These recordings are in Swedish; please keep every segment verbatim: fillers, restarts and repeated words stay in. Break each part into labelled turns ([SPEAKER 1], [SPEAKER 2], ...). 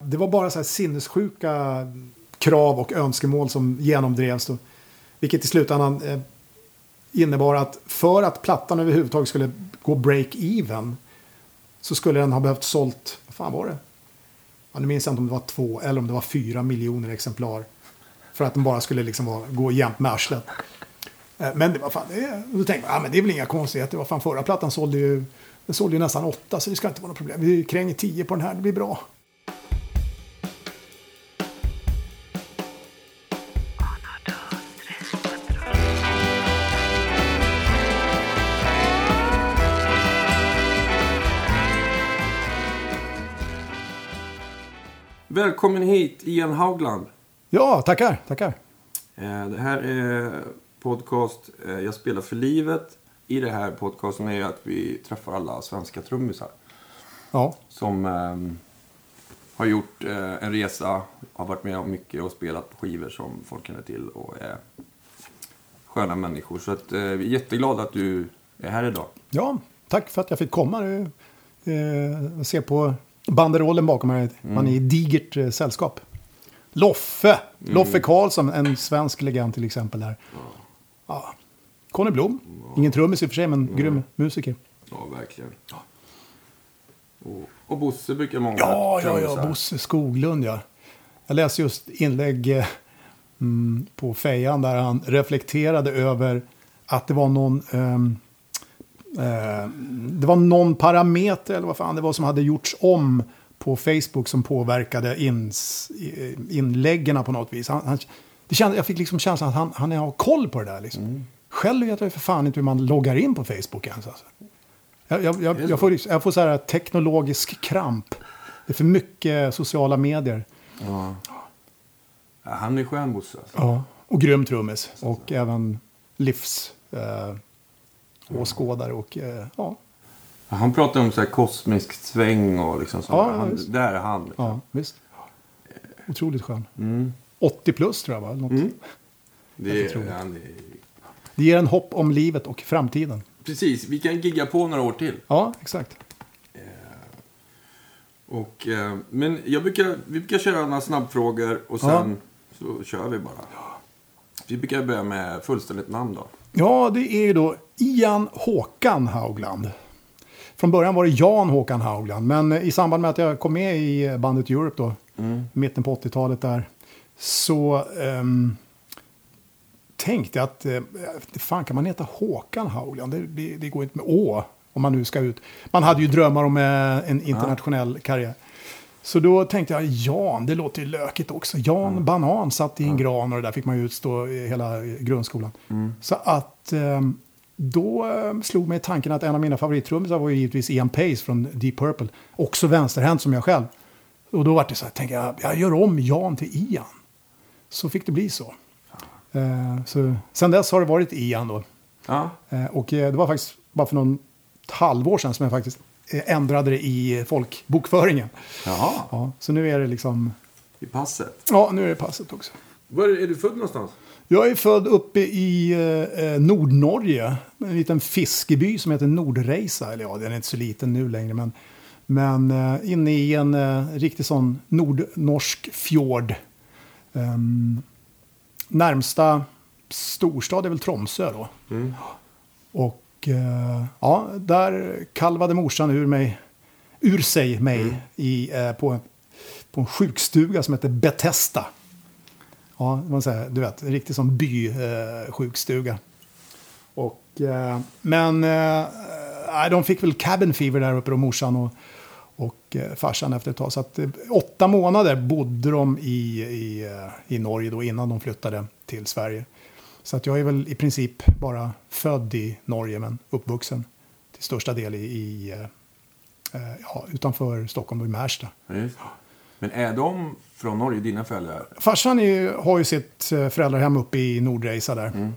[SPEAKER 1] det var bara så här sinnessjuka krav och önskemål som genomdrevs då. Vilket i slutändan eh, innebar att för att plattan överhuvudtaget skulle gå break-even så skulle den ha behövt sålt, vad fan var det? Ja, nu minns jag inte om det var två eller om det var fyra miljoner exemplar. För att den bara skulle liksom vara, gå jämnt med arslet. Eh, men det var fan, det, då tänkte jag, ah, men det är väl inga konstigheter. Vad fan, förra plattan sålde ju, den sålde ju nästan åtta, så det ska inte vara något problem. Vi kränger tio på den här, det blir bra.
[SPEAKER 2] Välkommen hit, Ian Haugland.
[SPEAKER 1] Ja, tackar, tackar.
[SPEAKER 2] Det här är podcast Jag spelar för livet. I det här podcasten är att vi träffar alla svenska trummisar.
[SPEAKER 1] Ja.
[SPEAKER 2] Som eh, har gjort eh, en resa, har varit med om mycket och spelat på skivor som folk känner till och är sköna människor. Så att, eh, vi är jätteglada att du är här idag.
[SPEAKER 1] Ja, tack för att jag fick komma. Eh, se på banderollen bakom mig. Man är i digert eh, sällskap. Loffe. Mm. Loffe Karlsson, en svensk legend till exempel där. Ja. Ja. Conny Blom. Ja. Ingen trummis i och för sig, men mm. grym musiker.
[SPEAKER 2] Ja, verkligen. Ja. Och, och Bosse brukar många
[SPEAKER 1] Ja, ja, ja. Bosse Skoglund, ja. Jag läste just inlägg eh, mm, på Fejan där han reflekterade över att det var någon... Um, eh, det var någon parameter eller vad fan det var som hade gjorts om på Facebook som påverkade ins, inläggen på något vis. Han, han, det kände, jag fick liksom känslan att han, han har koll på det där. Liksom. Mm. Själv vet jag för fan inte hur man loggar in på Facebook ens. Alltså. Jag, jag, jag, jag får, jag får så här teknologisk kramp. Det är för mycket sociala medier.
[SPEAKER 2] Ja. Ja, han är skön, Bosse. Alltså.
[SPEAKER 1] Ja, och grym trummis. Och så. Även livs eh, åskådare och eh, ja.
[SPEAKER 2] Han pratar om så här kosmisk sväng och liksom sånt.
[SPEAKER 1] Ja,
[SPEAKER 2] han, där är han. Liksom.
[SPEAKER 1] Ja, visst. Otroligt skön. Mm. åttio plus tror jag va? Något. Mm.
[SPEAKER 2] Det, är, han är...
[SPEAKER 1] det ger en hopp om livet och framtiden.
[SPEAKER 2] Precis, vi kan gigga på några år till.
[SPEAKER 1] Ja, exakt.
[SPEAKER 2] Eh, och, eh, men jag brukar, vi brukar köra några snabbfrågor och sen ja. så kör vi bara. Vi brukar börja med fullständigt namn då.
[SPEAKER 1] Ja, det är ju då Ian Håkan Haugland. Från början var det Jan Håkan Haugland. Men i samband med att jag kom med i bandet Europe då. Mm. Mitten på åttiotalet där. Så um, tänkte jag att uh, fan kan man heta Håkan Haugland? Det, det, det går inte med å om man nu ska ut. Man hade ju drömmar om uh, en internationell ja. karriär. Så då tänkte jag Jan, det låter ju lökigt också. Jan mm. Banan satt i en mm. gran och det där fick man ju utstå hela grundskolan. Mm. Så att... Um, Då eh, slog mig tanken att en av mina favorittrummisar var ju givetvis Ian Pace från Deep Purple. Också vänsterhänt som jag själv. Och då var det så här, tänkte jag, jag gör om Jan till Ian. Så fick det bli så. Ja. Eh, så sen dess har det varit Ian då.
[SPEAKER 2] Ja.
[SPEAKER 1] Eh, och eh, det var faktiskt bara för någon halvår sedan som jag faktiskt eh, ändrade det i folkbokföringen.
[SPEAKER 2] Jaha.
[SPEAKER 1] Ja, så nu är det liksom...
[SPEAKER 2] I passet?
[SPEAKER 1] Ja, nu är det passet också.
[SPEAKER 2] Var är du född någonstans?
[SPEAKER 1] Jag är född uppe i eh, Nordnorge. En liten fiskeby som heter Nordreisa. Eller ja, den är inte så liten nu längre. Men, men eh, inne i en eh, riktig sån nordnorsk fjord. Um, närmsta storstad är väl Tromsö då. Mm. Och eh, ja, där kalvade morsan ur, mig, ur sig mig mm. i, eh, på, på en sjukstuga som heter Bethesda. Ja, man säger, du vet, en riktig som by eh, sjukstuga. Och, eh, men eh, de fick väl cabin fever där uppe då, morsan och, och eh, farsan efter ett tag. Så att eh, åtta månader bodde de i, i, eh, i Norge då innan de flyttade till Sverige. Så att jag är väl i princip bara född i Norge men uppvuxen till största del i, i eh, ja, utanför Stockholm och i Märsta.
[SPEAKER 2] Mm. Men är de från Norge, dina föräldrar?
[SPEAKER 1] Farsan är, har ju sitt föräldrahem uppe i Nordreisa där. Mm.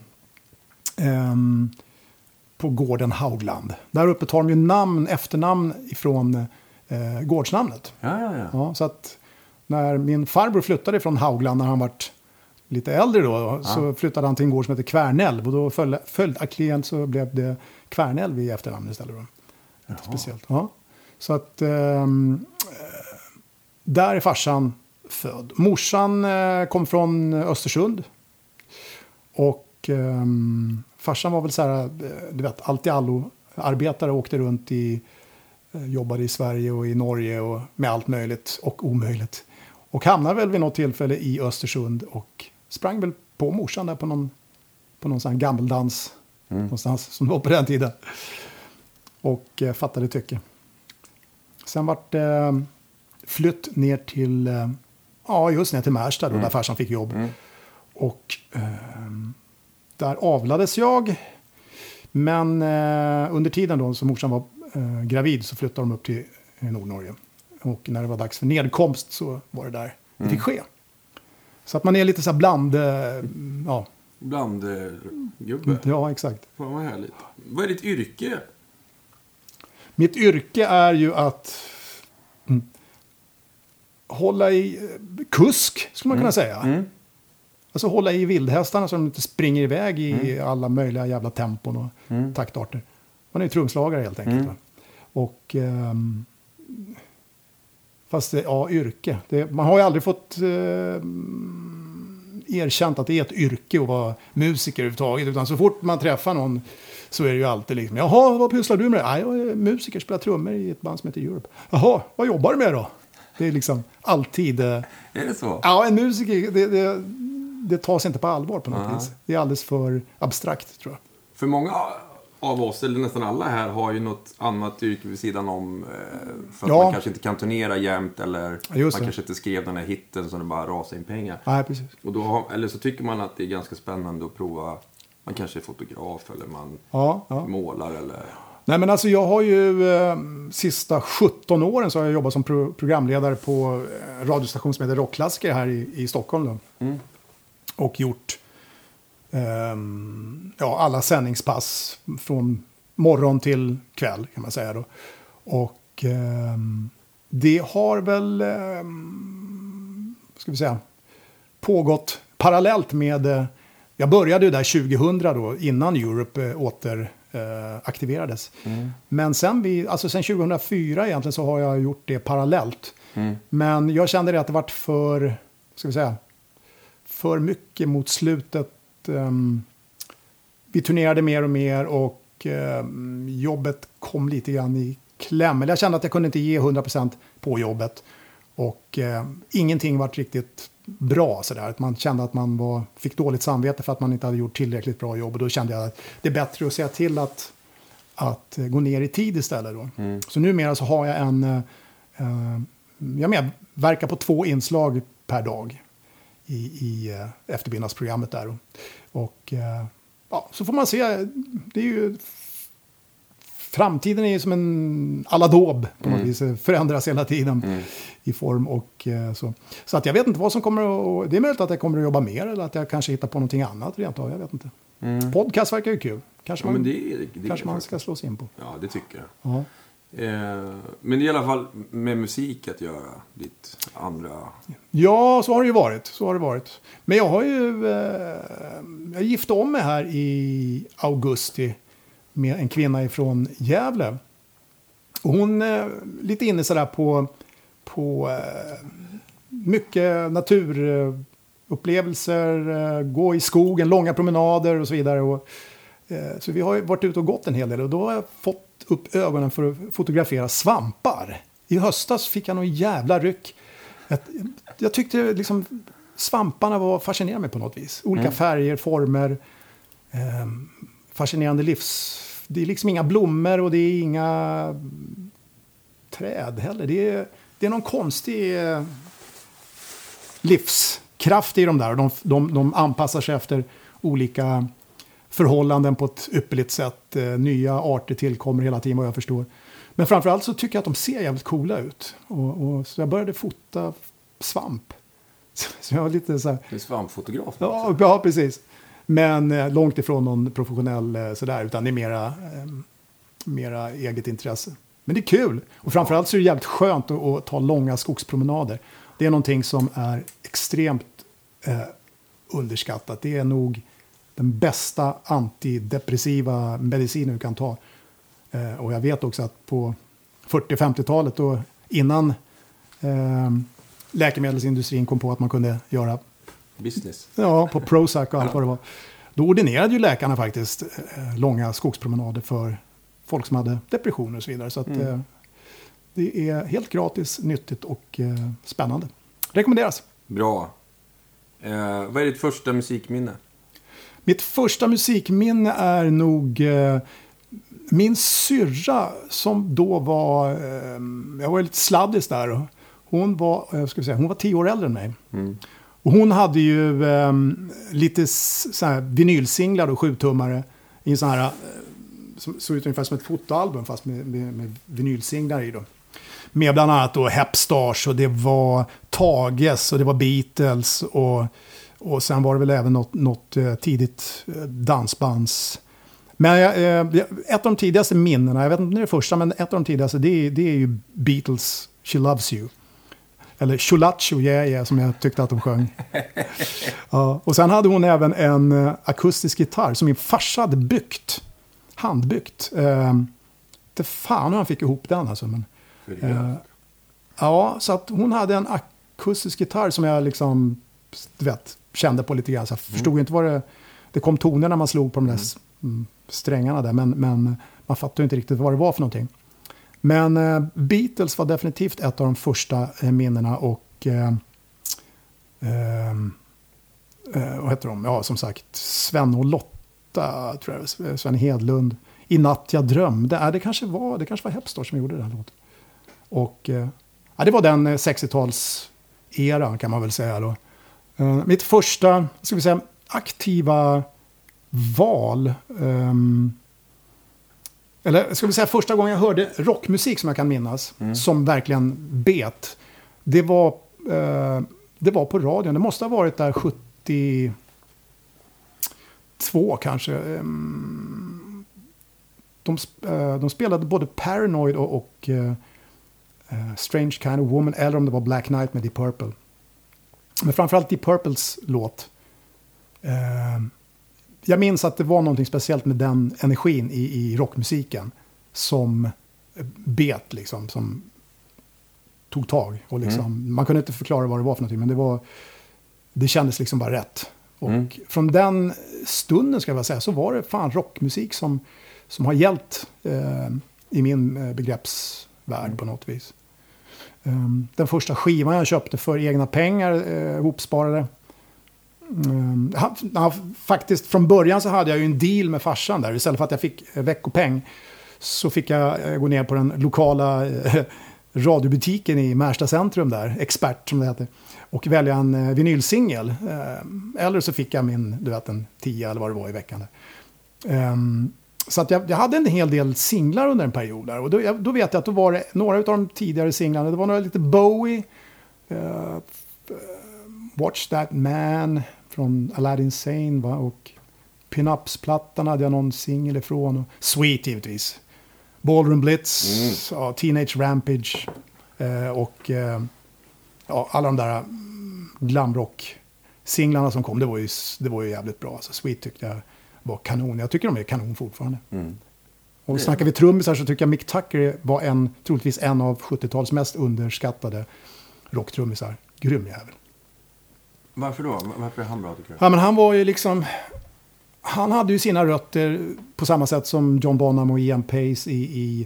[SPEAKER 1] Ehm, på gården Haugland. Där uppe tar de ju namn, efternamn ifrån eh, gårdsnamnet.
[SPEAKER 2] Ja, ja, ja.
[SPEAKER 1] Ja, så att när min farbror flyttade från Haugland när han var lite äldre då, ja. så flyttade han till en gård som heter Kvärnälv. Och då följ, följaktligen så blev det Kvärnälv i efternamn istället då. Inte speciellt. Ja. Så att... Ehm, där är farsan född. Morsan eh, kom från Östersund. Och eh, farsan var väl så här, du vet, allt i allo arbetare och åkte runt i, eh, jobbade i Sverige och i Norge och med allt möjligt och omöjligt. Och hamnade väl vid något tillfälle i Östersund och sprang väl på morsan där på någon, på någon sån här gammeldans mm. någonstans som det var på den tiden. Och eh, fattade tycke. Sen vart eh, flytt ner till, eh, ja just ner till Märsta då, mm. där farsan fick jobb. Mm. Och eh, där avlades jag. Men eh, under tiden då som morsan var eh, gravid så flyttade de upp till eh, Nordnorge. Och när det var dags för nedkomst så var det där det fick ske. Så att man är lite så här bland... Eh, ja.
[SPEAKER 2] Blandgubbe.
[SPEAKER 1] Ja, exakt.
[SPEAKER 2] Fan vad härligt. Vad är ditt yrke?
[SPEAKER 1] Mitt yrke är ju att mm, hålla i eh, kusk, skulle man mm. kunna säga. Mm. Alltså hålla i vildhästarna så de inte springer iväg i mm. alla möjliga jävla tempon och mm. taktarter. Man är ju trumslagare helt enkelt. Mm. Och... Ehm, fast det, ja, yrke. Det, man har ju aldrig fått eh, erkänt att det är ett yrke att vara musiker överhuvudtaget. Utan så fort man träffar någon så är det ju alltid liksom, jaha, vad pysslar du med? Nej, jag är musiker, spelar trummor i ett band som heter Europe. Jaha, vad jobbar du med då? Det är liksom alltid... Eh,
[SPEAKER 2] är det så?
[SPEAKER 1] Ja, en musiker, det, det, det tas inte på allvar på något uh-huh. vis. Det är alldeles för abstrakt, tror jag.
[SPEAKER 2] För många av oss, eller nästan alla här, har ju något annat yrke vid sidan om. För att ja. man kanske inte kan turnera jämt. Eller man kanske inte skrev den här hitten så det bara rasar in pengar.
[SPEAKER 1] Nej, precis.
[SPEAKER 2] Och då har, eller så tycker man att det är ganska spännande att prova. Man kanske är fotograf eller man
[SPEAKER 1] ja, ja.
[SPEAKER 2] målar eller...
[SPEAKER 1] Nej, men alltså jag har ju eh, sista sjutton åren så har jag jobbat som pro- programledare på eh, radiostation som heter Rockklassiker här i, i Stockholm då. Mm. Och gjort Um, ja, alla sändningspass från morgon till kväll kan man säga då. Och um, det har väl um, ska vi säga pågått parallellt med uh, jag började ju där tjugohundra då innan Europe uh, åter uh, aktiverades. Mm. Men sen vi alltså sen tjugohundrafyra egentligen så har jag gjort det parallellt. Mm. Men jag kände det att det varit för ska vi säga för mycket mot slutet. Um, vi turnerade mer och mer och um, jobbet kom lite grann i kläm. Jag kände att jag kunde inte ge hundra procent på jobbet. Och um, ingenting var riktigt bra sådär. Att man kände att man var, fick dåligt samvete för att man inte hade gjort tillräckligt bra jobb. Och då kände jag att det är bättre att säga till att, att gå ner i tid istället då. Mm. Så numera så har jag en... Uh, uh, jag medverkar på två inslag per dag. i, i uh, efterbyggnadsprogrammet där. Och, och uh, ja, så får man se, det är ju framtiden är ju som en aladåb på något mm. vis, förändras hela tiden mm. i form och uh, så. Så att jag vet inte vad som kommer att, det är möjligt att jag kommer att jobba mer eller att jag kanske hittar på någonting annat rent av, jag vet inte. Mm. Podcast verkar ju kul. Kanske
[SPEAKER 2] ja,
[SPEAKER 1] man,
[SPEAKER 2] det, det
[SPEAKER 1] kanske man ska slå sig in på.
[SPEAKER 2] Ja, det tycker jag.
[SPEAKER 1] Ja.
[SPEAKER 2] Eh, men i alla fall med musik att göra ditt andra...
[SPEAKER 1] Ja, så har det ju varit. Så har det varit. Men jag har ju... Eh, jag gifte om mig här i augusti med en kvinna ifrån Gävle. Och hon är eh, lite inne sådär på, på eh, mycket naturupplevelser, eh, gå i skogen, långa promenader och så vidare. Och, eh, så vi har ju varit ute och gått en hel del och då har jag fått upp ögonen för att fotografera svampar. I höstas fick jag någon jävla ryck. Jag, jag tyckte liksom svamparna var fascinerande på något vis. Olika mm. färger, former. Eh, fascinerande livs... Det är liksom inga blommor och det är inga träd heller. Det är, det är någon konstig eh, livskraft i de där. De, de, de anpassar sig efter olika förhållanden på ett ypperligt sätt. Eh, nya arter tillkommer hela tiden vad jag förstår. Men framförallt så tycker jag att de ser jävligt coola ut. Och, och, så jag började fota svamp. Så jag var lite så här...
[SPEAKER 2] Du är svampfotograf?
[SPEAKER 1] Ja, ja, precis. Men eh, långt ifrån någon professionell eh, sådär. Utan det är mera, eh, mera eget intresse. Men det är kul. Och framförallt så är det jävligt skönt att, att ta långa skogspromenader. Det är någonting som är extremt eh, underskattat. Det är nog den bästa antidepressiva medicinen du kan ta. Eh, och jag vet också att på fyrtio-femtiotalet då innan Eh, läkemedelsindustrin kom på att man kunde göra
[SPEAKER 2] Business.
[SPEAKER 1] Ja, på Prozac och allt vad det var. Då ordinerade ju läkarna faktiskt eh, långa skogspromenader för folk som hade depressioner och så vidare. Så att, mm. eh, det är helt gratis, nyttigt och eh, spännande. Rekommenderas.
[SPEAKER 2] Bra. Eh, vad är ditt första musikminne?
[SPEAKER 1] Mitt första musikminne är nog eh, min syrra som då var, eh, jag var lite sladdis där. Och hon var, jag ska säga, hon var tio år äldre än mig. Mm. Och hon hade ju eh, lite så här vinylsinglar och sjutummare i en sån här, eh, som såg ut ungefär som ett fotoalbum fast med, med, med vinylsinglar i då. Med bland annat då Hepstars och det var Tages och det var Beatles och, och sen var det väl även något, något eh, tidigt eh, dansbands. Men eh, ett av de tidigaste minnena, jag vet inte om det är det första, men ett av de tidigaste det är, det är ju Beatles She Loves You. Eller Chulacho, yeah, yeah, som jag tyckte att de sjöng. Ja, och sen hade hon även en uh, akustisk gitarr som min farsa hade byggt. Handbyggt. Uh, det fan hur han fick ihop den alltså. Men, uh, ja, så att hon hade en akustisk gitarr som jag liksom, du vet, kände på lite grann. Så jag förstod mm. inte vad det... Det kom toner när man slog på de där mm. strängarna där. Men, men man fattade inte riktigt vad det var för någonting. Men eh, Beatles var definitivt ett av de första eh, minnena och eh, eh, vad heter de? Ja, som sagt, Sven och Lotta, tror jag, Sven Hedlund. I natt jag drömde. Ja, det kanske var, det kanske var Hepstar som gjorde den låten. Och eh, ja, det var den eh, sextiotalseran kan man väl säga då. Eh, mitt första, ska vi säga, aktiva val. Um, Eller ska vi säga första gången jag hörde rockmusik som jag kan minnas. Mm. Som verkligen bet. Det var, eh, det var på radion. Det måste ha varit där sjuttiotvå kanske. Um, de, uh, de spelade både Paranoid och, och uh, uh, Strange Kind of Woman. Eller om det var Black Knight med Deep Purple. Men framförallt Deep Purples låt. Uh, Jag minns att det var någonting speciellt med den energin i, i rockmusiken som bet liksom, som tog tag och liksom, mm. man kunde inte förklara vad det var för någonting, men det var, det kändes liksom bara rätt. Och mm. från den stunden ska jag säga så var det fan rockmusik som, som har gällt eh, i min eh, begreppsvärld mm. på något vis. Um, den första skivan jag köpte för egna pengar eh, ihopsparade. Um, ha, ha, faktiskt från början så hade jag ju en deal med farsan där. Istället för att jag fick eh, veckopeng så fick jag eh, gå ner på den lokala eh, radiobutiken i Märsta centrum där, Expert som det heter, och välja en eh, vinylsingel. Eh, eller så fick jag min, du vet, en tio eller vad det var i veckan. Um, så att jag, jag hade en hel del singlar under en period där. Och då, jag, då vet jag att då var det några av de tidigare singlarna. Det var några lite Bowie, uh, Watch That Man från Aladdin Sane, va? Och Pin-Ups-plattan hade jag någon singel ifrån. Och Sweet givetvis. Ballroom Blitz, mm. ja, Teenage Rampage eh, och eh, ja, alla de där glamrock-singlarna som kom. Det var ju, det var ju jävligt bra. Alltså, Sweet tyckte jag var kanon. Jag tycker de är kanon fortfarande. Mm. Och snackar vi trummisar så tycker jag Mick Tucker var en, troligtvis en av sjuttio-talets mest underskattade rocktrummisar. Grym jävel.
[SPEAKER 2] Varför då? Varför är han bra tycker du?
[SPEAKER 1] Ja, men han var ju liksom... Han hade ju sina rötter på samma sätt som John Bonham och Ian Pace i, i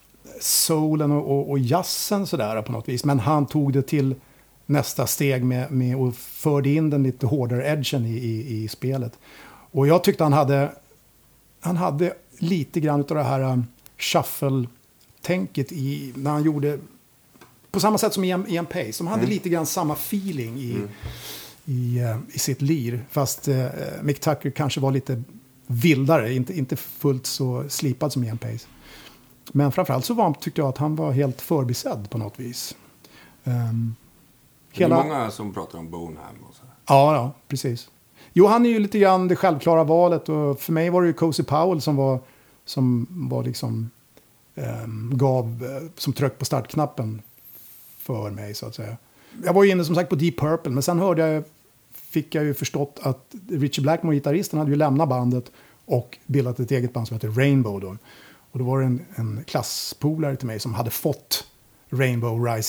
[SPEAKER 1] soulen och, och, och jazzen sådär på något vis. Men han tog det till nästa steg med, med och förde in den lite hårdare edgen i, i, i spelet. Och jag tyckte han hade, han hade lite grann av det här um, shuffle-tänket i, när han gjorde, på samma sätt som Ian, Ian Pace. Som hade mm. lite grann samma feeling i... Mm. I, i sitt lir. Fast eh, Mick Tucker kanske var lite vildare. Inte, inte fullt så slipad som Ian Pace. Men framförallt så var, tyckte jag att han var helt förbisedd på något vis. Um,
[SPEAKER 2] det är hela... många som pratar om Bonham och så.
[SPEAKER 1] Ja, ja, precis. Jo, han är ju lite grann det självklara valet. Och för mig var det ju Cozy Powell som var, som var liksom um, gav, som tryck på startknappen för mig så att säga. Jag var ju inne som sagt på Deep Purple, men sen hörde jag, fick jag ju förstått att Richie Blackmore, gitarristen, hade ju lämnat bandet och bildat ett eget band som heter Rainbow då. Och då var det en, en klasspolare till mig som hade fått Rainbow Rising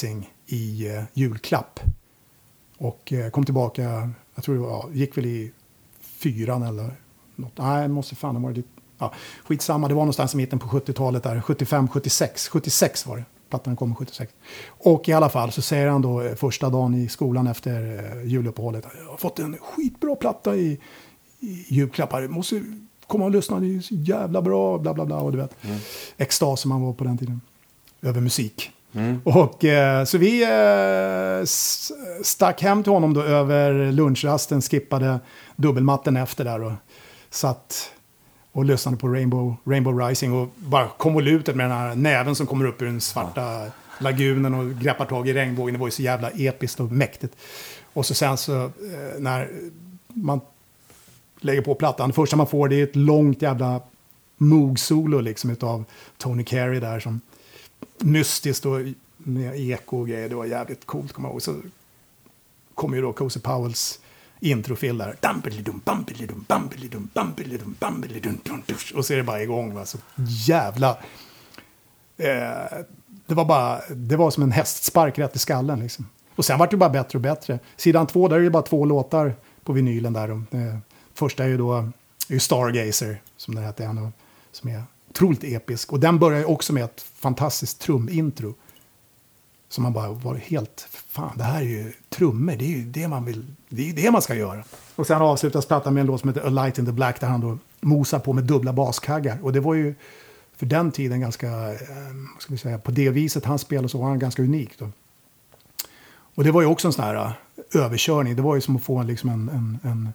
[SPEAKER 1] i eh, julklapp. Och eh, kom tillbaka, jag tror det var, gick väl i fyran eller något. Nej, det måste fan ha varit lite, ja, skitsamma. Det var någonstans i mitten på sjuttiotalet där, sjuttiofem sjuttiosex. sjuttiosex var det, plattan kom sjuttiosex. Och i alla fall så säger han då eh, första dagen i skolan efter eh, juluppehållet, jag har fått en skitbra platta i, i julklappar, jag måste komma och lyssna, det är så jävla bra, bla bla bla, och du vet. Mm. Extas som man var på den tiden, över musik. Mm. Och eh, så vi eh, stack hem till honom då över lunchrasten, skippade dubbelmatten efter där och satt och lyssnade på Rainbow, Rainbow Rising och bara konvolutet med den här näven som kommer upp ur den svarta ja. lagunen och greppar tag i regnbågen. Det var ju så jävla episkt och mäktigt. Och så sen så eh, när man lägger på plattan, det första man får det är ett långt jävla Moog-solo liksom utav Tony Carey där som mystiskt och med eko och grejer. Det var jävligt coolt, kommer jag ihåg. Så kommer ju då Cozy Powells introfill där. Och så är det bara igång. Va? Så jävla... Eh, det var bara... Det var som en hästspark rätt i skallen liksom. Och sen var det bara bättre och bättre. Sidan två, där är det bara två låtar på vinylen där. Eh, första är ju då är ju Stargazer, som den heter. En, som är otroligt episk. Och den börjar ju också med ett fantastiskt trumintro. Som man bara var helt, fan det här är ju trummor, det är ju det man vill, det är ju det man ska göra. Och sen avslutas plattan med en låt som heter A Light in the Black där han då mosar på med dubbla baskaggar. Och det var ju för den tiden ganska, eh, vad ska vi säga, på det viset han spelade så var han ganska unik då. Och det var ju också en sån här uh, överkörning, det var ju som att få en, liksom en, en, en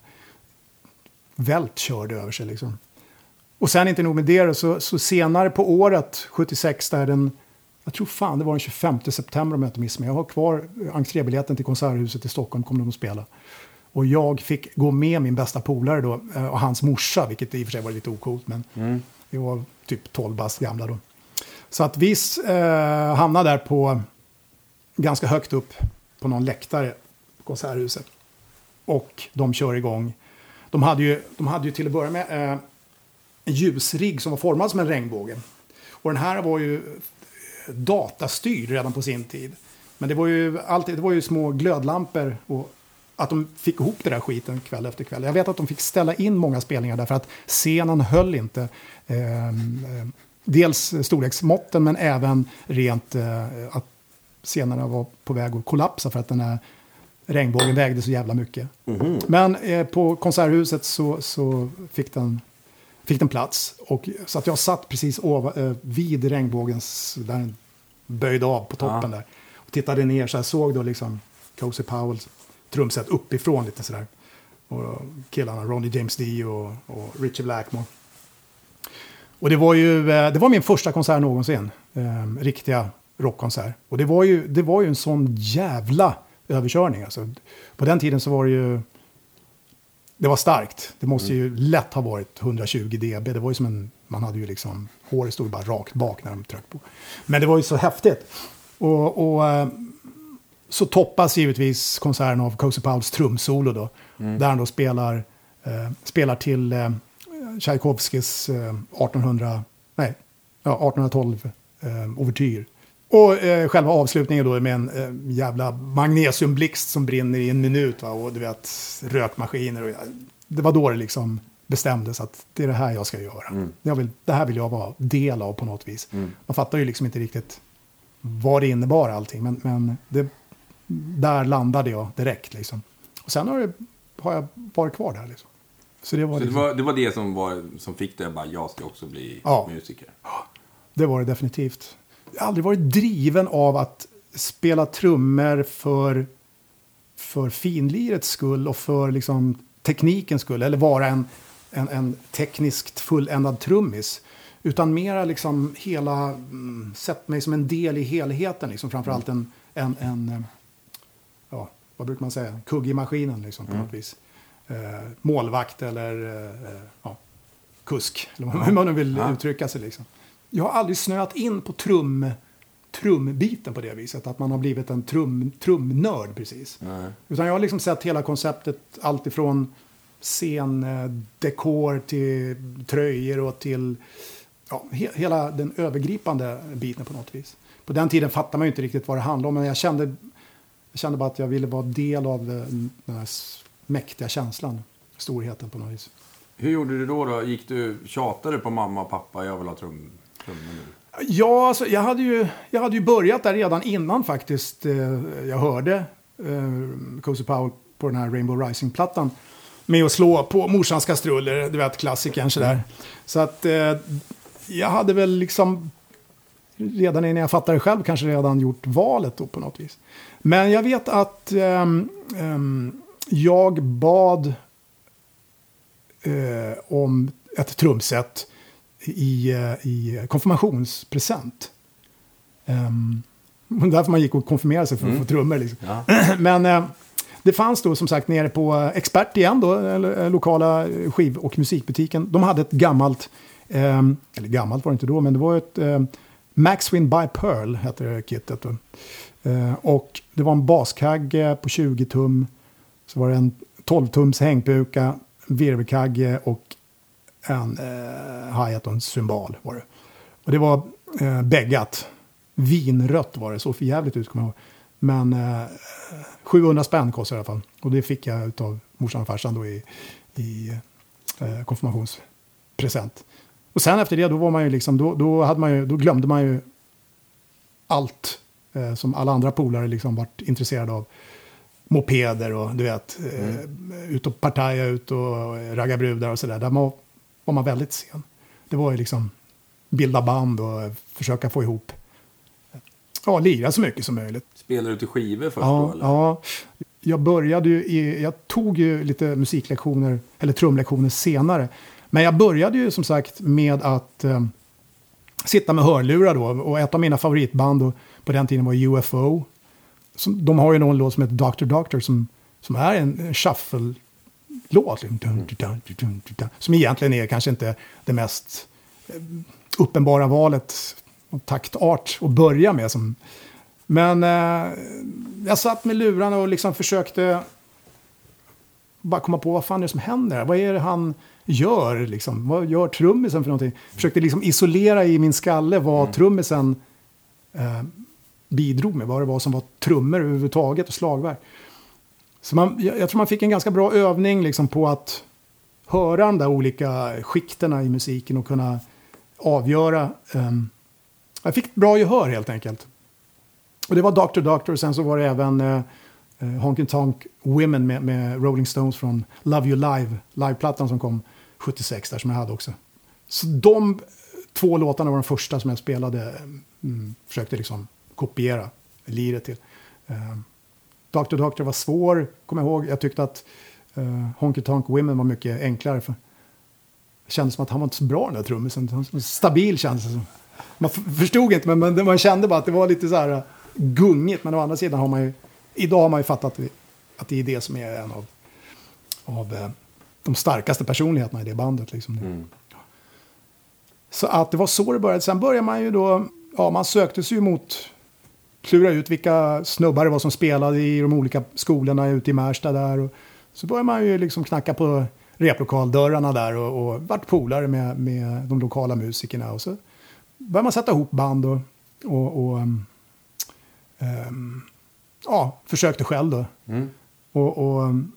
[SPEAKER 1] vält körd över sig liksom. Och sen inte nog med det, så, så senare på året, sjuttiosex, där den, jag tror fan det var den tjugofemte september om jag inte missar mig. Jag har kvar entrébiljetten till Konserthuset i Stockholm, kommer de att spela. Och jag fick gå med min bästa polare då, och hans morsa, vilket i och för sig var lite okult, men mm. vi var typ tolv bast gamla då. Så att vi eh, hamnade där på, ganska högt upp på någon läktare på Konserthuset. Och de kör igång. De hade ju, de hade ju till att börja med eh, en ljusrigg som var formad som en regnbåge. Och den här var ju datastyrd redan på sin tid. Men det var ju alltid, det var ju små glödlampor och att de fick ihop det där skiten kväll efter kväll. Jag vet att de fick ställa in många spelningar därför att scenen höll inte eh, eh, dels storleksmåtten men även rent eh, att scenerna var på väg att kollapsa för att den här regnbågen vägde så jävla mycket. Mm-hmm. Men eh, på Konserthuset så, så fick den fick den plats. Och, så att jag satt precis over, eh, vid regnbågens, där den böjde av på toppen ja. där. Och tittade ner så jag såg då liksom Cozy Powells trumset uppifrån lite sådär. Och killarna, Ronnie James Dio och, och Richie Blackmore. Och det var ju, eh, det var min första konsert någonsin. Eh, riktiga rockkonsert. Och det var ju, det var ju en sån jävla överkörning. Alltså. På den tiden så var det ju, det var starkt. Det måste ju lätt ha varit hundratjugo decibel. Det var ju som en, man hade ju liksom, håret stod bara rakt bak när de tryckte på. Men det var ju så häftigt. Och, och så toppas givetvis konserten av Cozy Powells trumsolo då. Mm. Där han då spelar, eh, spelar till eh, Tchaikovskys eh, artonhundra, nej, ja, artonhundratolv eh, ouvertyr. Och eh, själva avslutningen då med en eh, jävla magnesiumblixt som brinner i en minut. Va? Och du vet, rökmaskiner. Och, det var då det liksom bestämdes att det är det här jag ska göra. Mm. Jag vill, det här vill jag vara del av på något vis. Mm. Man fattar ju liksom inte riktigt vad det innebar allting. Men, men det, där landade jag direkt liksom. Och sen har, det, har jag varit kvar där liksom. Så det var,
[SPEAKER 2] Så
[SPEAKER 1] liksom,
[SPEAKER 2] det, var det var det som, var, som fick dig att bara, jag ska också bli ja. musiker?
[SPEAKER 1] Ja, det var det definitivt. Jag har aldrig varit driven av att spela trummor för, för finlirets skull och för liksom teknikens skull. Eller vara en, en, en tekniskt fulländad trummis. Utan mera liksom hela, mm, sett mig som en del i helheten. Liksom. Framförallt en, en, en ja, vad brukar man säga, kugg i maskinen liksom, på mm. något vis. Eh, målvakt eller eh, ja, kusk. Eller hur man nu vill ja. uttrycka sig liksom. Jag har aldrig snöat in på trum, trumbiten på det viset. Att man har blivit en trum, trumnörd precis. Nej. Utan jag har liksom sett hela konceptet. Allt ifrån scen, dekor till tröjor och till ja, he, hela den övergripande biten på något vis. på den tiden fattade man ju inte riktigt vad det handlade om. Men jag kände, jag kände bara att jag ville vara del av den här mäktiga känslan. Storheten på något vis.
[SPEAKER 2] Hur gjorde du då? då? Gick du tjatade på mamma och pappa? Jag vill ha trum, trummor nu.
[SPEAKER 1] Ja, alltså, jag, hade ju, jag hade ju börjat där redan innan faktiskt. Eh, jag hörde eh, Cozy Powell på den här Rainbow Rising-plattan. Med att slå på morsans kastruller, du vet, klassikern sådär. Så att eh, jag hade väl liksom redan innan jag fattade det själv kanske redan gjort valet då på något vis. Men jag vet att eh, eh, jag bad eh, om ett trumset i, i konfirmationspresent. Um, därför man gick och konfirmerade sig för att mm. få trummor. Liksom. Ja. Men uh, det fanns då som sagt nere på Expert igen då, eller, lokala skiv- och musikbutiken. De hade ett gammalt, um, eller gammalt var det inte då, men det var ett um, Maxwin by Pearl hette det kittet. Då. Uh, och det var en baskagge på tjugo tum. Så var det en tolv tums hängpuka, virvelkagge och en eh, hi-hat och en cymbal var det. Och det var eh, bäggat. Vinrött var det, så för jävligt ut kommer jag ihåg. Men eh, sjuhundra spänn kostade i alla fall. Och det fick jag av morsan och farsan då i, i eh, konfirmationspresent. Och sen efter det då var man ju liksom, då, då, hade man ju, då glömde man ju allt eh, som alla andra polare liksom varit intresserade av. Mopeder och du vet, mm. eh, ut och partaja ut och ragga brudar och sådär. Där man var man väldigt sen. Det var ju liksom bilda band och försöka få ihop, ja, lira så mycket som möjligt.
[SPEAKER 2] Spelade du till skivor först
[SPEAKER 1] ja,
[SPEAKER 2] då? Eller?
[SPEAKER 1] Ja, jag började ju, i, jag tog ju lite musiklektioner, eller trumlektioner senare. Men jag började ju som sagt med att eh, sitta med hörlurar då. Och ett av mina favoritband då, på den tiden var U F O. Som, de har ju någon låt som heter Doctor Doctor som, som är en shuffle låt som egentligen är kanske inte det mest uppenbara valet och taktart att börja med. Som, men eh, jag satt med lurarna och liksom försökte bara komma på vad fan är det som händer. Vad är det han gör? Liksom? Vad gör trummisen för någonting? Försökte liksom isolera i min skalle vad mm. trummisen eh, bidrog med. Vad det var som var trummor överhuvudtaget och slagverk. Så man, jag, jag tror man fick en ganska bra övning liksom på att höra de där olika skikterna i musiken och kunna avgöra. Um, jag fick bra gehör helt enkelt. Och det var Doctor Doctor och sen så var det även uh, uh, Honky Tonk Women med, med Rolling Stones från Love You Live, liveplattan som kom sjuttiosex där som jag hade också. Så de två låtarna var de första som jag spelade, um, försökte liksom kopiera liret till. Um, Doctor Doctor var svår, kommer jag ihåg. Jag tyckte att uh, Honky Tonk Women var mycket enklare. För det kändes som att han var inte så bra den där trummisen. Stabil kändes det som. Man f- förstod inte, men, men man kände bara att det var lite så här uh, gungigt. Men å andra sidan har man ju, idag har man ju fattat att, att det är det som är en av, av uh, de starkaste personligheterna i det bandet. Liksom. Mm. Så att det var så det började. Sen började man ju då, ja, man sökte sig mot, klura ut vilka snubbar det var som spelade i de olika skolorna ute i Märsta där. Och så började man ju liksom knacka på replokaldörrarna där och, och vart polare med, med de lokala musikerna. Och så började man sätta ihop band och, och, och um, um, ja, försökte själv då. Mm. Och, och um,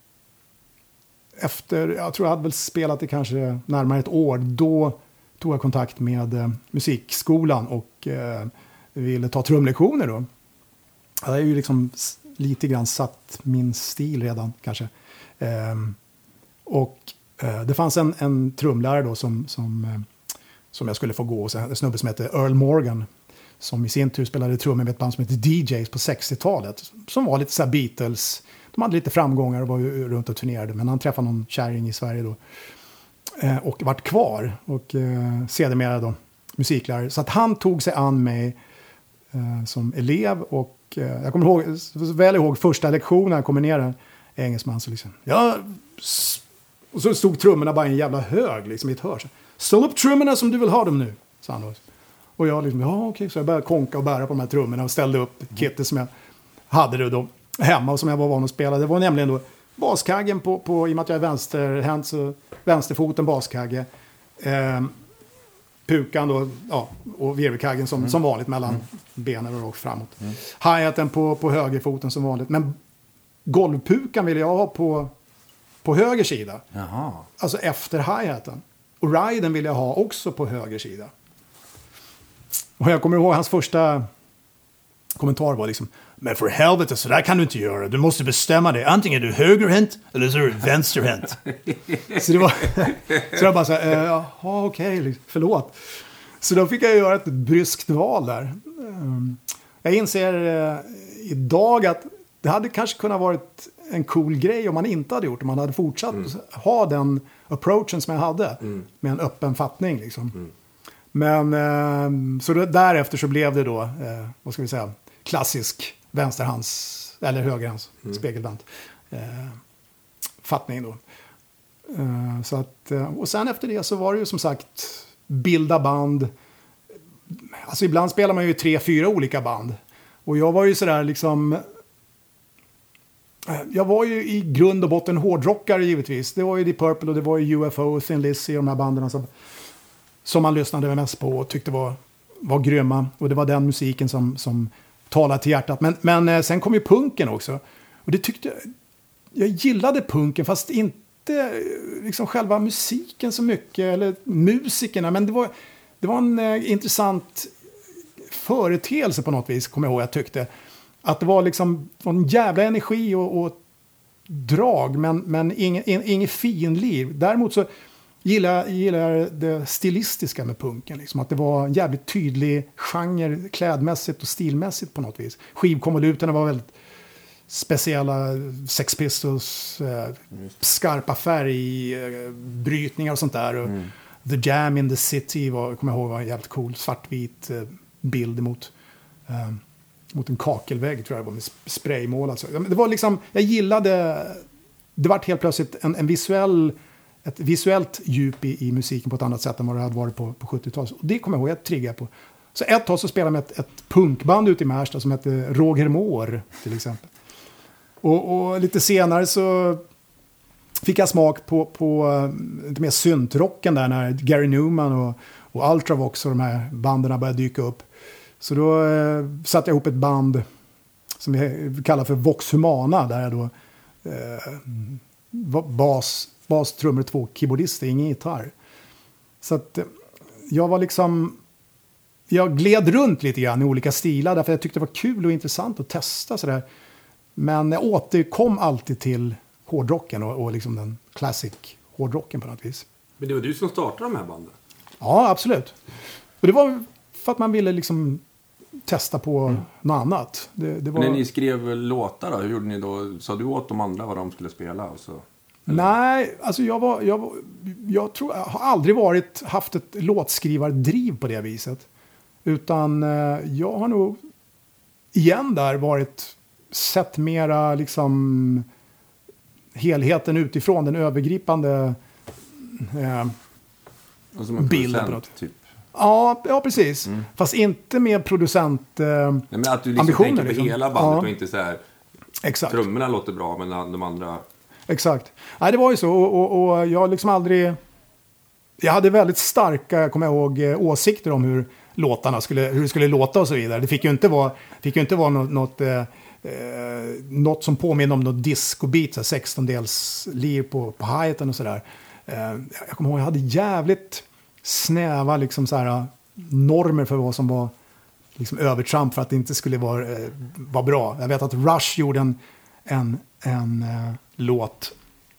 [SPEAKER 1] efter, jag tror jag hade väl spelat i kanske närmare ett år, då tog jag kontakt med uh, musikskolan och uh, ville ta trumlektioner då. Jag har ju liksom lite grann satt min stil redan kanske. Um, och uh, det fanns en, en trumlärare då som, som, uh, som jag skulle få gå. Så en snubbe som heter Earl Morgan. Som i sin tur spelade trummor med ett band som heter D Js på sextiotalet. Som var lite så här Beatles. De hade lite framgångar och var ju runt och turnerade. Men han träffade någon kärring i Sverige då. Uh, och vart kvar. Och uh, sedermera då musiklärare. Så att han tog sig an mig som elev och uh, jag kommer ihåg, väl ihåg första lektionen när jag kommer ner där, engelsman så liksom, ja, och så stod trummorna bara i en jävla hög liksom i ett hör. Ställ upp trummorna som du vill ha dem nu, sa han då. Och jag liksom, ja okej, okay. Så jag började konka och bära på de här trummorna och ställde upp kittet som jag hade då hemma och som jag var van att spela. Det var nämligen då baskaggen på, på i och med att jag är vänsterhänt så vänsterfoten baskagge. Eh, pukan då, ja, och virvelkaggen som, mm. som vanligt mellan mm. benen och rakt framåt. Mm. Hi-haten på, på högerfoten som vanligt. Men golvpukan vill jag ha på, på höger sida.
[SPEAKER 2] Jaha.
[SPEAKER 1] Alltså efter hi-haten. Och riden vill jag ha också på höger sida. Och jag kommer ihåg hans första kommentar var liksom: men för helvete, så där kan du inte göra. Du måste bestämma dig. Antingen är du högerhänt eller så är du vänsterhänt. Så det var så jag bara så här, eh, jaha okej, okay, förlåt. Så då fick jag göra ett bryskt val där. Jag inser eh, idag att det hade kanske kunnat varit en cool grej om man inte hade gjort det. Man hade fortsatt mm. ha den approachen som jag hade mm. med en öppen fattning liksom. Mm. Men eh, så då, därefter så blev det då, eh, vad ska vi säga, klassisk vänsterhands eller högerhands mm. spegelvänt eh, fattning då. Eh, så att, eh, och sen efter det så var det ju som sagt bilda band. Alltså ibland spelar man ju tre, fyra olika band. Och jag var ju sådär liksom, jag var ju i grund och botten hårdrockare givetvis. Det var ju Deep Purple och det var ju U F O, Thin Lizzy och de här banden som, som man lyssnade mest på och tyckte var, var grymma. Och det var den musiken som, som talade till hjärtat. Men, men sen kom ju punken också. Och det tyckte jag, jag gillade punken fast inte liksom själva musiken så mycket. Eller musikerna, men det var, det var en eh, intressant företeelse på något vis, kommer jag ihåg jag tyckte. Att det var liksom en jävla energi och, och drag, men, men inget, inget finliv. Däremot så gillar, gillar jag det stilistiska med punken. Liksom. Att det var en jävligt tydlig genre, klädmässigt och stilmässigt på något vis. Skivkonvoluterna var väldigt speciella, Sex Pistols, eh, skarpa färgbrytningar och sånt där. Och mm. The Jam in the City var, kommer jag ihåg, var en jävligt cool svartvit eh, bild mot... Eh, mot en kakelvägg tror jag det var med spraymål. Alltså. Det var liksom, jag gillade, det var helt plötsligt en, en visuell, ett visuellt djup i, i musiken på ett annat sätt än vad det hade varit på, på sjuttiotalet. Och det kommer jag ihåg, jag triggade på. Så ett tag så spelade jag med ett, ett punkband ute i Märsta som hette Roger Moore till exempel. Och, och lite senare så fick jag smak på, på lite mer syntrocken där när Gary Newman och, och Ultravox och de här banden började dyka upp. Så då eh, satte jag ihop ett band som vi kallar för Vox Humana. Där jag då eh, bas, bas, trummor, två keyboardister, ingen gitarr. Så att eh, jag var liksom... Jag gled runt lite grann i olika stilar. Därför jag tyckte det var kul och intressant att testa sådär. Men jag återkom alltid till hårdrocken och, och liksom den classic hårdrocken på något vis.
[SPEAKER 3] Men det var du som startade de här banden?
[SPEAKER 1] Ja, absolut. Och det var för att man ville liksom... testa på mm. något annat. Det, det var...
[SPEAKER 2] När ni skrev låtar då, hur gjorde ni då? Sa du åt de andra vad de skulle spela? Och så,
[SPEAKER 1] nej, alltså jag var, jag var, jag tror, jag har aldrig varit, haft ett låtskrivardriv på det viset. Utan eh, jag har nog igen där varit sett mera liksom helheten utifrån, den övergripande eh,
[SPEAKER 2] och som en
[SPEAKER 1] bilden på något.
[SPEAKER 2] Typ.
[SPEAKER 1] Ja, ja, precis. Mm. Fast inte med producent eh,
[SPEAKER 2] Nej, men att du liksom
[SPEAKER 1] ambitioner.
[SPEAKER 2] Tänker på
[SPEAKER 1] liksom.
[SPEAKER 2] hela bandet ja. Och inte så här...
[SPEAKER 1] Exakt.
[SPEAKER 2] Trummorna låter bra, men de andra...
[SPEAKER 1] Exakt. Nej, det var ju så. Och, och, och jag liksom aldrig... Jag hade väldigt starka, kommer jag ihåg, åsikter om hur låtarna skulle, hur det skulle låta och så vidare. Det fick ju inte vara, fick ju inte vara något, något, eh, något som påminner om något disco-beat, sextondels lir på, på hi-haten och sådär. Eh, jag kommer ihåg, jag hade jävligt... snäva liksom så här, normer för vad som var liksom övertramp för att det inte skulle vara, eh, vara bra. Jag vet att Rush gjorde en, en, en eh, låt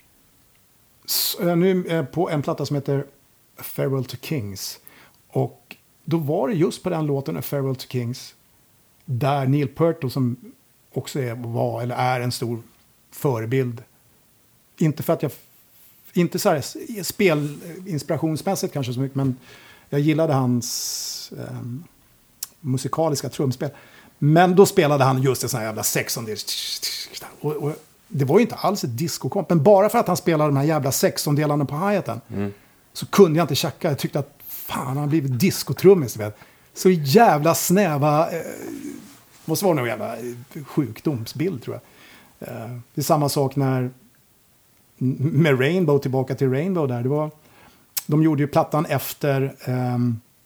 [SPEAKER 1] S- nu eh, på en platta som heter Farewell to Kings. Och då var det just på den låten Farewell to Kings där Neil Peart som också är, var eller är en stor förebild. Inte för att jag inte så här spelinspirationsmässigt kanske så mycket, men jag gillade hans eh, musikaliska trumspel. Men då spelade han just en sån här jävla sextondels. Och, och det var ju inte alls ett discokomp, men bara för att han spelade de här jävla sextondelarna på hi-haten mm. så kunde jag inte tjacka. Jag tyckte att fan, han har blivit discotrummis, vet. Så jävla snäva eh, måste vara någon jävla sjukdomsbild, tror jag. Eh, det är samma sak när med Rainbow, tillbaka till Rainbow där. Det var, de gjorde ju plattan efter um,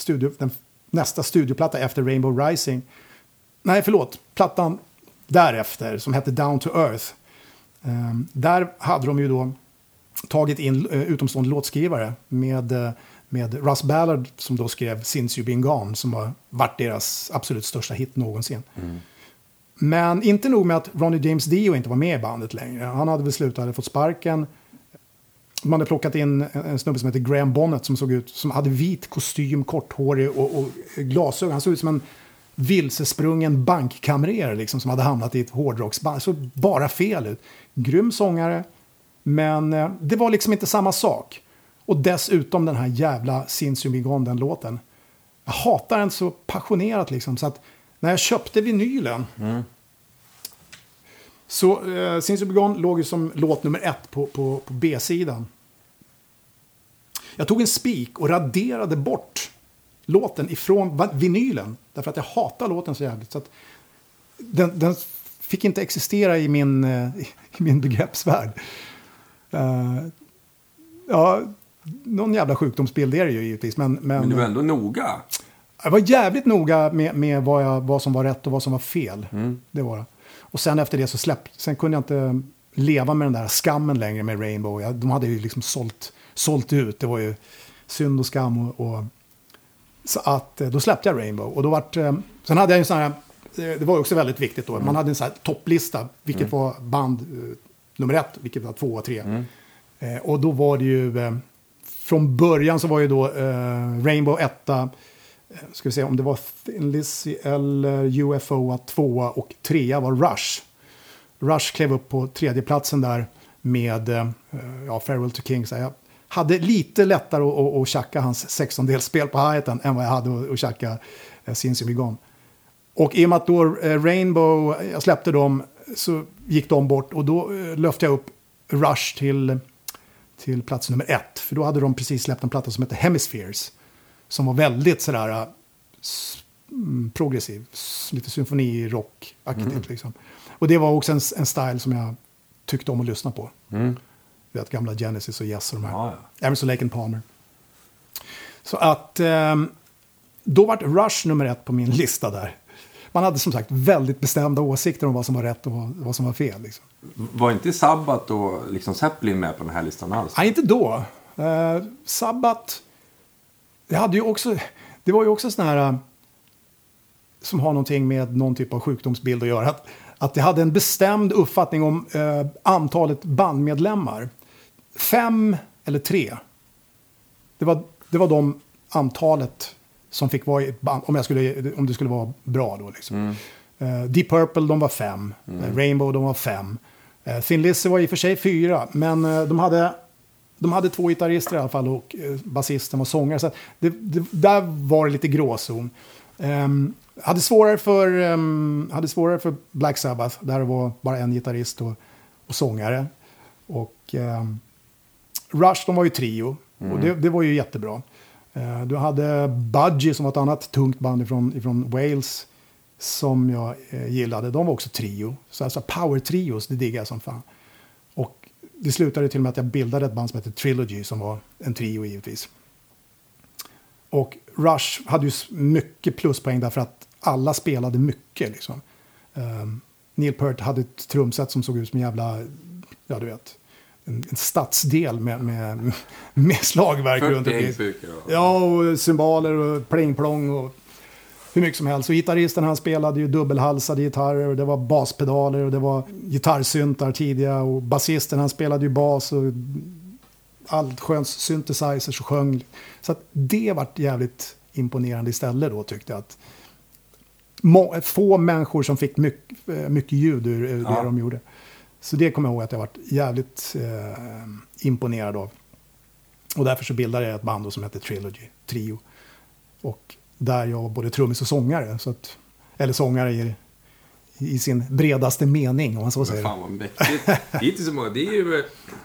[SPEAKER 1] studio, den nästa studioplatta efter Rainbow Rising. Nej, förlåt. Plattan därefter som hette Down to Earth. Um, där hade de ju då tagit in uh, utomstående låtskrivare med, uh, med Russ Ballard som då skrev Since You've Been Gone som har varit deras absolut största hit någonsin. Mm. Men inte nog med att Ronnie James Dio inte var med i bandet längre. Han hade väl slutat, hade fått sparken. Man hade plockat in en snubbe som heter Graham Bonnet som såg ut som hade vit kostym, korthårig och, och glasögon. Han såg ut som en vilsesprungen bankkamrer liksom, som hade hamnat i ett hårdrocksband. Så bara fel ut. Grym sångare, men eh, det var liksom inte samma sak. Och dessutom den här jävla Since You've Been Gone, den låten. Jag hatar den så passionerat liksom, så att när jag köpte vinylen mm. så eh, Since You've Been Gone låg ju som låt nummer ett på, på, på B-sidan. Jag tog en spik och raderade bort låten ifrån vinylen. Därför att jag hatar låten så jävligt. Så att den, den fick inte existera i min, i min begreppsvärld. Uh, ja, någon jävla sjukdomsbild är det ju givetvis. Men, men,
[SPEAKER 2] men du var ändå noga.
[SPEAKER 1] Jag var jävligt noga med, med vad, jag, vad som var rätt och vad som var fel. Mm. Det var det. Och sen efter det så släppte, sen kunde jag inte leva med den där skammen längre med Rainbow. Jag, de hade ju liksom sålt, sålt ut. Det var ju synd och skam och, och så att då släppte jag Rainbow. Och då vart, sen hade jag en sån här, det var ju också väldigt viktigt då. Mm. Man hade en sån här topplista, vilket mm. var band uh, nummer ett, vilket var två och tre. Mm. Eh, och då var det ju, eh, från början så var ju då eh, Rainbow etta, eh, ska vi se om det var Thin Lizzy eller U F O tvåa och trea var Rush. Rush klev upp på tredje platsen där med eh, ja, Farewell to Kings. Jag hade lite lättare att, att, att tjacka hans sextondelsspel på hi-haten än vad jag hade att, att tjacka eh, Since You've Been Gone. Och i och med att då eh, Rainbow, jag släppte dem, så gick de bort och då eh, löfte jag upp Rush till, till plats nummer ett. För då hade de precis släppt en platta som heter Hemispheres. Som var väldigt sådär uh, s- mm, progressiv, s- lite symfoni-rock-aktigt mm. liksom. Och det var också en, en style som jag tyckte om att lyssna på. Mm. Det gamla Genesis och Yes och de här. Ja, ja. Emerson, Lake and Palmer. Så att um, då var Rush nummer ett på min lista där. Man hade som sagt väldigt bestämda åsikter om vad som var rätt och vad, vad som var fel. Liksom.
[SPEAKER 2] Var inte Sabbath och liksom Zeppelin med på den här listan alls?
[SPEAKER 1] Nej, inte då. Uh, Sabbath, det, hade ju också, det var ju också sån här uh, som har någonting med någon typ av sjukdomsbild att göra. Att, att det hade en bestämd uppfattning om uh, antalet bandmedlemmar. Fem eller tre. Det var, det var de antalet som fick vara i ett band, om, jag skulle, om det skulle vara bra då. Liksom. Mm. Uh, Deep Purple, de var fem. Mm. Uh, Rainbow, de var fem. Uh, Thin Lizzy var i och för sig fyra. Men uh, de, hade, de hade två gitarrister i alla fall och uh, basisten och sångare. Så det, det, där var det lite gråzon. Um, hade, svårare för, um, hade svårare för Black Sabbath. Där det var bara en gitarrist och, och sångare. Och um, Rush, de var ju trio. Mm. Och det, det var ju jättebra. Uh, du hade Budgie som var ett annat tungt band ifrån, ifrån Wales som jag uh, gillade. De var också trio. Så alltså power-trios, det diggar jag som fan. Och det slutade till och med att jag bildade ett band som heter Trilogy som var en trio givetvis. Och Rush hade ju mycket pluspoäng därför att alla spelade mycket. Liksom. Uh, Neil Peart hade ett trumset som såg ut som en jävla, ja du vet, en, en stadsdel med, med, med slagverk runt omkring. Ja, och cymbaler och pling-plong och hur mycket som helst. Och gitarristen, han spelade ju dubbelhalsade gitarrer och det var baspedaler och det var gitarrsyntar tidiga och basisten, han spelade ju bas och allt sköns synthesizers och sjöng. Så att det vart jävligt imponerande istället då, tyckte jag. Att må, få människor som fick mycket, mycket ljud ur, ur ja. det de gjorde. Så det kommer jag ihåg att jag varit jävligt eh, imponerad av. Och därför så bildade jag ett band som heter Trilogy, Trio. Och där jag var både trummis och sångare. Så att, eller sångare i, i sin bredaste mening, om man så säger.
[SPEAKER 2] Fan vad mäktigt. Det är inte så många. Det är ju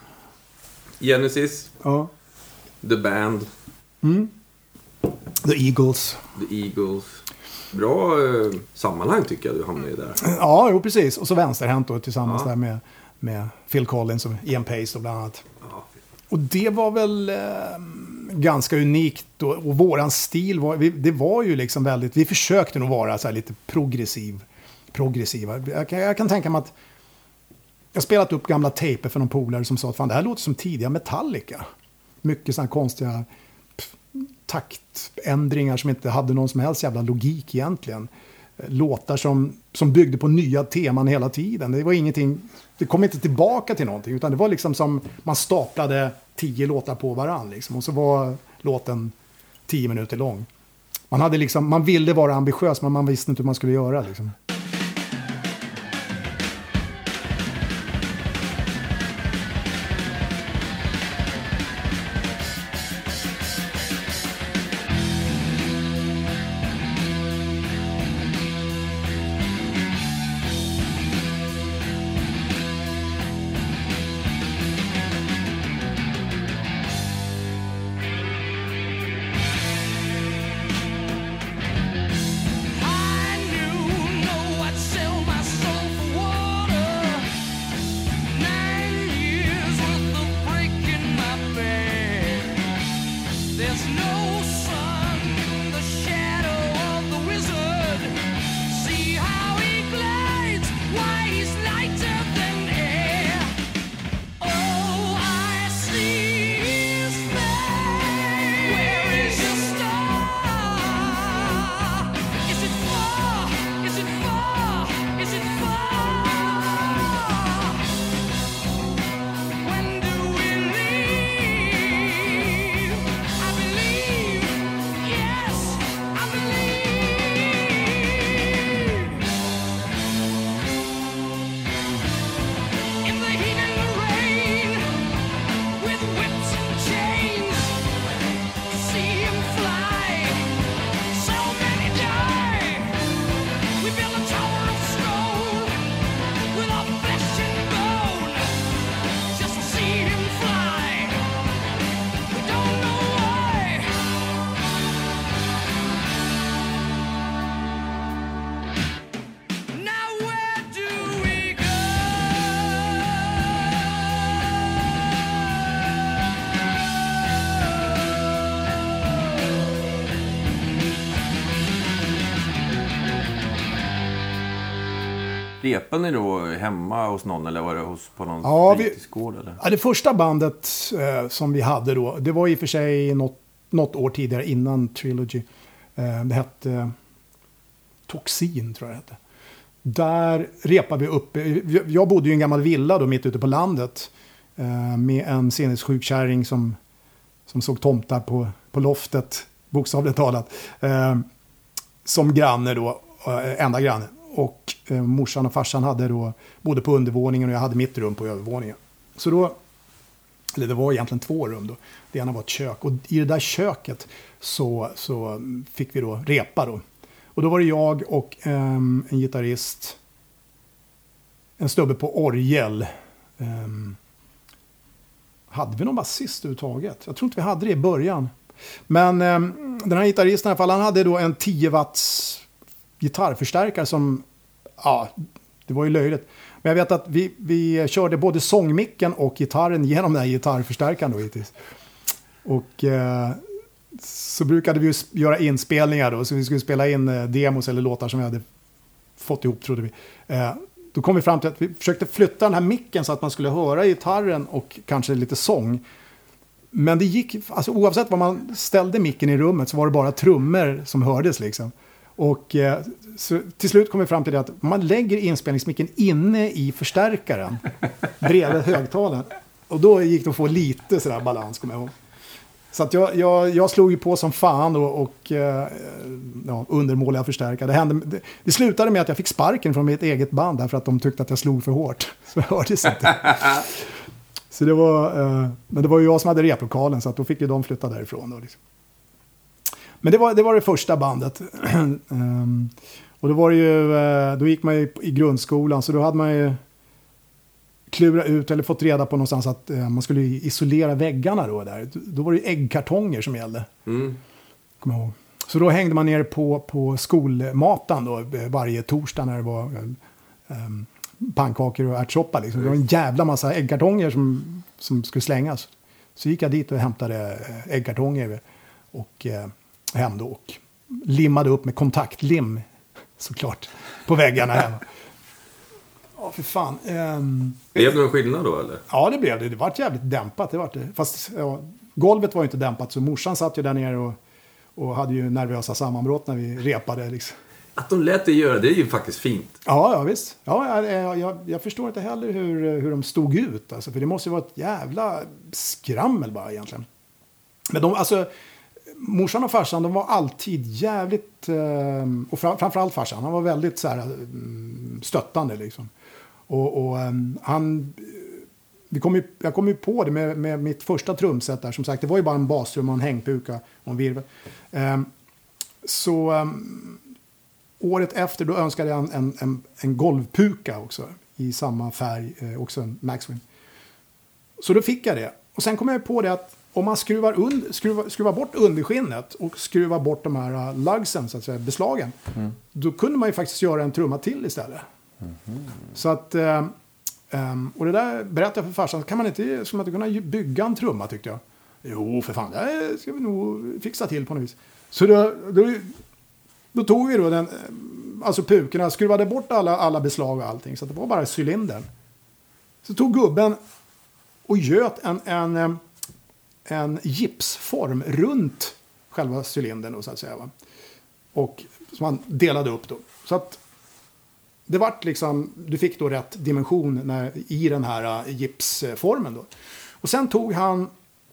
[SPEAKER 2] Genesis,
[SPEAKER 1] ja.
[SPEAKER 2] The Band,
[SPEAKER 1] mm. The Eagles.
[SPEAKER 2] The Eagles. Bra eh, sammanhang tycker jag du hamnar i där.
[SPEAKER 1] Ja, jo, precis. Och så vänsterhänt då tillsammans ja. där med, med Phil Collins och Ian Pace och bland annat. Ja. Och det var väl eh, ganska unikt och, och våran stil var, vi, det var ju liksom väldigt, vi försökte nog vara så här lite progressiv, progressiva. Jag kan, jag kan tänka mig att jag spelat upp gamla tejper för någon polare som sa att fan, det här låter som tidiga Metallica. Mycket sådana konstiga pff, taktändringar som inte hade någon som helst jävla logik egentligen. Låtar som, som byggde på nya teman hela tiden. Det var ingenting, det kom inte tillbaka till någonting, utan det var liksom som man staplade tio låtar på varann liksom, och så var låten tio minuter lång. Man hade liksom, man ville vara ambitiös, men man visste inte hur man skulle göra liksom.
[SPEAKER 2] Repade ni då hemma hos någon, eller var det hos, på någon
[SPEAKER 1] ja,
[SPEAKER 2] fritidsgård? Eller?
[SPEAKER 1] Ja, det första bandet eh, som vi hade då, det var i och för sig något, något år tidigare innan Trilogy. Eh, det hette eh, Toxin, tror jag det hette. Där repade vi upp. Jag bodde i en gammal villa då mitt ute på landet eh, med en sinnessjuk kärring som, som såg tomtar på, på loftet, bokstavligt talat. Eh, som granne då, eh, enda granne. Och eh, morsan och farsan hade då, bodde på undervåningen och jag hade mitt rum på övervåningen. Så då, eller det var egentligen två rum då. Det ena var ett kök. Och i det där köket så, så fick vi då repa då. Och då var det jag och eh, en gitarrist, en stubbe på orgel. Eh, hade vi någon basist överhuvudtaget? Jag tror inte vi hade det i början. Men eh, den här gitarristen i alla fall, han hade då en tio watts gitarrförstärkare som, ja, det var ju löjligt. Men jag vet att vi, vi körde både sångmicken och gitarren genom den här gitarrförstärkaren då hittills. Och eh, så brukade vi ju göra inspelningar då, så vi skulle spela in eh, demos eller låtar som vi hade fått ihop, trodde vi. Eh, då kom vi fram till att vi försökte flytta den här micken så att man skulle höra gitarren och kanske lite sång. Men det gick, alltså oavsett vad man ställde micken i rummet så var det bara trummor som hördes liksom. Och eh, så till slut kom vi fram till det att man lägger inspelningsmicken inne i förstärkaren bredvid högtalaren. Och då gick det att få lite sådär balans, kommer jag ihåg. Så att jag, jag, jag slog ju på som fan och, och eh, ja, undermåliga förstärkare. Det, hände, det, det slutade med att jag fick sparken från mitt eget band därför att de tyckte att jag slog för hårt. Så jag hördes inte. Så det var, eh, men det var ju jag som hade replokalen, så att då fick ju de flytta därifrån då liksom. Men det var, det var det första bandet. um, och då var det ju, då gick man ju i grundskolan, så då hade man ju klurat ut eller fått reda på någonstans att uh, man skulle isolera väggarna då där. Då var det ju äggkartonger som gällde. Mm. Kom jag ihåg. Så då hängde man ner på, på skolmatan då varje torsdag när det var um, pannkakor och ärtsoppa liksom. Det var en jävla massa äggkartonger som, som skulle slängas. Så gick jag dit och hämtade äggkartonger och eh, hem då och limmade upp med kontaktlim såklart på väggarna hemma. Ja, för fan. Um,
[SPEAKER 3] Blev det någon skillnad då eller?
[SPEAKER 1] Ja, det blev det. Det var jävligt dämpat. Det var det. Fast ja, golvet var ju inte dämpat så morsan satt ju där nere och, och hade ju nervösa sammanbrott när vi repade liksom.
[SPEAKER 3] Att de lät dig göra det är ju faktiskt fint.
[SPEAKER 1] Ja, ja visst. Ja, jag, jag, jag förstår inte heller hur, hur de stod ut. Alltså, för det måste ju vara ett jävla skrammel bara egentligen. Men de, alltså, morsan och farsan, de var alltid jävligt... Eh, och fram, framförallt farsan, han var väldigt så här, stöttande liksom. Och, och um, han... Vi kom ju, jag kom ju på det med, med mitt första trumset där. Som sagt, det var ju bara en basrum och en hängpuka och en virvel. Um, så... Um, Året efter då önskade jag en, en, en, en golvpuka också. I samma färg, eh, också en Maxwing. Så då fick jag det. Och sen kom jag på det att om man skruvar, und, skruvar, skruvar bort underskinnet och skruvar bort de här uh, lugsen, så att säga, beslagen. Mm. Då kunde man ju faktiskt göra en trumma till istället. Mm. Så att... Uh, um, och det där berättade jag för farsan. Kan man inte, skulle man inte kunna bygga en trumma, tyckte jag. Jo, för fan, det ska vi nog fixa till på något vis. Så då... då Då tog vi då den, alltså pukorna, skruvade bort alla, alla beslag och allting. Så att det var bara cylindern. Så tog gubben och göt en, en, en gipsform runt själva cylindern då, så att säga. Va? Och som man delade upp då. Så att det vart liksom, du fick då rätt dimension när, i den här gipsformen då. Och sen tog han...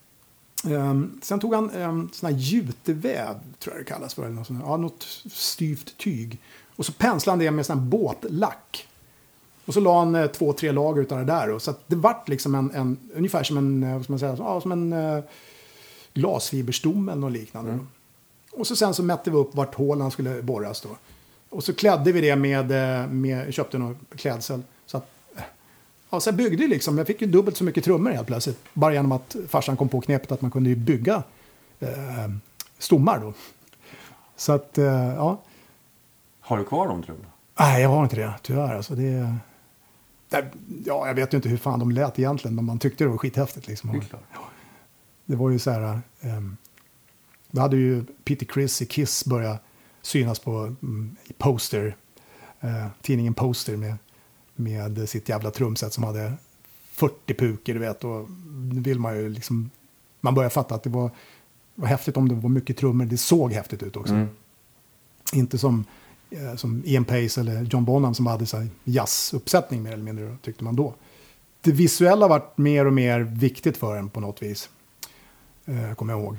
[SPEAKER 1] Um, sen tog han um, sån här juteväv, tror jag det kallas för, eller något, sånt, ja, något styvt tyg. Och så penslade han det med sån här båtlack. Och så la han uh, två, tre lager utav det där. Och så att det vart liksom en, en ungefär som en, uh, vad ska man säga, ja, som en uh, glasfiberstomme eller något liknande. Mm. Och så sen så mätte vi upp vart hålen skulle borras då. Och så klädde vi det med, med köpte någon klädsel. Så att, ja, så jag byggde liksom, jag fick ju dubbelt så mycket trummor helt plötsligt. Bara genom att farsan kom på knepet att man kunde ju bygga eh, stommar då. Så att, eh, ja.
[SPEAKER 2] Har du kvar de trummorna?
[SPEAKER 1] Nej, jag har inte det, tyvärr. Alltså, det, det, ja, jag vet ju inte hur fan de lät egentligen, men man tyckte det var skithäftigt. Liksom.
[SPEAKER 2] Det är klart.
[SPEAKER 1] Det var ju så här, eh, då hade ju Peter Criss i Kiss börjat synas på mm, poster, eh, tidningen Poster med med sitt jävla trumset som hade fyrtio puker, du vet, och nu vill man ju liksom, man börjar fatta att det var, var häftigt om det var mycket trummor, det såg häftigt ut också. Mm. Inte som, eh, som Ian Pace eller John Bonham som hade så här jazzuppsättning mer eller mindre, tyckte man då. Det visuella varit mer och mer viktigt för en på något vis, eh, kommer jag ihåg.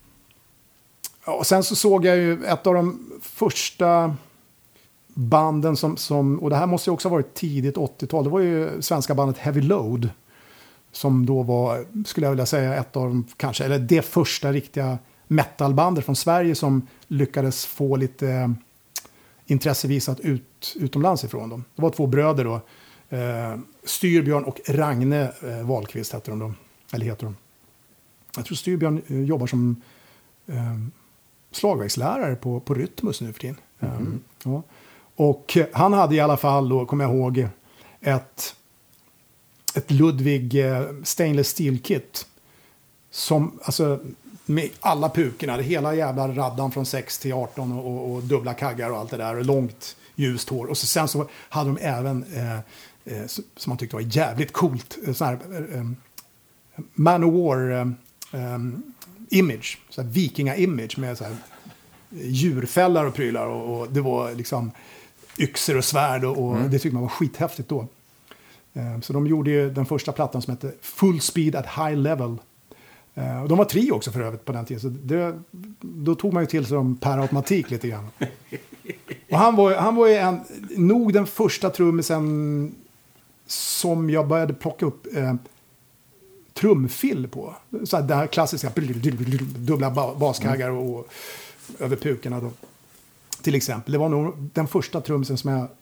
[SPEAKER 1] Ja, och sen så såg jag ju ett av de första banden som, som, och det här måste ju också ha varit tidigt åttiotal, det var ju svenska bandet Heavy Load som då var, skulle jag vilja säga, ett av de kanske, eller det första riktiga metalbandet från Sverige som lyckades få lite eh, intresse visat ut, utomlands ifrån dem. Det var två bröder då, eh, Styrbjörn och Ragne eh, Wahlqvist hette de då, eller heter de. Jag tror Styrbjörn eh, jobbar som eh, slagverkslärare på, på Rytmus nu för tiden. Mm. Um, ja. Och han hade i alla fall då, kommer jag ihåg, ett, ett Ludwig stainless steel kit. Som, alltså, med alla pukorna, hela jävla raddan från sex till arton och, och, och dubbla kaggar och allt det där. Och långt ljust hår. Och så, sen så hade de även, eh, eh, som man tyckte var jävligt coolt, sån här eh, Man of War eh, eh, image. Så här vikinga-image med så här djurfällar och prylar. Och, och det var liksom yxor och svärd och, och mm. det tyckte man var skithäftigt då. Uh, så de gjorde ju den första plattan som hette Full Speed at High Level. Uh, och de var tre också för övrigt på den tiden. Så det, då tog man ju till sig dem per automatik lite grann. Och han var, han var ju en, nog den första trummisen som jag började plocka upp uh, trumfill på. Så här, det här klassiska dubbla baskaggar och, och över pukorna då. Till exempel. Det var nog den första trummisen som jag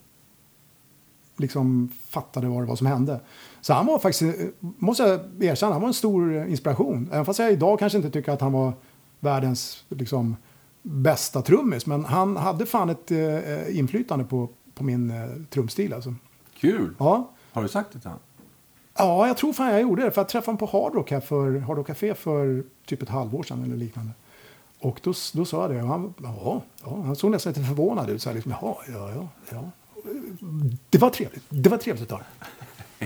[SPEAKER 1] liksom fattade vad det var som hände. Så han var faktiskt, måste jag erkänna, han var en stor inspiration. Även fast jag idag kanske inte tycker att han var världens liksom bästa trummis. Men han hade fan ett eh, inflytande på, på min eh, trumstil alltså.
[SPEAKER 2] Kul!
[SPEAKER 1] Ja.
[SPEAKER 2] Har du sagt det till han?
[SPEAKER 1] Ja, jag tror fan jag gjorde det. För jag träffade honom på Hard Rock här för Hard Rock Café för typ ett halvår sedan eller liknande. Och då, då sa jag det. Och han, ja, ja, han såg nästan lite förvånad ut. Så här, liksom, jaha, ja, ja, ja. Det var trevligt. Det var trevligt att ta det.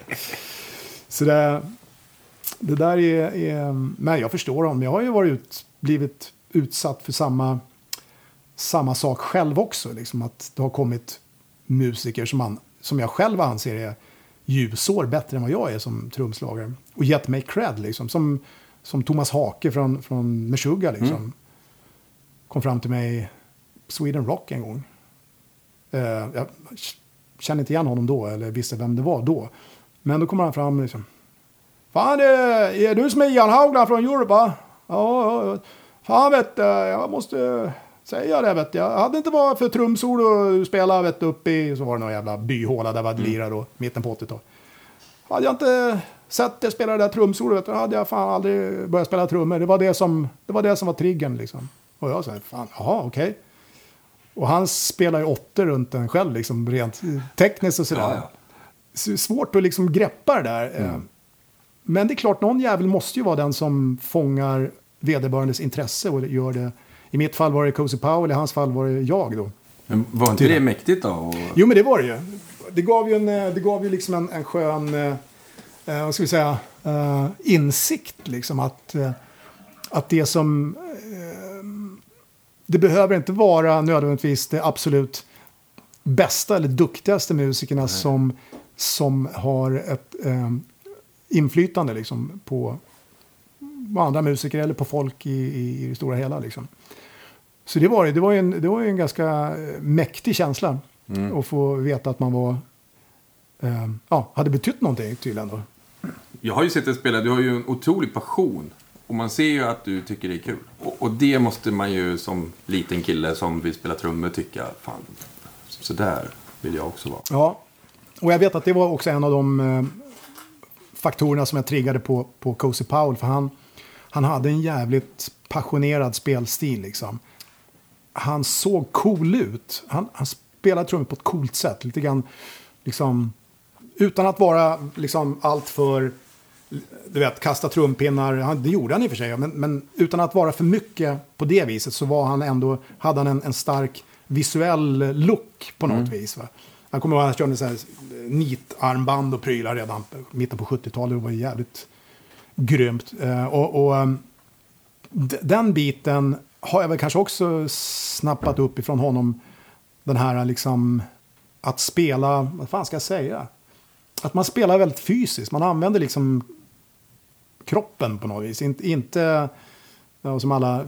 [SPEAKER 1] Så det, det där är, är... Men jag förstår honom. Jag har ju varit ut, blivit utsatt för samma, samma sak själv också. Liksom, att det har kommit musiker som, man, som jag själv anser är ljusår bättre än vad jag är som trumslagare. Och gett mig cred liksom. Som, som Thomas Hake från, från Meshuggah liksom. Mm. Kom fram till mig Sweden Rock en gång. Uh, jag kände inte igen honom då. Eller visste vem det var då. Men då kommer han fram liksom. Fan, det är du som är Jan Haugland från Europa? Ja, ja. Fan vet du, jag måste säga det vet du. Jag hade inte varit för trumsolo och spela vet du, uppe i, så var det någon jävla byhåla där var det lira då, mitten på åttiotalet. Hade jag inte sett det spela det där trumsolo vet du, hade jag fan aldrig börjat spela trummor. Det var det som, det var det som var triggern liksom. Och jag sa, fan, jaha, okej. Okay. Och han spelar ju åttor runt en själv liksom, rent tekniskt och sådär. Ja, ja. Så svårt att liksom greppa det där. Mm. Men det är klart, någon jävel måste ju vara den som fångar vederbörandes intresse och gör det. I mitt fall var det Cozy Powell, i hans fall var det jag då.
[SPEAKER 2] Men var inte det mäktigt då? Och...
[SPEAKER 1] Jo, men det var det ju. Det gav ju, en, det gav ju liksom en, en skön, eh, vad ska vi säga, eh, insikt liksom att, eh, att det som, eh, det behöver inte vara nödvändigtvis det absolut bästa eller duktigaste musikerna som, som har ett eh, inflytande liksom på andra musiker eller på folk i, i, i det stora hela liksom. Så det var, det var, en, det var en ganska mäktig känsla mm. att få veta att man var eh, ja, hade betytt någonting tydligen då.
[SPEAKER 2] Jag har ju sett dig spela, du har ju en otrolig passion och man ser ju att du tycker det är kul. Och, och det måste man ju som liten kille som vill spela trummor tycka, fan, så där vill jag också vara.
[SPEAKER 1] Ja, och jag vet att det var också en av de eh, faktorerna som jag triggade på, på Cozy Powell, för han, han hade en jävligt passionerad spelstil liksom. Han såg cool ut. Han, han spelade trummor på ett coolt sätt. Lite grann liksom, utan att vara liksom allt för, du vet, kasta trumpinnar. Han, det gjorde han i och för sig. Men, men utan att vara för mycket på det viset så var han ändå, hade han en, en stark visuell look på något mm. vis. Va? Han kommer ihåg att han körde så här nitarmband och prylar redan mitten på sjuttiotalet. Det var jävligt grymt. Uh, och, och um, d- den biten har jag väl kanske också snappat upp ifrån honom. Den här liksom att spela, vad fan ska jag säga? Att man spelar väldigt fysiskt. Man använder liksom kroppen på något vis. Inte, inte ja, som alla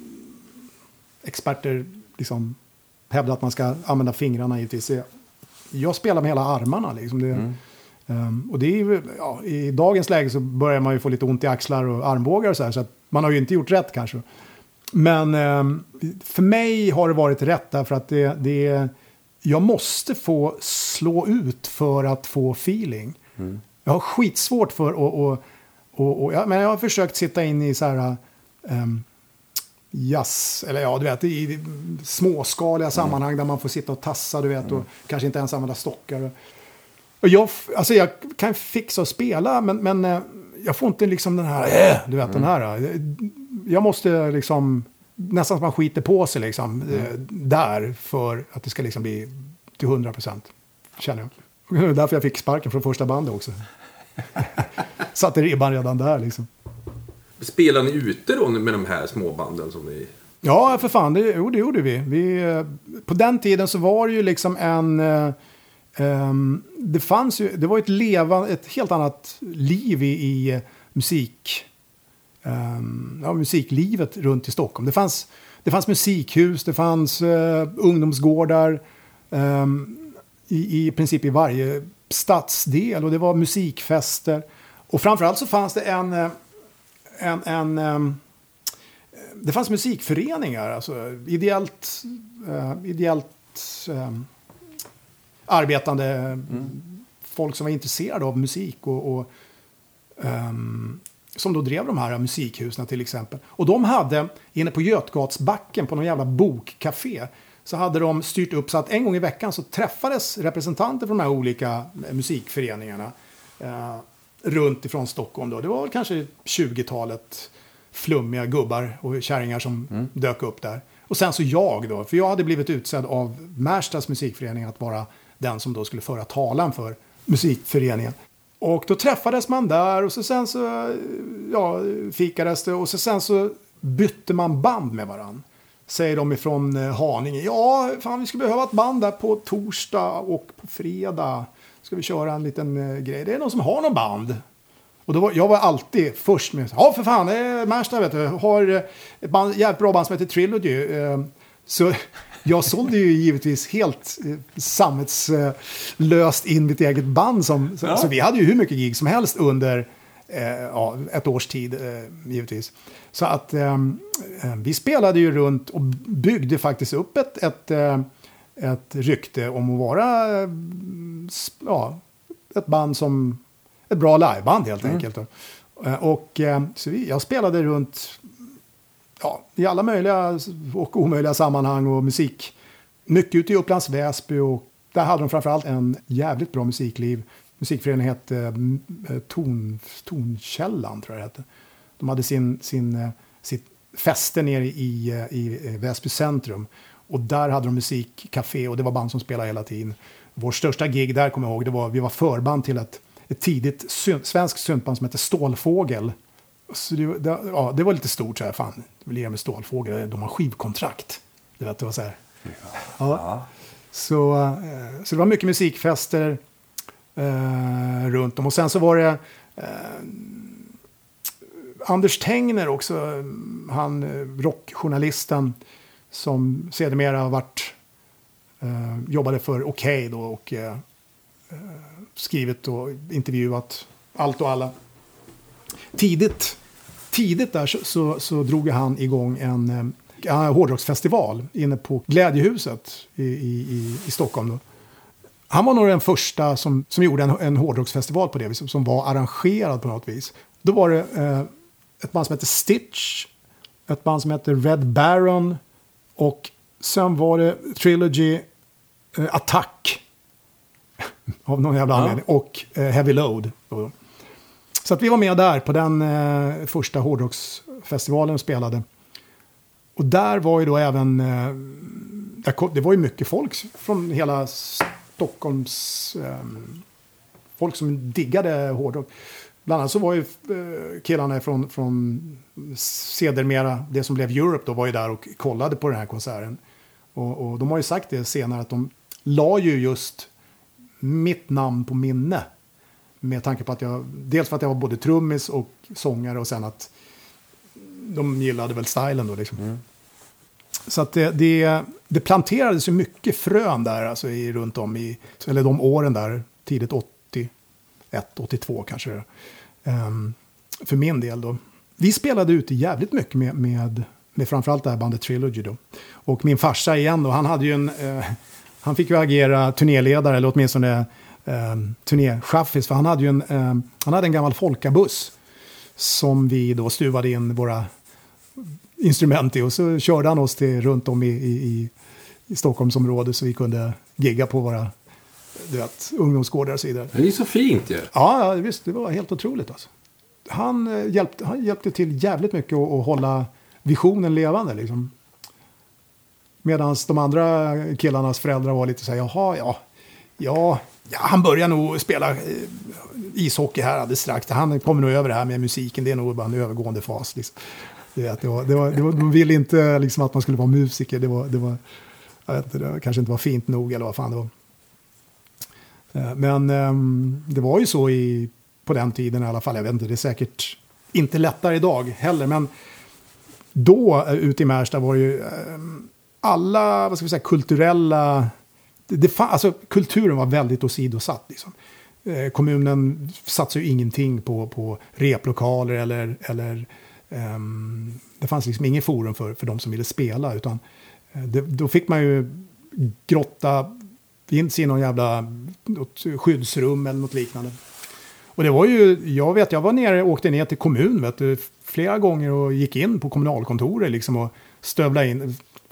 [SPEAKER 1] experter liksom hävdar att man ska använda fingrarna givetvis. Jag spelar med hela armarna liksom. Det, mm. um, och det är ja, i dagens läge så börjar man ju få lite ont i axlar och armbågar och så här. Så att man har ju inte gjort rätt kanske. Men um, för mig har det varit rätt därför att det, det, jag måste få slå ut för att få feeling. Mm. Jag har skitsvårt för att och, och, och, ja, men jag har försökt sitta in i så här um, jazz, eller ja, du vet, i småskaliga sammanhang mm. där man får sitta och tassa, du vet, och mm. kanske inte ens använda stockar. Och, och jag, alltså jag kan fixa och spela, men, men jag får inte liksom den här, äh, du vet, mm. den här. Jag måste liksom, nästan som man skiter på sig liksom, mm. där för att det ska liksom bli till hundra procent, känner jag. Det är därför jag fick sparken från första bandet också. Satte ribban redan där liksom.
[SPEAKER 3] Spelar ni ute då med de här småbanden som ni...
[SPEAKER 1] Ja, för fan, det, jo, det gjorde vi. vi. På den tiden så var det ju liksom en... Um, det fanns ju... Det var ett levande, ett helt annat liv i, i musik... Um, ja, musiklivet runt i Stockholm. Det fanns, det fanns musikhus, det fanns uh, ungdomsgårdar um, i, i princip i varje stadsdel. Och det var musikfester. Och framförallt så fanns det en... En, en, um, det fanns musikföreningar, alltså ideellt, uh, ideellt um, arbetande mm. folk som var intresserade av musik och, och um, som då drev de här musikhusen till exempel. Och de hade, inne på Götgatsbacken på någon jävla bokcafé, så hade de styrt upp så att en gång i veckan så träffades representanter från de här olika musikföreningarna. eh, runt ifrån Stockholm då. Det var kanske tjugotalet flummiga gubbar och kärringar som mm. dök upp där. Och sen så jag då, för jag hade blivit utsedd av Märstads musikförening att vara den som då skulle föra talan för musikföreningen. Och då träffades man där och så sen så ja, fikades det och så sen så bytte man band med varann. Säger de ifrån Haninge. Ja, fan vi skulle behöva ett band där på torsdag och på fredag. Ska vi köra en liten uh, grej. Det är någon som har någon band. Och då var, jag var alltid först med. Ja, för fan, det är Märsta vet du. Har ett band, jävligt bra band som heter Trilogy. Uh, så jag sålde ju givetvis helt uh, sammetslöst in mitt eget band. Som, så, ja. så vi hade ju hur mycket gig som helst under uh, ja, ett års tid uh, givetvis. Så att um, vi spelade ju runt och byggde faktiskt upp ett, ett, ett rykte om att vara ja, ett band som ett bra liveband helt mm. enkelt. Och så vi, jag spelade runt ja, i alla möjliga och omöjliga sammanhang och musik. Mycket ute i Upplands Väsby och där hade de framförallt en jävligt bra musikliv. Musikföreningen hette Ton, Tonkällan tror jag det hette. De hade sin, sin, sitt fäste nere i, i Väsby centrum. Och där hade de musikcafé och det var band som spelade hela tiden. Vår största gig där, kommer jag ihåg, det var, vi var förband till ett, ett tidigt syn, svenskt syntband som hette Stålfågel. Så det, det, ja, det var lite stort så här, fan, det vill ge med Stålfågel, de har skivkontrakt. Det, vet, det var så här. Ja. Ja. Så, så det var mycket musikfester eh, runt om. Och sen så var det eh, Anders Tengner också, han rockjournalisten som sedermera har varit eh, jobbade för Okej då och eh, skrivit och intervjuat allt och alla. Tidigt, tidigt där så, så, så drog han igång en eh, hårdrocksfestival inne på Glädjehuset i, i, i Stockholm då. Han var nog den första som, som gjorde en, en hårdrocksfestival på det viset, som var arrangerad på något vis. Då var det eh, ett band som heter Stitch, ett band som heter Red Baron och sen var det Trilogy, eh, Attack av någon jävla anledning ja. och eh, Heavy Load. Så att vi var med där på den eh, första hårdrocksfestivalen och spelade. Och där var ju då även, eh, där kom, det var ju mycket folk från hela Stockholms, eh, folk som diggade hårdrock. Bland annat så var ju eh, killarna från, från sedermera, det som blev Europe då, var ju där och kollade på den här konserten. Och, och de har ju sagt det senare att de la ju just mitt namn på minne. Med tanke på att jag, dels för att jag var både trummis och sångare och sen att de gillade väl stilen då liksom. Mm. Så att det, det, det planterades ju mycket frön där alltså i, runt om i, eller de åren där, tidigt åttioett, åttiotvå kanske. Um, för min del då. Vi spelade ute jävligt mycket med, med, med framförallt det här bandet Trilogy då. Och min farsa igen då, han hade ju en, uh, han fick ju agera turnéledare eller åtminstone um, turnéchaffis, för han hade ju en, um, han hade en gammal folkabuss som vi då stuvade in våra instrument i och så körde han oss till runt om i, i, i Stockholmsområdet så vi kunde gigga på våra du vet, ungdomsgårdar och så vidare.
[SPEAKER 3] Det är så fint ju.
[SPEAKER 1] Ja, ja, visst, det var helt otroligt alltså. Han, eh, hjälpte, han hjälpte till jävligt mycket att, att hålla visionen levande liksom. Medan de andra killarnas föräldrar var lite så här, jaha, ja, ja, ja han börjar nog spela eh, ishockey här alldeles strax. Han kommer nog över det här med musiken, det är nog bara en övergående fas liksom. Det, det var, det var, det var, de ville inte liksom att man skulle vara musiker, det var, det var, jag vet inte, det kanske inte var fint nog eller vad fan det var. Men um, det var ju så i, på den tiden i alla fall. Jag vet inte, det är säkert inte lättare idag heller. Men då ute i Märsta var ju um, alla vad ska vi säga, kulturella... Det, det, alltså, kulturen var väldigt åsidosatt. Liksom. Eh, kommunen satsade ju ingenting på, på replokaler eller... eller um, det fanns liksom ingen forum för, för de som ville spela. Utan eh, det, då fick man ju grotta... finns i någon jävla skyddsrum eller något liknande. Och det var ju, jag vet, jag var nere, åkte ner till kommun vet du, flera gånger och gick in på kommunalkontoret liksom och stövla in.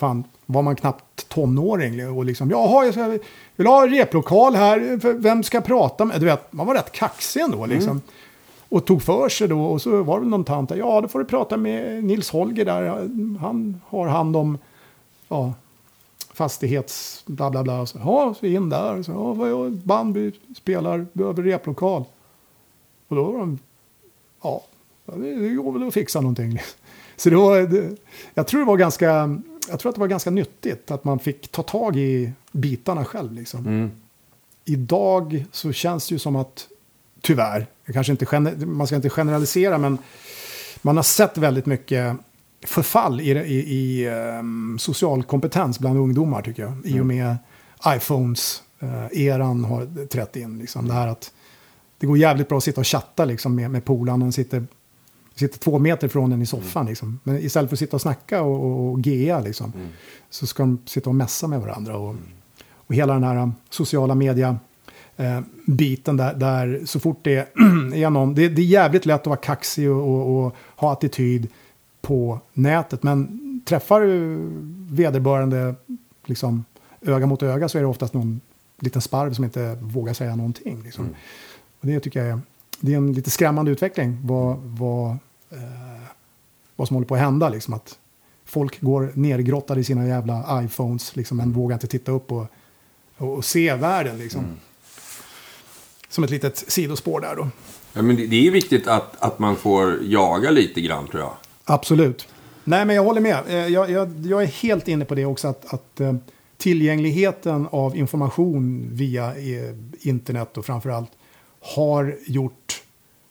[SPEAKER 1] fan, var man knappt tonåring och liksom, jaha, jag ska, vill ha replokal här, för vem ska jag prata med? Du vet, man var rätt kaxig ändå liksom. Mm. Och tog för sig då, och så var det någon tant där, ja, då får du prata med Nils Holger där, han har hand om, ja, fastighets, bla bla bla. Så, ja, så in där, så, ja, vad band vi spelar, behöver replokal. Och då var de, ja, det går väl att fixa någonting. Så det var, det, jag tror det var ganska, jag tror att det var ganska nyttigt att man fick ta tag i bitarna själv liksom. Mm. Idag så känns det ju som att, tyvärr, kanske inte gener- man ska inte generalisera, men man har sett väldigt mycket förfall i, i, i um, social kompetens bland ungdomar tycker jag. Mm. I och med iPhones uh, eran har trätt in liksom. Det här att det går jävligt bra att sitta och chatta liksom, med, med polarna. Sitter, sitter två meter från en i soffan. Mm. Liksom. Men istället för att sitta och snacka och, och, och gea liksom, mm. så ska de sitta och mässa med varandra. Och, mm. och hela den här um, sociala media eh, biten där, där så fort det är någon, det, det är jävligt lätt att vara kaxig och, och, och ha attityd på nätet. Men träffar du vederbörande liksom, öga mot öga, så är det oftast någon liten sparv som inte vågar säga någonting. Liksom. Mm. Och det tycker jag är, det är en lite skrämmande utveckling vad, vad, eh, vad som håller på att hända. Liksom. Att folk går nergrottade i sina jävla iPhones liksom, men vågar inte titta upp och, och, och se världen. Liksom. Mm. Som ett litet sidospår där då.
[SPEAKER 3] Ja, men det, det är viktigt att, att man får jaga lite grann, tror jag.
[SPEAKER 1] Absolut. Nej, men jag håller med. Jag, jag, jag är helt inne på det också, att, att tillgängligheten av information via internet och framförallt har gjort,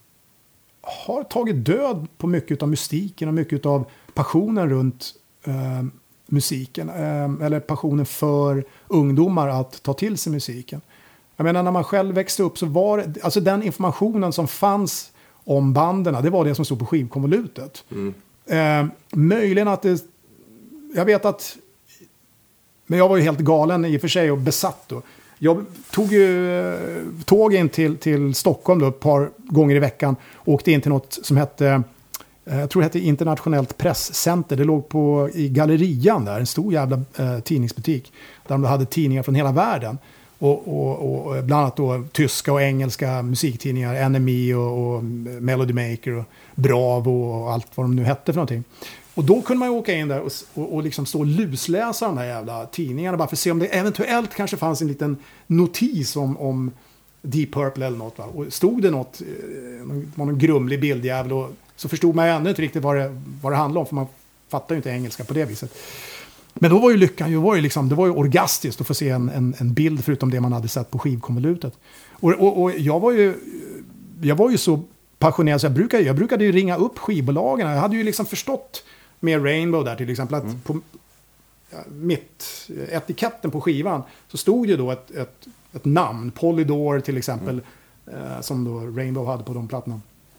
[SPEAKER 1] har tagit död på mycket av mystiken och mycket av passionen runt eh, musiken. Eh, eller passionen för ungdomar att ta till sig musiken. Jag menar, när man själv växte upp så var det, alltså den informationen som fanns om banden, det var det som stod på skivkonvolutet. Mm. Eh, möjligen att det, jag vet att, men jag var ju helt galen i och för sig och besatt då. Jag tog ju eh, tåg in till, till Stockholm då, ett par gånger i veckan. Åkte in till något som hette, eh, jag tror det hette Internationellt Presscenter. Det låg på, i Gallerian där, en stor jävla eh, tidningsbutik. Där de hade tidningar från hela världen. Och, och, och bland annat då tyska och engelska musiktidningar, N M E och, och Melody Maker och Bravo och allt vad de nu hette för någonting. Och då kunde man ju åka in där och, och, och liksom stå och lusläsa de där jävla tidningarna bara för att se om det eventuellt kanske fanns en liten notis om, om Deep Purple eller något. Va? Och stod det något, det var någon grumlig bildjävel, och så förstod man ju ännu inte riktigt vad det, vad det handlade om, för man fattar ju inte engelska på det viset. Men då var ju lyckan, ju, var ju liksom, det var ju orgastiskt att få se en, en, en bild förutom det man hade sett på skivkonvolutet. Och, och, och jag var ju jag var ju så passionerad så jag brukade, jag brukade ju ringa upp skivbolagen. Jag hade ju liksom förstått med Rainbow där till exempel att mm. på ja, mitt etiketten på skivan så stod ju då ett, ett, ett namn, Polydor till exempel, mm. eh, som då Rainbow hade på de plattorna.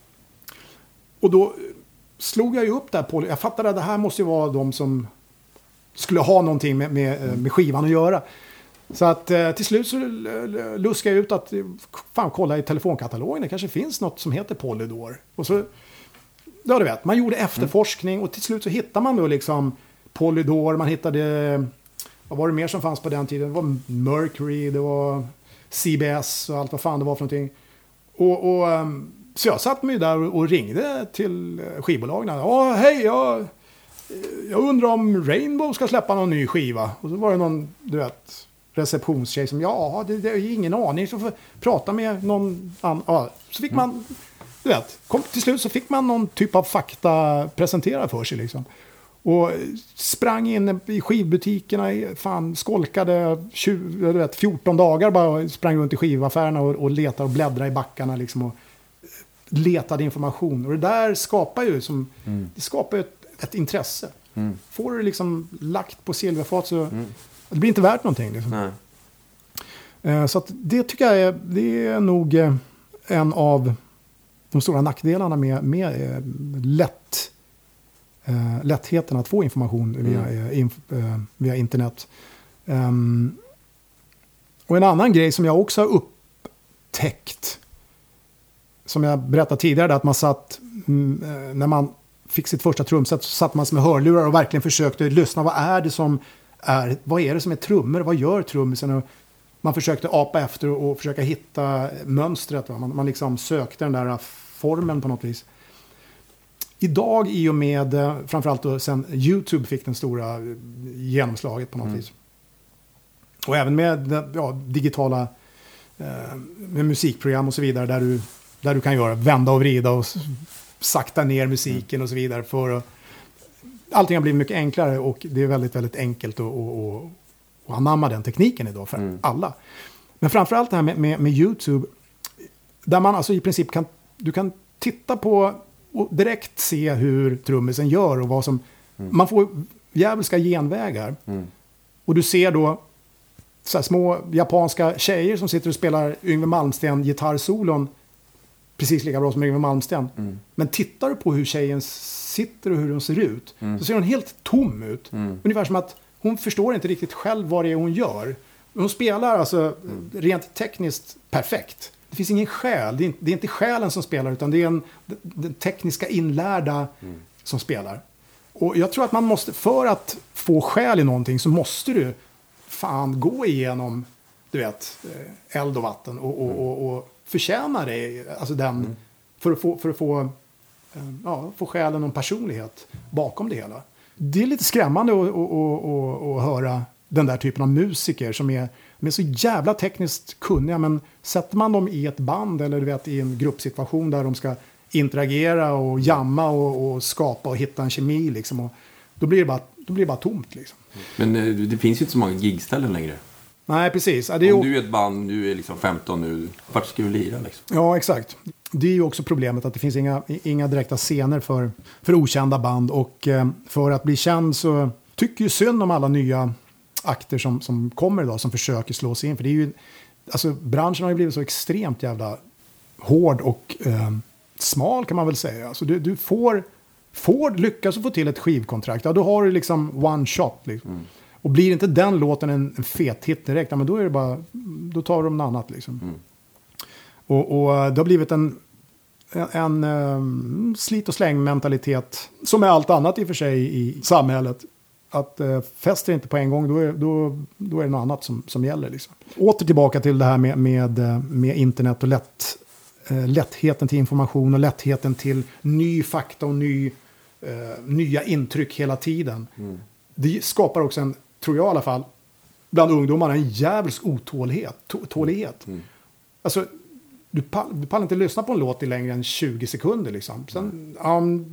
[SPEAKER 1] Och då slog jag ju upp där på, jag fattade att det här måste ju vara de som skulle ha någonting med, med, med skivan att göra. Så att eh, till slut så luskade jag ut att fan, kolla i telefonkatalogen, det kanske finns något som heter Polydor. Och så, ja du vet, man gjorde efterforskning och till slut så hittar man då liksom Polydor, man hittade, vad var det mer som fanns på den tiden? Det var Mercury, det var C B S och allt vad fan det var för någonting. Och, och um, så jag satt mig där och ringde till skivbolagen. Ja, hej, jag, jag undrar om Rainbow ska släppa någon ny skiva. Och så var det någon, du vet, receptionstjej som, ja, det, det är ingen aning. Så får prata med någon annan. Ja, så fick man, du vet, kom, till slut så fick man någon typ av fakta presenterad för sig liksom. Och sprang in i skivbutikerna, fan, skolkade tjugo, du vet, fjorton dagar bara, sprang runt i skivaffärerna och, och letade och bläddrade i backarna liksom, och letade information. Och det där skapar ju som, mm. det skapar ett, ett intresse. Mm. Får du liksom lagt på silverfat så mm. det blir inte värt någonting. Liksom. Nej. Så att det tycker jag är, det är nog en av de stora nackdelarna med, med lätt Uh, lättheten att få information mm. via, uh, inf, uh, via internet. Um, och en annan grej som jag också har upptäckt, som jag berättade tidigare, att man satt, mm, uh, när man fick sitt första trumset så satt man sig med hörlurar och verkligen försökte lyssna. Vad är det som är, vad är det som är trummor? Vad gör trummisen? Och man försökte apa efter och försöka hitta mönstret. Va? Man, man liksom sökte den där formen på något vis. Idag i och med, framförallt då, sen YouTube fick den stora genomslaget på något mm. vis. Och även med ja, digitala eh, med musikprogram och så vidare där du, där du kan göra vända och vrida och sakta ner musiken mm. och så vidare. För att, allting har blivit mycket enklare och det är väldigt, väldigt enkelt att, att, att anamma den tekniken idag för mm. alla. Men framförallt det här med, med, med YouTube där man alltså i princip kan, du kan titta på och direkt se hur trummisen gör och vad som, mm. man får jävliga genvägar. Mm. Och du ser då så här små japanska tjejer som sitter och spelar Yngwie Malmsteen gitarrsolon precis lika bra som Yngwie Malmsteen. Mm. Men tittar du på hur tjejen sitter och hur hon ser ut mm. så ser hon helt tom ut. Mm. Ungefär som att hon förstår inte riktigt själv vad det är hon gör. Hon spelar alltså mm. rent tekniskt perfekt. Det finns ingen själ. Det är inte, det är inte själen som spelar utan det är en, den tekniska inlärda mm. som spelar. Och jag tror att man måste, för att få själ i någonting så måste du fan gå igenom, du vet, eld och vatten och, och, och, och förtjäna det, alltså den, mm. för att få, för att få, ja, få själen och personlighet bakom det hela. Det är lite skrämmande att, att, att, att, att höra den där typen av musiker som är, de är så jävla tekniskt kunniga, men sätter man dem i ett band eller du vet, i en gruppsituation där de ska interagera och jamma och, och skapa och hitta en kemi liksom, och då blir det bara, då blir det bara tomt liksom.
[SPEAKER 3] Men det finns ju inte så många gigställen längre.
[SPEAKER 1] Nej, precis. Ja, det är
[SPEAKER 3] Om
[SPEAKER 1] ju...
[SPEAKER 3] du är ett band, du är liksom femton nu, vart ska du lira liksom?
[SPEAKER 1] Ja, exakt. Det är ju också problemet att det finns inga, inga direkta scener för, för okända band och eh, för att bli känd så tycker ju synd om alla nya akter som, som kommer idag som försöker slå sig in. För det är ju, alltså branschen har ju blivit så extremt jävla hård och eh, smal kan man väl säga. Alltså du, du får, får lyckas få till ett skivkontrakt. Ja, då har du liksom one shot liksom. Mm. Och blir inte den låten en, en fet hit direkt, ja, men då är det bara, då tar de något annat liksom. Mm. Och, och det har blivit en, en, en um, slit och släng mentalitet som är allt annat i och för sig i samhället. Att uh, fester inte på en gång, då är, då, då är det något annat som, som gäller liksom. Åter tillbaka till det här med, med, med internet och lätt, uh, lättheten till information och lättheten till ny fakta och ny, uh, nya intryck hela tiden. Mm. Det skapar också en, tror jag i alla fall, bland ungdomarna en jävligt otålighet. Tå- tålighet. Mm. Alltså, du, pall, du pallar inte lyssna på en låt i längre än tjugo sekunder liksom. Sen, um,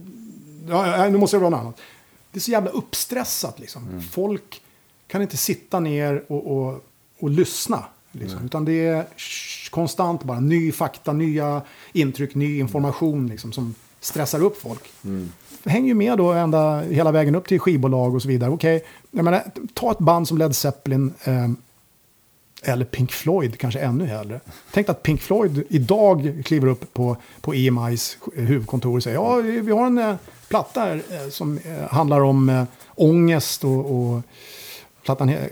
[SPEAKER 1] ja, nu måste det vara något annat. Det är så jävla uppstressat liksom. Mm. Folk kan inte sitta ner och, och, och lyssna. Liksom. Mm. Utan det är konstant bara ny fakta, nya intryck, ny information liksom, som stressar upp folk. Mm. Hänger ju med då ända hela vägen upp till skivbolag och så vidare. Okej, jag menar, ta ett band som Led Zeppelin eh, eller Pink Floyd kanske ännu hellre. Tänk att Pink Floyd idag kliver upp på, på E M I's huvudkontor och säger ja, vi har en eh, platta här, eh, som eh, handlar om eh, ångest och, och plattan eh,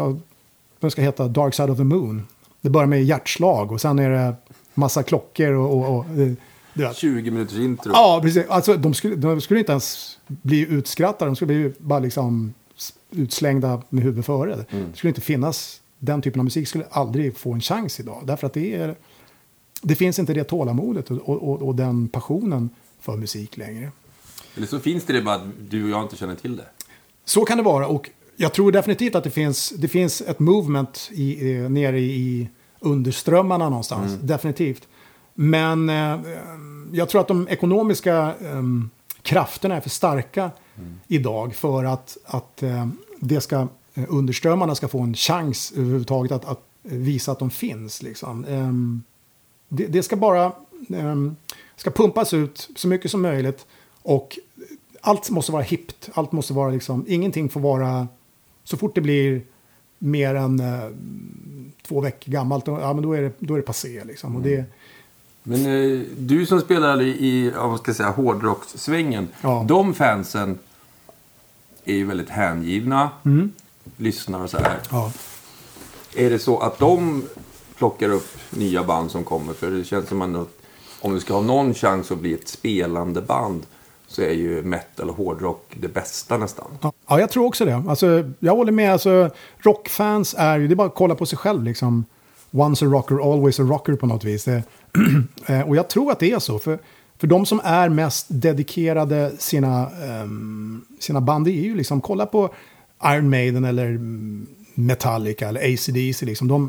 [SPEAKER 1] den ska heta Dark Side of the Moon. Det börjar med hjärtslag och sen är det massa klockor och, och, och
[SPEAKER 3] tjugo minuters intro.
[SPEAKER 1] Ja, precis. Alltså, de, skulle, de skulle inte ens bli utskrattade. De skulle bli bara liksom utslängda med huvudet före. Mm. Det skulle inte finnas, den typen av musik skulle aldrig få en chans idag. Därför att det är, det finns inte det tålamodet och, och, och den passionen för musik längre.
[SPEAKER 3] Eller så finns det det bara att du och jag inte känner till det.
[SPEAKER 1] Så kan det vara. Och jag tror definitivt att det finns, det finns ett movement i, eh, nere i underströmmarna någonstans. Mm. Definitivt. Men eh, jag tror att de ekonomiska eh, krafterna är för starka mm. idag för att, att eh, det ska, underströmmarna ska få en chans överhuvudtaget att, att visa att de finns. Liksom. Eh, det, det ska bara eh, ska pumpas ut så mycket som möjligt och allt måste vara hippt. Allt måste vara liksom, ingenting får vara, så fort det blir mer än eh, två veckor gammalt, ja, men då är det, då är det passé. Liksom. Mm. Och det,
[SPEAKER 3] Men eh, du som spelar i, vad ska jag säga, hårdrockssvängen, ja. De fansen är ju väldigt hängivna, mm. lyssnar och så här. Ja. Är det så att de plockar upp nya band som kommer? För det känns som att om du ska ha någon chans att bli ett spelande band så är ju metal och hårdrock det bästa nästan.
[SPEAKER 1] Ja, ja jag tror också det. Alltså, jag håller med. Alltså, rockfans är ju, det är bara att kolla på sig själv liksom. Once a rocker, always a rocker på något vis. Det, och jag tror att det är så. För, för de som är mest dedikerade sina, um, sina band, det är ju liksom, kolla på Iron Maiden eller Metallica eller A C D C. Liksom. De,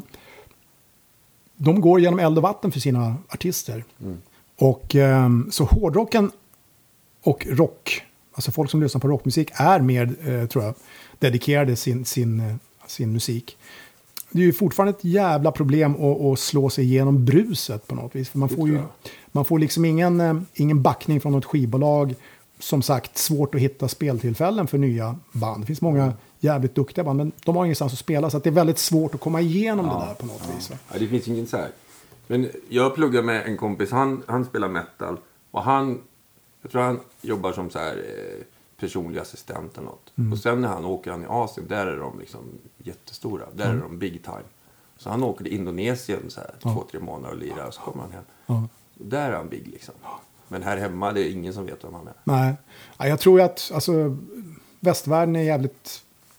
[SPEAKER 1] de går genom eld och vatten för sina artister. Mm. Och um, så hårdrocken och rock, alltså folk som lyssnar på rockmusik är mer, eh, tror jag, dedikerade sin, sin, sin musik. Det är ju fortfarande ett jävla problem att, att slå sig igenom bruset på något vis. För man får ju man får liksom ingen, ingen backning från något skivbolag. Som sagt, svårt att hitta speltillfällen för nya band. Det finns många jävligt duktiga band, men de har ingenstans att spela. Så att det är väldigt svårt att komma igenom ja, det där på något
[SPEAKER 3] ja.
[SPEAKER 1] vis. Va?
[SPEAKER 3] Ja, det finns ingen så här. Men jag pluggar med en kompis, han, han spelar metal. Och han, jag tror han jobbar som så här... Eh, personlig assistent eller något. Mm. Och sen när han åker han i Asien, där är de liksom jättestora. Där mm. är de big time. Så han åker till Indonesien så här, ja. två, tre månader och lirar och så kommer han hem. Ja. Där är han big liksom. Men här hemma, det är ingen som vet vem han är.
[SPEAKER 1] Nej, ja, jag tror att alltså, västvärlden är jävligt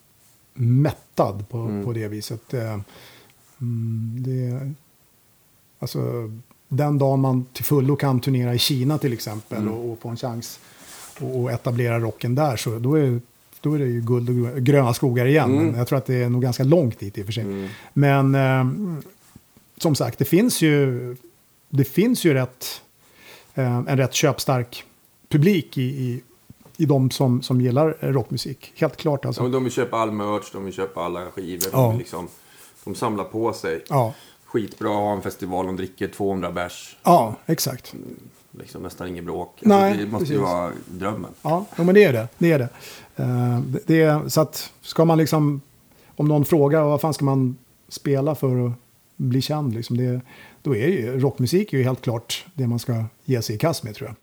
[SPEAKER 1] mättad på, mm. på det viset. Mm, det, alltså, den dagen man till fullo kan turnera i Kina till exempel mm. och, och få en chans och etablera rocken där, så då är, då är det ju guld och gröna skogar igen. Mm. Men jag tror att det är nog ganska långt dit i och för sig. Mm. Men eh, som sagt, det finns ju det finns ju rätt eh, en rätt köpstark publik i, i, i de som, som gillar rockmusik. Helt klart alltså.
[SPEAKER 3] Ja, de vill köpa all merch, de vill köpa alla skivor. Ja. De, vill liksom, de samlar på sig. Ja. Skitbra att ha en festival, de dricker tvåhundra bärs.
[SPEAKER 1] Ja, exakt.
[SPEAKER 3] Liksom nästan inget bråk.
[SPEAKER 1] Nej,
[SPEAKER 3] alltså, det måste
[SPEAKER 1] precis.
[SPEAKER 3] ju vara drömmen.
[SPEAKER 1] Ja, men det är det. Det är det. Uh, det, det är, så att ska man liksom, om någon frågar vad fan ska man spela för att bli känd liksom, det, då är ju rockmusik är ju helt klart det man ska ge sig i kast med, tror jag.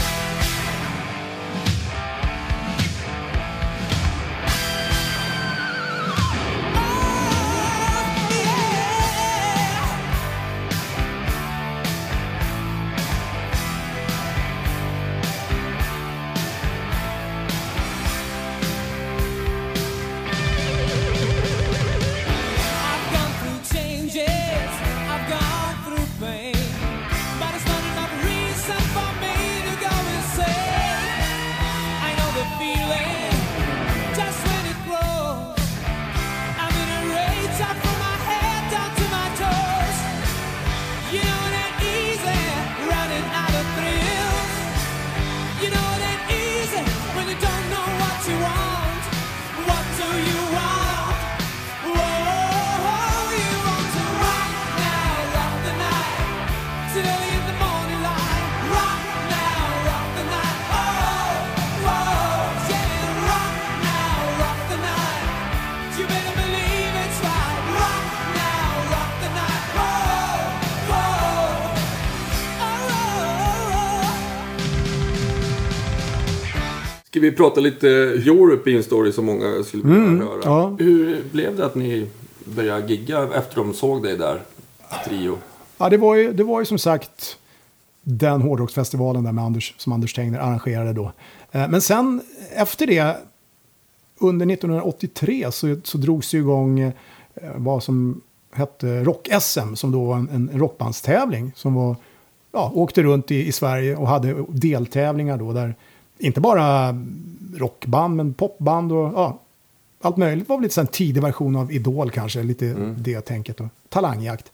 [SPEAKER 3] Ska vi prata lite European Story som många skulle kunna mm, höra. Ja. Hur blev det att ni började gigga efter de såg dig där, trio?
[SPEAKER 1] Ja, det var ju, det var ju som sagt den hårdrocksfestivalen där med Anders, som Anders Tengner arrangerade då. Men sen efter det, under nittonhundraåttiotre så, så drogs det igång vad som hette Rock-S M, som då var en, en rockbandstävling som var, ja, åkte runt i, i Sverige och hade deltävlingar då där inte bara rockband men popband och ja, allt möjligt. Det var väl lite en tidig version av Idol kanske, lite mm. det tänket och talangjakt.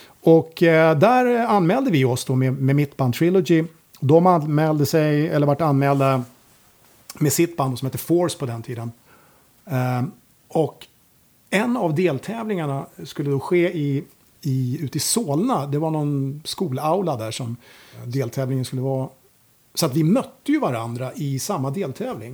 [SPEAKER 1] Och eh, där anmälde vi oss då med, med mitt band Trilogy. De anmälde sig, eller vart anmälda med sitt band som heter Force på den tiden. Eh, och en av deltävlingarna skulle då ske i, i, ute i Solna. Det var någon skolaula där som deltävlingen skulle vara. Så att vi mötte ju varandra i samma deltävling.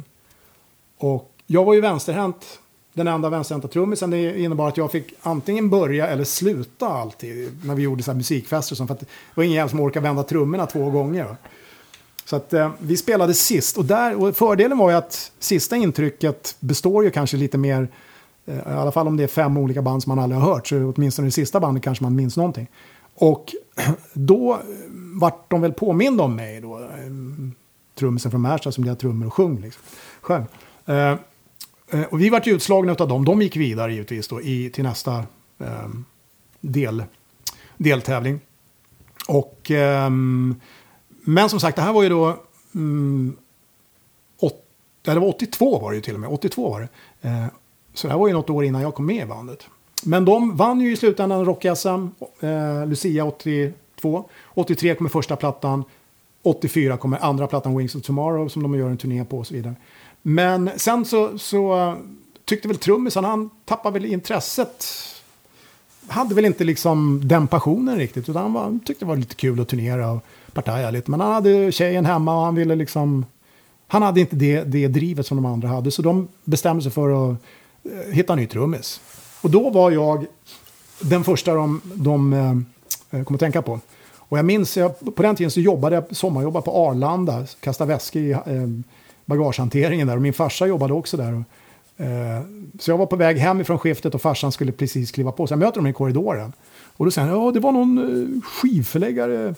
[SPEAKER 1] Och jag var ju vänsterhänt, den enda vänsterhänta trummisen. Det innebar att jag fick antingen börja eller sluta alltid när vi gjorde så här musikfester. För att det var ingen jävel som orkade vända trummorna två gånger. Så att eh, vi spelade sist. Och, där, och fördelen var ju att sista intrycket består ju kanske lite mer, eh, i alla fall om det är fem olika band som man aldrig har hört. Så åtminstone det sista bandet kanske man minns någonting. Och då vart de väl påminda om mig då. trummisen från Märsta som lirade trummor och sjöng. Liksom. Sjöng. Eh, och vi var ju utslagna av dem. De gick vidare givetvis då i, till nästa eh, del, deltävling. Och, eh, men som sagt, det här var ju då mm, åt, det var åttiotvå var det ju till och med. åttiotvå var det. Eh, så det här var ju något år innan jag kom med i bandet. Men de vann ju i slutändan Rock-S M, eh, Lucia åttiotvå. åttiotre kommer första plattan. åttiofyra kommer andra plattan Wings of Tomorrow som de gör en turné på och så vidare. Men sen så, så tyckte väl trummisen, han tappade väl intresset. Hade väl inte liksom den passionen riktigt. Utan han var, tyckte det var lite kul att turnera och partaja lite. Men han hade tjejen hemma och han ville liksom... Han hade inte det, det drivet som de andra hade. Så de bestämde sig för att eh, hitta en ny trummis. Och då var jag den första de, de eh, kom att tänka på. Och jag minns, jag, på den tiden så jobbade jag sommarjobbade på Arlanda. Kastade väskor i eh, bagagehanteringen där. Och min farsa jobbade också där. Och, eh, så jag var på väg hem ifrån skiftet och farsan skulle precis kliva på. Så jag möter dem i korridoren. Och då säger han, ja det var någon eh, skivförläggare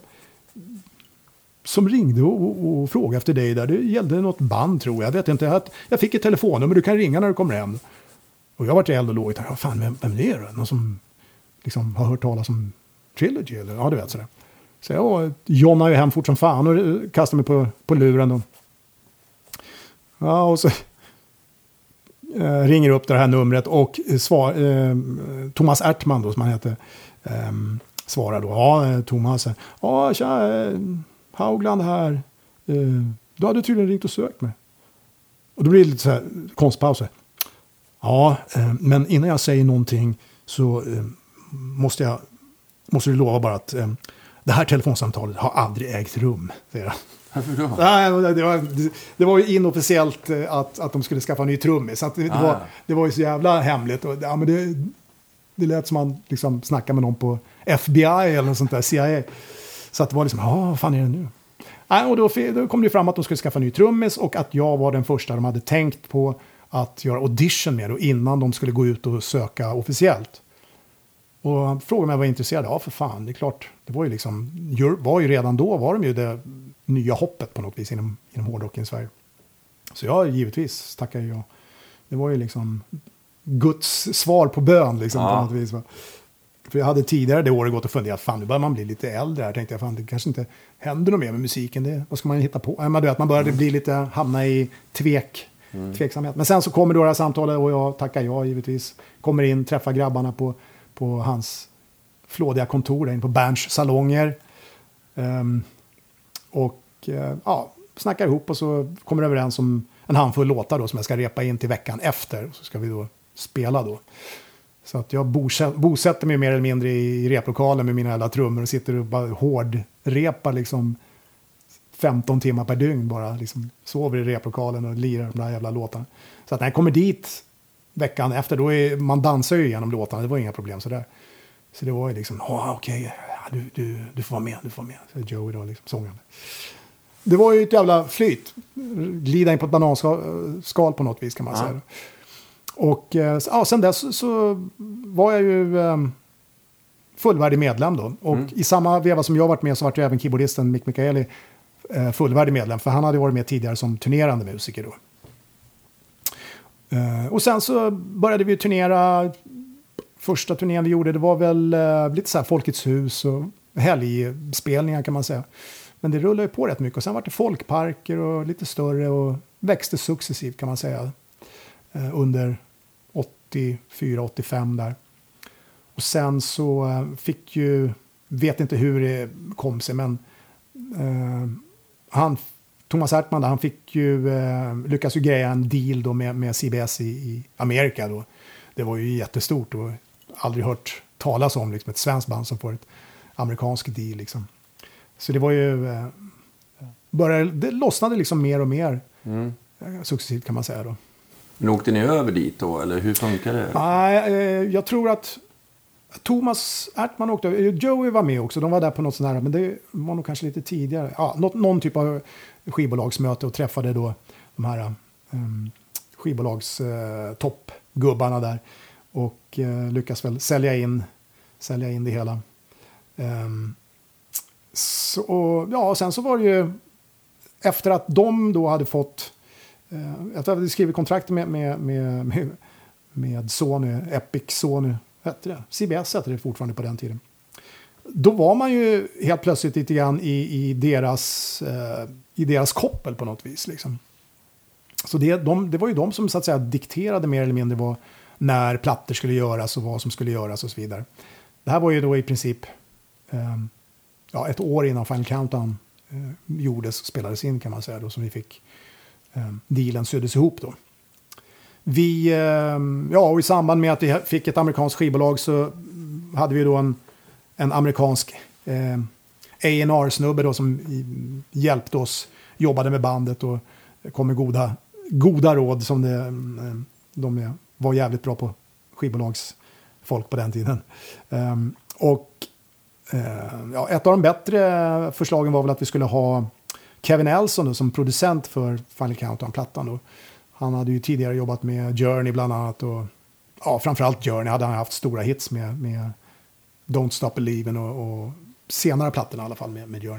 [SPEAKER 1] som ringde och, och, och frågade efter dig där. Det gällde något band tror jag. Jag vet inte, jag, jag fick ett telefonnummer, du kan ringa när du kommer hem. Och jag var till eld och låg och tänkte, fan, vem, vem är det? Någon som liksom har hört talas om Trilogy? Eller? Ja, du vet sådär. Så jag jonnade ju hem fort som fan och kastade mig på, på luren. Och, ja, och så äh, ringer upp det här numret och svar, äh, Thomas Ertman då, som han heter, äh, svarar då. Ja, Thomas. Ja, tja, äh, Haugland här. Äh, du hade tydligen ringt och sökt mig. Och då blir det lite så här konstpauser. Ja, äh, men innan jag säger någonting så äh, måste jag måste du lova bara att äh, det här telefonsamtalet har aldrig ägt rum, säger han.
[SPEAKER 2] Varför då?
[SPEAKER 1] Nej, det, var, det, det var ju inofficiellt att, att de skulle skaffa en ny trummis. Så att det, ah. det, var, det var ju så jävla hemligt. Och, ja, men det, det lät som man liksom snackade med någon på F B I eller något sånt där, C I A. Så att det var liksom, ja, vad fan är det nu? Nej, och då, då kom det fram att de skulle skaffa en ny trummis och att jag var den första de hade tänkt på att göra audition med då, innan de skulle gå ut och söka officiellt. Och han frågade om jag var intresserad. Ja, för fan, det är klart. Det var ju liksom, var ju redan då var de ju det nya hoppet på något vis inom, inom hårdrocken i Sverige. Så jag givetvis tackar jag. Det var ju liksom Guds svar på bön liksom ja. På något vis. Va? För jag hade tidigare det året gått och funderat, fan nu börjar man bli lite äldre här. Tänkte jag, fan det kanske inte händer något mer med musiken. Det, vad ska man hitta på? Man, vet, man började bli lite, hamna i tvek, mm. tveksamhet. Men sen så kommer då det här samtalet och jag tackar jag givetvis. Kommer in, träffar grabbarna på på hans flådiga kontor där inne på Berns salonger. Um, och uh, ja, snackar ihop och så kommer det överens om en handfull låtar då som jag ska repa in till veckan efter. Så ska vi då spela då. Så att jag bosätter, bosätter mig mer eller mindre i replokalen med mina jävla trummor och sitter och bara hårdrepar liksom femton timmar per dygn bara. Liksom sover i replokalen och lirar de där jävla låtarna. Så att när jag kommer dit veckan efter, då är, man dansar ju igenom låtarna, det var inga problem sådär. Så det var ju liksom, ja okej, okay, du, du, du får vara med, du får vara med. Så Joey då, liksom, sångande. Det var ju ett jävla flyt. Glida in på ett bananskal på något vis kan man ja. säga. Och ja, sen dess så var jag ju um, fullvärdig medlem då. Och mm. i samma veva som jag varit med så var ju även keyboardisten Mick Michaeli uh, fullvärdig medlem. För han hade varit med tidigare som turnerande musiker då. Uh, och sen så började vi turnera. Första turnén vi gjorde, det var väl uh, lite så här Folkets hus och helgspelningar kan man säga. Men det rullade ju på rätt mycket. Och sen var det folkparker och lite större och växte successivt kan man säga. Uh, under åttiofyra åttiofem där. Och sen så uh, fick ju, vet inte hur det kom sig, men uh, han Thomas Ertman han fick ju, eh, lyckas ju greja en deal då med, med C B S i, i Amerika då. Det var ju jättestort och aldrig hört talas om liksom, ett svenskt band som får ett amerikanskt deal liksom. Så det var ju, eh, började, det lossnade liksom mer och mer mm. eh, successivt kan man säga då.
[SPEAKER 2] Men åkte ni över dit då, eller hur funkar det?
[SPEAKER 1] Nej, eh, jag tror att Thomas Ertman åkte, Joey var med också, de var där på något sånt här, men det var nog kanske lite tidigare. Ja, något, någon typ av skivbolagsmöte och träffade då de här um, skivbolags uh, toppgubbarna där och uh, lyckas väl sälja in, sälja in det hela. Um, så, och, ja, och sen så var det ju efter att de då hade fått, eh, efter att de hade skrivit kontrakt med, med, med, med, med Sony, Epic Sony, hette det. C B S hette det fortfarande på den tiden. Då var man ju helt plötsligt lite grann i, i, deras, eh, i deras koppel på något vis. Liksom. Så det, de, det var ju de som så att säga dikterade mer eller mindre vad, när plattor skulle göras och vad som skulle göras och så vidare. Det här var ju då i princip eh, ja, ett år innan Final Countdown eh, gjordes och spelades in kan man säga då, som vi fick eh, dealen syddes ihop då. Vi, eh, ja, och i samband med att vi fick ett amerikanskt skivbolag så hade vi då en, en amerikansk eh, A and R-snubbe då som hjälpte oss, jobbade med bandet och kom med goda, goda råd som det, eh, de var jävligt bra på skivbolagsfolk på den tiden. Eh, och eh, ja, ett av de bättre förslagen var väl att vi skulle ha Kevin Elson då, som producent för Final Countdown-plattan då. Han hade ju tidigare jobbat med Journey bland annat och ja, framförallt Journey hade han haft stora hits med, med Don't Stop Believin' och, och senare plattorna i alla fall med, med Journey.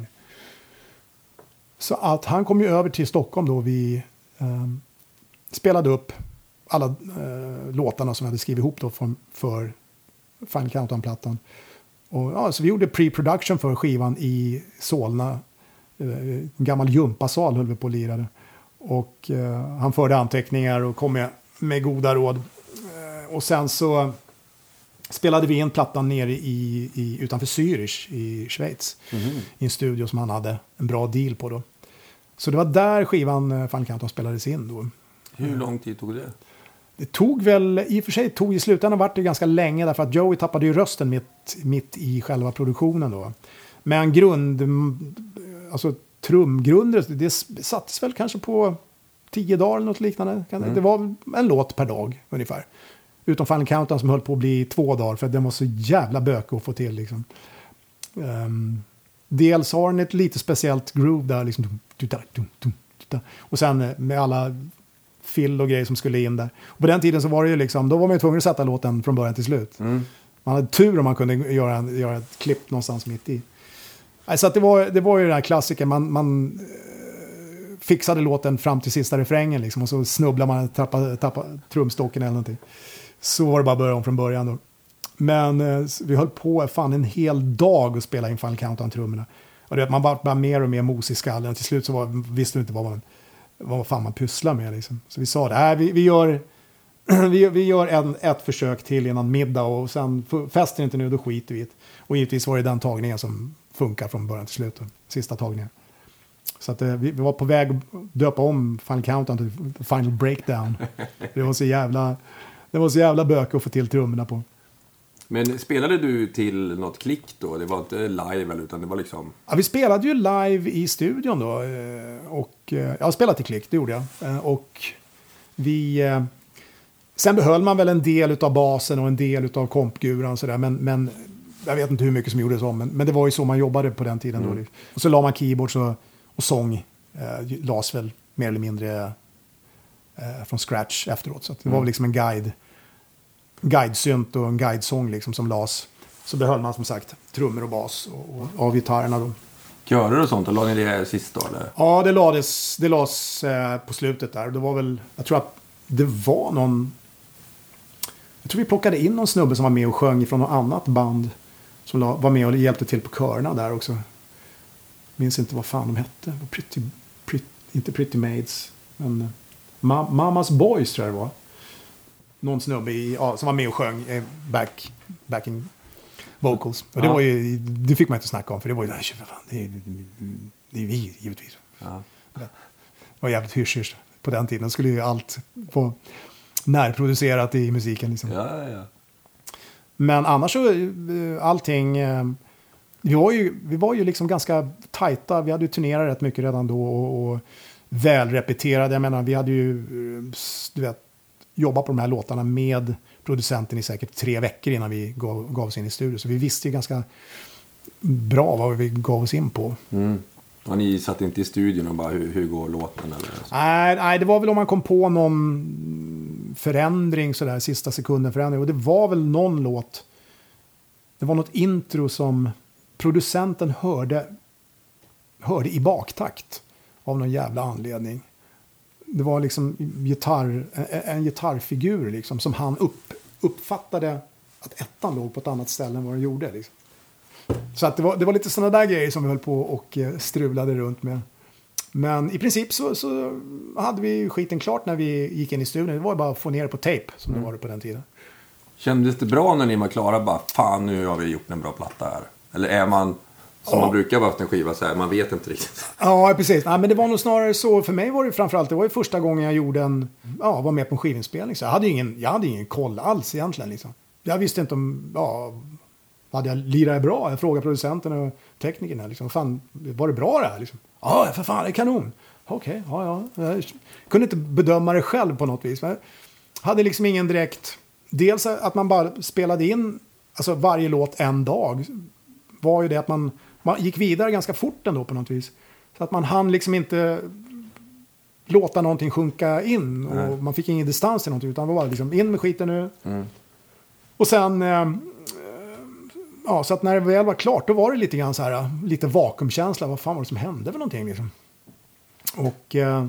[SPEAKER 1] Så att han kom ju över till Stockholm då vi eh, spelade upp alla eh, låtarna som vi hade skrivit ihop då för, för Final Countdown-plattan. Och ja, så vi gjorde pre-production för skivan i Solna. Eh, en gammal gympasal höll vi på och lirade. Och eh, han förde anteckningar och kom med, med goda råd. Eh, och sen så spelade vi in plattan nere i, i, utanför Zürich i Schweiz. Mm-hmm. I en studio som han hade en bra deal på då. Så det var där skivan eh, Final Countdown spelades in då.
[SPEAKER 3] Hur lång tid tog det?
[SPEAKER 1] Det tog väl, i och för sig tog i slutändan vart det ganska länge därför att Joey tappade ju rösten mitt, mitt i själva produktionen då. Men grund, alltså trumgrunder, det sattes väl kanske på tio dagar eller något liknande. Mm. Det var en låt per dag ungefär. Utom Final Countdown som höll på att bli två dagar för att den var så jävla bök att få till liksom. Um, dels har den ett lite speciellt groove där liksom. Och sen med alla fill och grejer som skulle in där. Och på den tiden så var det ju liksom, då var man ju tvungen att sätta låten från början till slut. Mm. Man hade tur om man kunde göra, en, göra ett klipp någonstans mitt i. Så att det, var, det var ju den här klassiken, man, man eh, fixade låten fram till sista refrängen liksom, och så snubblade man och tappade, tappade trumstocken eller någonting. Så var det bara att börja om från början då. Men eh, vi höll på fan en hel dag att spela in Final Countdown-trummorna. Och det, man var bara mer och mer mos i skallen. Till slut så var, visste vi inte vad man, vad fan man pysslar med liksom. Så vi sa det här, vi, vi gör, vi, vi gör en, ett försök till innan middag och sen fäster inte nu, då skiter vi i det. Och givetvis var det den tagningen som funkar från början till slut. Då. Sista tagningen. Så att, eh, vi, vi var på väg att döpa om Final Countdown till Final Breakdown. Det var så jävla, det var så jävla bök att få till trummorna på.
[SPEAKER 3] Men spelade du till något klick då? Det var inte live utan det var liksom...
[SPEAKER 1] Ja, vi spelade ju live i studion då. Och jag spelade till klick, det gjorde jag. Och vi... Sen behöll man väl en del av basen och en del av kompguran och sådär. Men, men jag vet inte hur mycket som gjordes om. Men, men det var ju så man jobbade på den tiden. Mm. Då. Och så la man keyboards och, och sång. Eh, las väl mer eller mindre eh, från scratch efteråt. Så det mm. var väl liksom en guide. Guidesynt och en guidesång liksom som las. Så behöll man som sagt trummor och bas och, och av gitarrerna då.
[SPEAKER 3] Körer och sånt, och la ni det sist då eller?
[SPEAKER 1] Ja, det lades, det lades eh, på slutet där. Det var väl, jag tror att det var någon, jag tror vi plockade in någon snubbe som var med och sjöng från något annat band som la, var med och hjälpte till på körerna där också. Minns inte vad fan de hette. Pretty, pretty, inte Pretty Maids, men Ma- Mamas Boys tror jag det var. Någon snubbe i, ja, som var med och sjöng eh, back, backing vocals. Och det, ja. var ju, det fick man inte snacka om, för det var ju nej, fan, det, är, det är vi, givetvis. Ja. Det var jävligt hysch på den tiden. Skulle ju allt få närproducerat i musiken. Liksom.
[SPEAKER 3] Ja, ja, ja.
[SPEAKER 1] Men annars så, allting... Vi var ju, vi var ju liksom ganska tajta. Vi hade ju turnerat rätt mycket redan då och, och välrepeterade. Jag menar, vi hade ju, du vet, jobbat på de här låtarna med producenten i säkert tre veckor innan vi gav, gav oss in i studio. Så vi visste ju ganska bra vad vi gav oss in på.
[SPEAKER 3] Mm. Och ni satt inte i studion och bara hur, hur går låten? Eller så?
[SPEAKER 1] Nej, nej, det var väl om man kom på någon förändring sådär, sista sekunden förändring. Och det var väl någon låt, det var något intro som producenten hörde, hörde i baktakt. av någon jävla anledning. Det var liksom gitarr, en, en gitarrfigur liksom, som han upp, uppfattade att ettan låg på ett annat ställe än vad den gjorde. Liksom. Så att det, var, det var lite sådana där grejer som vi höll på och strulade runt med. Men i princip så, så hade vi skiten klart när vi gick in i studion. Det var bara att få ner det på tape som mm. det var på den tiden.
[SPEAKER 3] Kändes det bra när ni var klara? Bara, fan, nu har vi gjort en bra platta här. Eller är man, som ja. man brukar vara efter en skiva, så här, man vet inte riktigt.
[SPEAKER 1] Ja, precis. Nej, men det var nog snarare så. För mig var det framförallt, det var ju första gången jag gjorde en, ja, var med på en skivinspelning. Så jag hade ingen, jag hade ingen koll alls egentligen. Liksom. Jag visste inte om, ja, hade jag lirat bra? Jag frågade producenten och teknikerna. Liksom, fan, var det bra det här? Liksom? Ja, för fan, det är kanon. Okej, okay, ja, ja. Jag kunde inte bedöma det själv på något vis. Men jag hade liksom ingen direkt... Dels att man bara spelade in alltså varje låt en dag var ju det att man, man gick vidare ganska fort ändå på något vis. Så att man hann liksom inte låta någonting sjunka in och Nej. man fick ingen distans till någonting utan det var bara liksom in med skiten nu. Mm. Och sen eh, ja, så att när det väl var klart då var det lite grann så här lite vakuumkänsla. Vad fan var det som hände för någonting liksom? Och eh,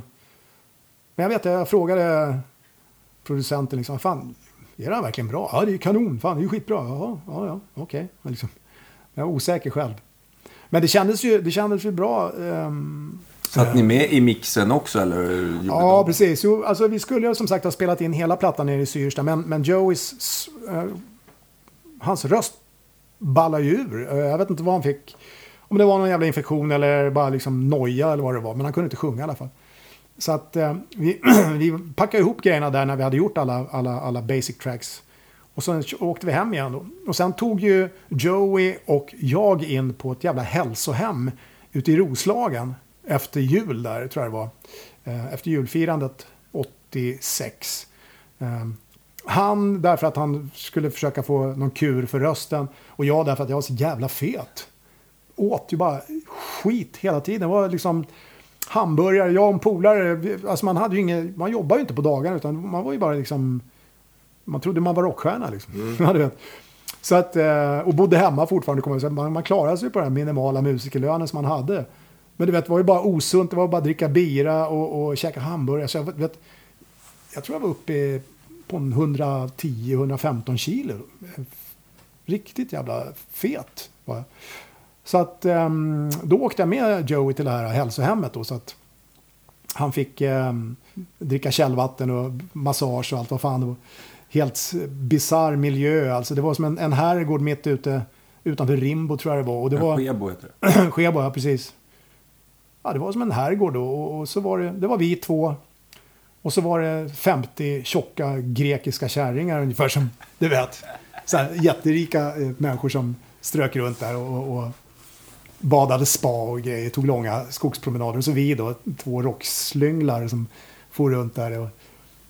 [SPEAKER 1] men jag vet jag frågade producenten liksom, fan, är det verkligen bra? Ja, det är kanon. Fan, det är skitbra. Ja, ja, ja okej. Okay. Liksom, jag är osäker själv. Men det kändes ju, det kändes ju bra. Um,
[SPEAKER 3] Satt äh, ni med i mixen också? Eller
[SPEAKER 1] ja, de? precis. Jo, alltså, vi skulle ju som sagt ha spelat in hela plattan nere i Syrsta. Men, men Joeys, uh, hans röst ballade ju ur. Uh, jag vet inte vad han fick. Om det var någon jävla infektion eller bara liksom noja eller vad det var. Men han kunde inte sjunga i alla fall. Så att eh, vi, vi packade ihop grejerna där när vi hade gjort alla, alla, alla basic tracks. Och sen åkte vi hem igen då. Och sen tog ju Joey och jag in på ett jävla hälsohem ute i Roslagen efter jul där, tror jag det var. Eh, efter julfirandet åttiosex. Eh, han därför att han skulle försöka få någon kur för rösten. Och jag därför att jag var så jävla fet. Åt ju bara skit hela tiden. Det var liksom... hamburgare, jag och en polare, alltså man hade ju inget, man jobbar ju inte på dagarna utan man var ju bara liksom, man trodde man var rockstjärna liksom. Mm. Så att, och bodde hemma fortfarande, kommer jag, man, man klarade sig på den minimala musikerlönen som man hade. Men du vet, det var ju bara osunt, det var bara att dricka bira och, och käka hamburgare. Så jag, vet, jag tror jag var uppe på en hundratio till hundrafemton kilo. Riktigt jävla fet var jag. Så att um, då åkte jag med Joey till det här hälsohemmet då, så att han fick um, dricka källvatten och massage och allt vad fan det var. Helt bizarr miljö, alltså det var som en, en herrgård mitt ute utanför Rimbo tror jag det var. Och det
[SPEAKER 3] ja,
[SPEAKER 1] var
[SPEAKER 3] Skebo heter det.
[SPEAKER 1] Skebo, ja precis. Ja, det var som en herrgård då och, och så var det, det var vi två och så var det femtio tjocka grekiska kärringar ungefär som du vet. Så här, jätterika eh, människor som strök runt där och, och badade spa och grejer, tog långa skogspromenader. Och så vi då, två rockslynglar som for runt där. Och...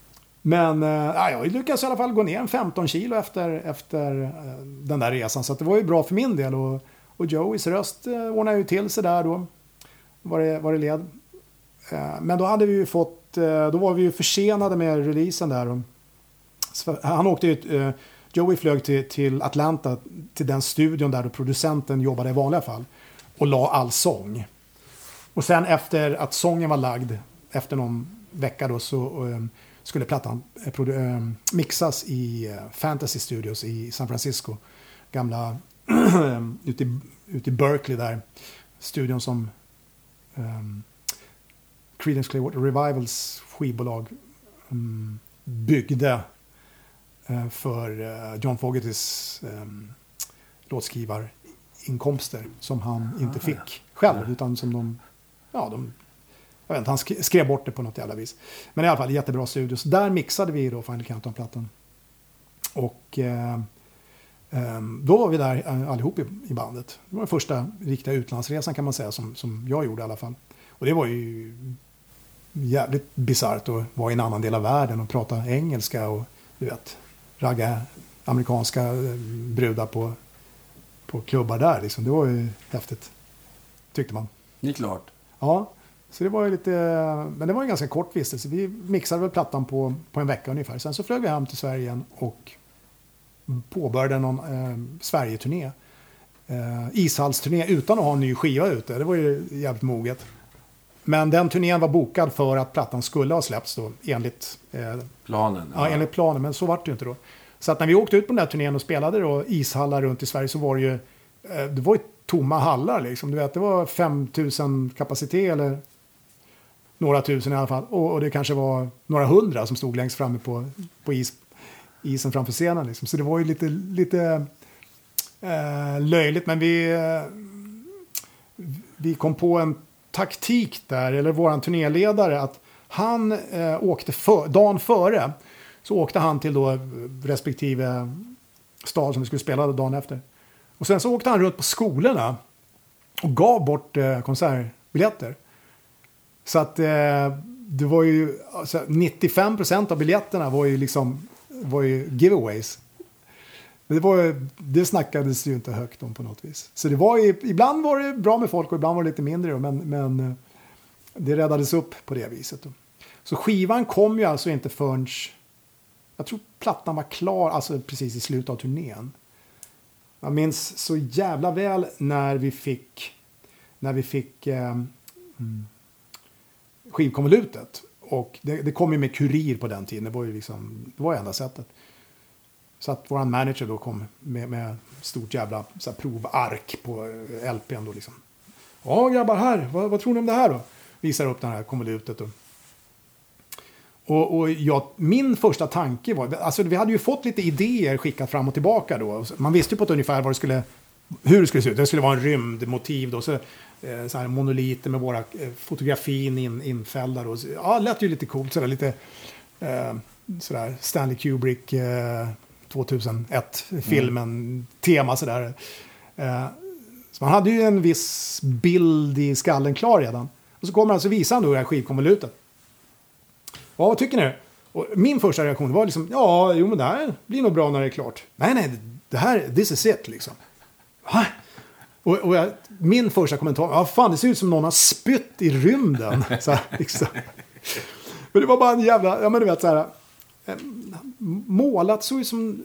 [SPEAKER 1] Men äh, jag lyckades i alla fall gå ner en femton kilo efter, efter äh, den där resan. Så att det var ju bra för min del. Och, och Joeys röst äh, ordnade ju till sig där då. Var det, var det led. Äh, men då hade vi ju fått, äh, då var vi ju försenade med releasen där. Och, så, han åkte ut... Äh, Joey flög till, till Atlanta, till den studion där då producenten jobbade i vanliga fall. Och la all sång. Och sen efter att sången var lagd, efter någon vecka då, så um, skulle plattan uh, produ- um, mixas i uh, Fantasy Studios i San Francisco. Gamla, ute i, ute i Berkeley där. Studion som um, Creedence Clearwater Revivals skivbolag um, byggde för John Fogertys um, låtskrivarinkomster som han inte fick själv utan som de, ja de, jag vet inte, han skrev bort det på något jävla vis. Men i alla fall jättebra studio. Så där mixade vi då Final Countdown-plattan. Och eh, um, då var vi där allihop i, i bandet. Det var den första riktiga utlandsresan kan man säga som, som jag gjorde i alla fall. Och det var ju jävligt bizarrt att vara i en annan del av världen och prata engelska och du vet ragga amerikanska brudar på, på klubbar där. Liksom. Det var ju häftigt, tyckte man.
[SPEAKER 3] Det är klart.
[SPEAKER 1] Ja, så det var ju lite... Men det var en ganska kort vistelse. Vi mixade väl plattan på, på en vecka ungefär. Sen så flög vi hem till Sverige igen och påbörjade någon eh, Sverige-turné. Eh, ishallsturné utan att ha en ny skiva ute. Det var ju jävligt moget. Men den turnén var bokad för att plattan skulle ha släppts då, enligt eh,
[SPEAKER 3] planen.
[SPEAKER 1] Ja. ja, enligt planen, men så var det ju inte då. Så att när vi åkte ut på den här turnén och spelade då ishallar runt i Sverige så var det ju, eh, det var ju tomma hallar liksom. Du vet, det var fem tusen kapacitet eller några tusen i alla fall. Och, och det kanske var några hundra som stod längst framme på, på is, isen framför scenen liksom. Så det var ju lite, lite eh, löjligt, men vi, eh, vi kom på en taktik där, eller våran turnéledare, att han eh, åkte för, dagen före så åkte han till då respektive stad som vi skulle spela dagen efter. Och sen så åkte han runt på skolorna och gav bort eh, konsertbiljetter. Så att eh, det var ju alltså, nittiofem procent av biljetterna var ju liksom var ju giveaways. Det, var ju, det snackades ju inte högt om på något vis. Så det var ju, ibland var det bra med folk och ibland var det lite mindre. Men, men det räddades upp på det viset. Då. Så skivan kom ju alltså inte förrän, jag tror plattan var klar alltså precis i slutet av turnén. Jag minns så jävla väl när vi fick när vi fick eh, mm, skivkonvolutet. Och det, det kom ju med kurir på den tiden. Det var ju liksom, det var ju enda sättet. Så att våran manager då kom med, med stort jävla så här, provark på L P:n då liksom. Ja grabbar, här, vad, vad tror ni om det här då? Visar upp den här konvolutet då. Och, och jag, min första tanke var, alltså vi hade ju fått lite idéer skickat fram och tillbaka då. Man visste ju på ett ungefär vad det skulle, hur det skulle se ut. Det skulle vara en rymdmotiv då, så, eh, så här monoliter med våra eh, fotografin in, infällda då. Så, ja, det lät ju lite coolt, sådär lite eh, sådär Stanley Kubrick eh, tvåtusenett-filmen, mm. tema sådär. Eh, så man hade ju en viss bild i skallen klar redan. Och så kommer alltså visa då det här skivkonvolutet. Ja, vad tycker ni? Och min första reaktion var liksom, ja, jo men det här blir nog bra när det är klart. Nej, nej, det här, this is it liksom. Va? Och, och jag, min första kommentar, ja fan det ser ut som någon har spytt i rymden. Så här, liksom. Men det var bara en jävla, ja men du vet så här, målat så som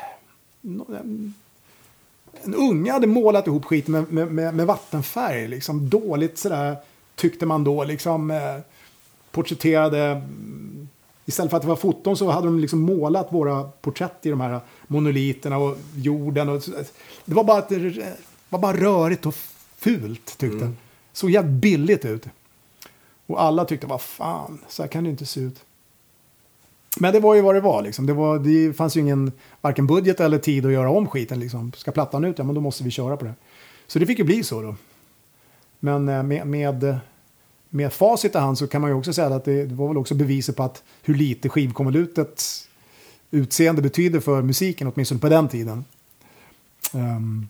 [SPEAKER 1] en, en unge hade målat ihop skit med, med, med, med vattenfärg. Liksom dåligt sådär tyckte man då liksom eh, porträtterade, istället för att det var foton så hade de liksom målat våra porträtt i de här monoliterna och jorden. Och, det var bara, det var bara rörigt och fult tyckte mm. Så jävligt billigt ut. Och alla tyckte, vad fan, så här kan det inte se ut. Men det var ju vad det var liksom. Det, var, det fanns ju ingen varken budget eller tid att göra om skiten liksom. Ska plattan ut, ja men då måste vi köra på det. Så det fick ju bli så då. Men med, med, med facit i hand så kan man ju också säga att det, det var väl också beviset på att hur lite skivkonvolutets utseende betyder för musiken, åtminstone på den tiden. Um,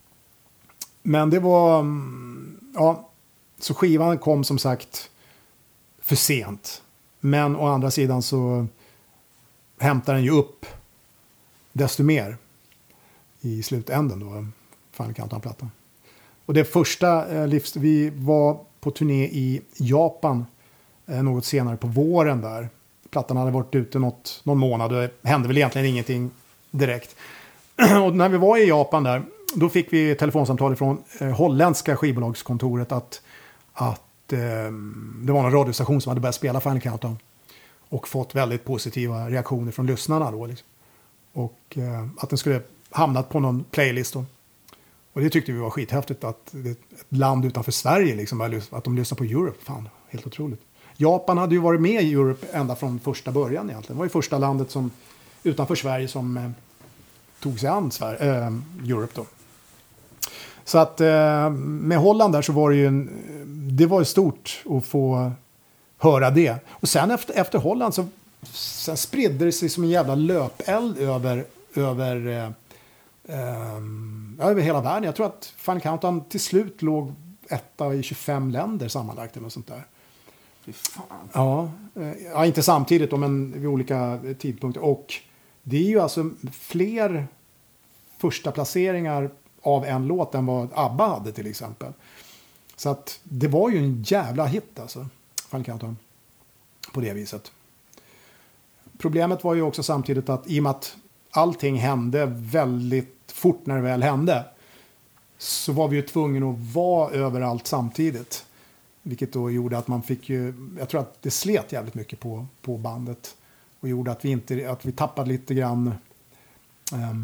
[SPEAKER 1] men det var, ja, så skivan kom som sagt för sent. Men å andra sidan så hämtar den ju upp desto mer i slutänden då, Final Countdown-plattan. Och det första eh, livs, vi var på turné i Japan eh, något senare på våren där. Plattan hade varit ute något, någon månad och det hände väl egentligen ingenting direkt. Och när vi var i Japan där, då fick vi telefonsamtal från eh, holländska skivbolagskontoret att, att eh, det var en radiostation som hade börjat spela Final Countdown. Och fått väldigt positiva reaktioner från lyssnarna då. Liksom. Och eh, att den skulle hamnat på någon playlist då. Och det tyckte vi var skithäftigt att det, ett land utanför Sverige liksom, att de lyssnar på Europe. Fan, helt otroligt. Japan hade ju varit med i Europe ända från första början egentligen. Det var ju första landet som utanför Sverige som eh, tog sig an Sverige, eh, Europe då. Så att eh, med Holland där så var det ju en, det var ju stort att få höra det. Och sen efter, efter Holland så sen spridde det sig som en jävla löpeld över, över, eh, eh, över hela världen. Jag tror att Final Countdown till slut låg etta i tjugofem länder sammanlagt eller något sånt där.
[SPEAKER 3] Fy fan.
[SPEAKER 1] Ja, eh, ja, inte samtidigt då, men vid olika tidpunkter. Och det är ju alltså fler första placeringar av en låt än vad ABBA hade till exempel. Så att det var ju en jävla hit alltså. Final Countdown. På det viset. Problemet var ju också samtidigt att i och med att allting hände väldigt fort när det väl hände så var vi ju tvungna att vara överallt samtidigt. Vilket då gjorde att man fick ju, jag tror att det slet jävligt mycket på, på bandet. Och gjorde att vi, inte, att vi tappade lite grann um,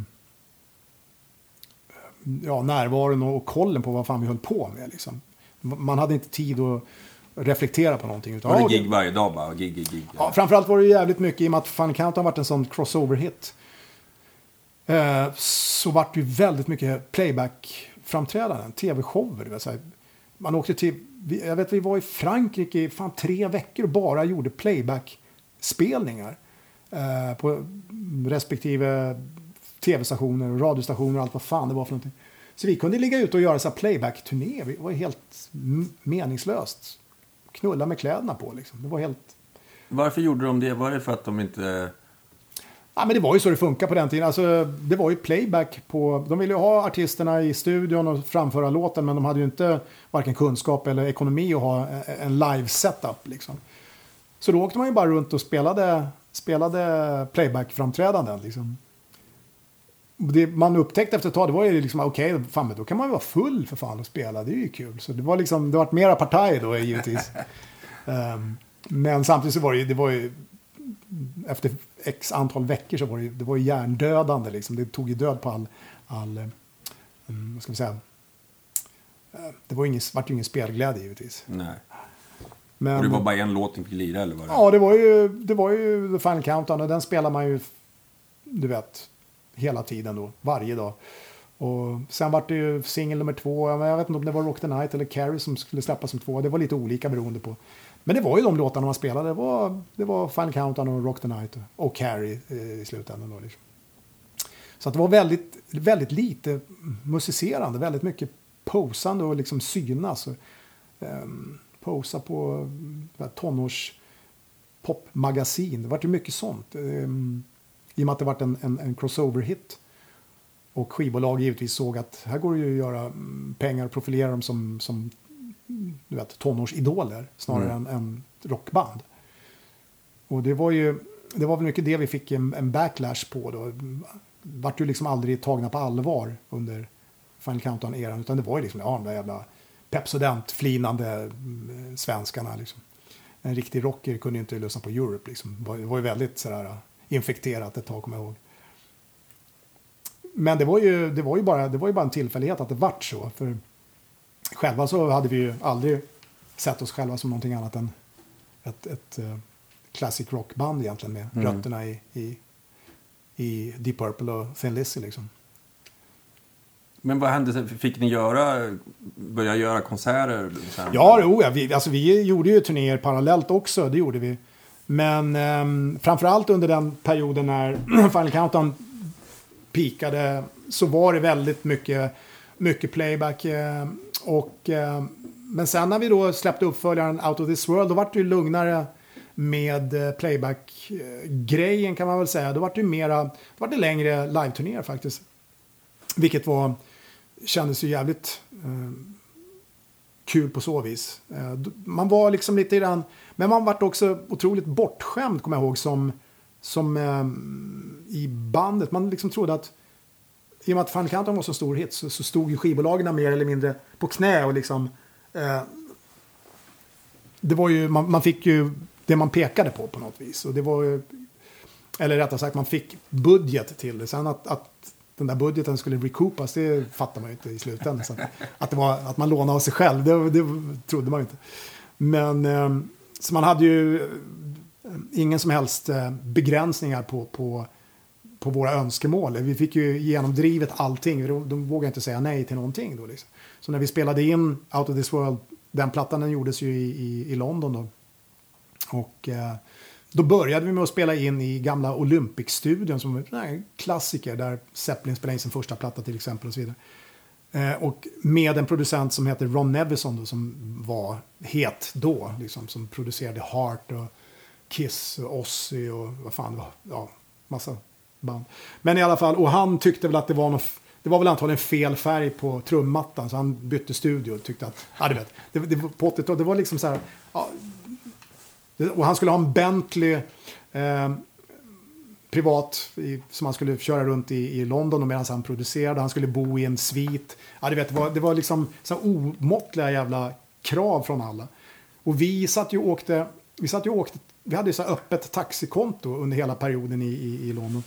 [SPEAKER 1] ja, närvaron och, och kollen på vad fan vi höll på med. Liksom. Man hade inte tid att reflektera på någonting. Utan,
[SPEAKER 3] var det
[SPEAKER 1] ja,
[SPEAKER 3] gig varje dag bara? Gig, gig, gig.
[SPEAKER 1] Ja, framförallt var det jävligt mycket i och med att Final Countdown varit en sån crossover-hit. Eh, så vart det ju väldigt mycket playback-framträdanden, tv-shower. Det vill säga. Man åkte till, jag vet vi var i Frankrike i fan tre veckor och bara gjorde playback-spelningar. Eh, på respektive tv-stationer och radiostationer och allt vad fan det var för någonting. Så vi kunde ligga ute och göra så här playback-turné. Det var helt meningslöst. Knulla med kläderna på liksom. Det var helt...
[SPEAKER 3] Varför gjorde de det? Var det för att de inte...
[SPEAKER 1] Ja, men det var ju så det funkar på den tiden. Alltså, det var ju playback på... De ville ju ha artisterna i studion och framföra låten, men de hade ju inte varken kunskap eller ekonomi att ha en live-setup liksom. Så då åkte man ju bara runt och spelade, spelade playback-framträdanden liksom. Det man upptäckte efter ett tag, det var ju liksom okej, okay, fan, då kan man ju vara full för fan och spela, det är ju kul. Så det var liksom, det var mera partaj då givetvis. um, men samtidigt så var det ju, det var ju efter x antal veckor så var det, det var ju hjärndödande liksom. Det tog ju död på all, all um, vad ska man säga, uh, det var ingen, vart ju ingen spelglädje givetvis.
[SPEAKER 3] Nej.
[SPEAKER 1] Men,
[SPEAKER 3] och det var bara en låt ni fick lira eller vad det?
[SPEAKER 1] Ja, det var ju, det var ju The Final Countdown och den spelar man ju, du vet, hela tiden då, varje dag. Och sen var det ju singel nummer två, jag vet inte om det var Rock the Night eller Carrie som skulle släppas som två, det var lite olika beroende på. Men det var ju de låtarna man spelade, det var, det var Final Countdown och Rock the Night och Carrie i slutändan då liksom. Så att det var väldigt, väldigt lite musicerande, väldigt mycket posande och liksom synas. Och, um, posa på tonårs popmagasin, det var ju mycket sånt. Um, I och med att det varit en, en, en crossover-hit. Och skivbolag givetvis såg att här går det ju att göra pengar och profilera dem som, som du vet, tonårsidoler snarare mm. än, än rockband. Och det var ju det var väl mycket det vi fick en, en backlash på då. Vart ju liksom aldrig tagna på allvar under Final Countdown-eran, utan det var ju liksom ja, de där jävla Pepsodent-flinande svenskarna liksom. En riktig rocker kunde ju inte lyssna på Europe liksom. Det var, det var ju väldigt sådär infekterat ett tag, kommer jag ihåg. Men det var ju, det var ju, bara, det var ju bara en tillfällighet att det vart så. För själva så hade vi ju aldrig sett oss själva som någonting annat än ett, ett uh, classic rockband egentligen med mm. rötterna i, i, i Deep Purple och Thin Lizzy liksom.
[SPEAKER 3] Men vad hände? Fick ni göra, börja göra konserter? Sen?
[SPEAKER 1] Ja, jo, ja vi, alltså vi gjorde ju turnéer parallellt också, det gjorde vi. Men um, framförallt under den perioden när Final Countdown peakade så var det väldigt mycket, mycket playback. Uh, och, uh, men sen när vi då släppte uppföljaren Out of This World, då var det ju lugnare med uh, playback-grejen kan man väl säga. Då var det ju mera, då var det längre live-turnéer faktiskt. Vilket var, kändes ju jävligt uh, kul på så vis. Uh, man var liksom lite i den, men man var också otroligt bortskämd, kommer jag ihåg, som, som eh, i bandet. Man liksom trodde att i och med att Final Countdown var så stor hit så, så stod ju skivbolagen mer eller mindre på knä och liksom eh, det var ju, man, man fick ju det man pekade på på något vis. Och det var ju, eller rättare sagt, man fick budget till det. Sen att, att den där budgeten skulle recoupas, det fattar man ju inte i slutändan. Så att, att, det var, att man lånade av sig själv, det, det trodde man ju inte. Men eh, så man hade ju ingen som helst begränsningar på, på, på våra önskemål. Vi fick ju genomdrivet allting. De, de vågade inte säga nej till någonting då liksom. Så när vi spelade in Out of This World, den plattan den gjordes ju i, i, i London då. Och eh, då började vi med att spela in i gamla Olympic-studion som en klassiker där Zeppelin spelade in sin första platta till exempel och så vidare. Eh, och med en producent som heter Ron Nevison då, som var het då, liksom, som producerade Heart och Kiss och Ozzy och vad fan det var, ja, massa band. Men i alla fall, och han tyckte väl att det var något, det var väl antagligen fel färg på trummattan, så han bytte studio och tyckte att, ja du vet, det, det var på åttiotalet, det var liksom så här, ja, det, och han skulle ha en Bentley eh, privat i, som han skulle köra runt i, i London och medan han producerade. Han skulle bo i en svit. Ja, du vet, det var, det var liksom så omåttliga jävla krav från alla. Och vi satt ju och åkte, vi satt ju och åkte, vi hade ju så här öppet taxikonto under hela perioden i, i, i London.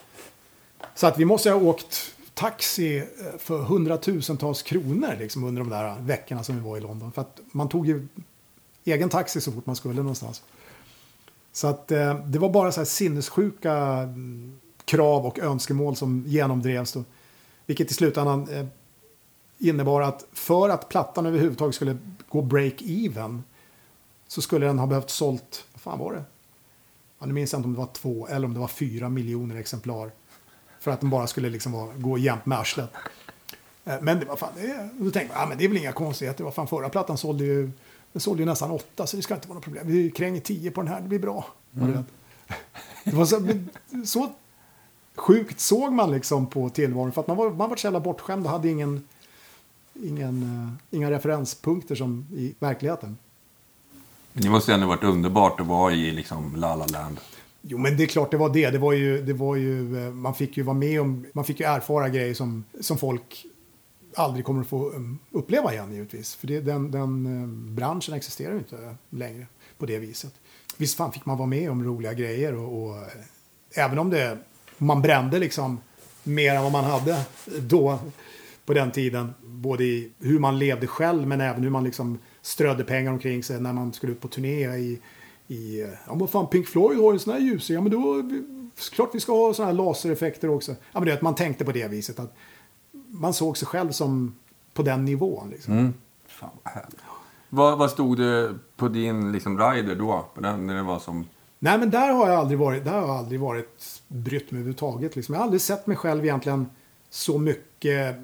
[SPEAKER 1] Så att vi måste ha åkt taxi för hundratusentals kronor liksom, under de där veckorna som vi var i London. För att man tog ju egen taxi så fort man skulle någonstans. Så att eh, det var bara så här sinnessjuka krav och önskemål som genomdrevs då. Vilket i slutändan eh, innebar att för att plattan överhuvudtaget skulle gå break-even så skulle den ha behövt sålt, vad fan var det? Ja, nu minns jag inte om det var två eller om det var fyra miljoner exemplar. För att den bara skulle liksom vara, gå jämnt med arslet. Eh, men det var fan, det, då tänkte jag, ja, men det är väl inga konstigheter. Vad fan, förra plattan sålde ju, den sålde ju nästan åtta, så det ska inte vara något problem. Vi kränger tio på den här, det blir bra. Mm. Det var så, så sjukt såg man liksom på tillvaron. För att man var, man var så jävla bortskämd och hade ingen, ingen, uh, inga referenspunkter som i verkligheten.
[SPEAKER 3] Det måste ju ändå varit underbart att vara i liksom La La Land.
[SPEAKER 1] Jo, men det är klart det var det. Det var ju, det var ju, man fick ju vara med om, man fick ju erfara grejer som, som folk aldrig kommer att få um, uppleva igen givetvis. För det, den, den uh, branschen existerar ju inte längre på det viset. Visst fan fick man vara med om roliga grejer och, och även om det, man brände liksom mer än vad man hade då på den tiden. Både i hur man levde själv men även hur man liksom strödde pengar omkring sig när man skulle ut på turné i, i ja men fan Pink Floyd har ju sån här ljus. Ja men då, klart vi ska ha såna här lasereffekter också. Ja men det är att man tänkte på det viset att man såg sig själv som på den nivån liksom.
[SPEAKER 3] Mm. Fan vad härligt. Vad, vad stod det på din liksom rider då? På den, när det var som...
[SPEAKER 1] Nej men där har jag aldrig varit, där har jag aldrig varit brytt med överhuvudtaget. Liksom. Jag har aldrig sett mig själv egentligen så mycket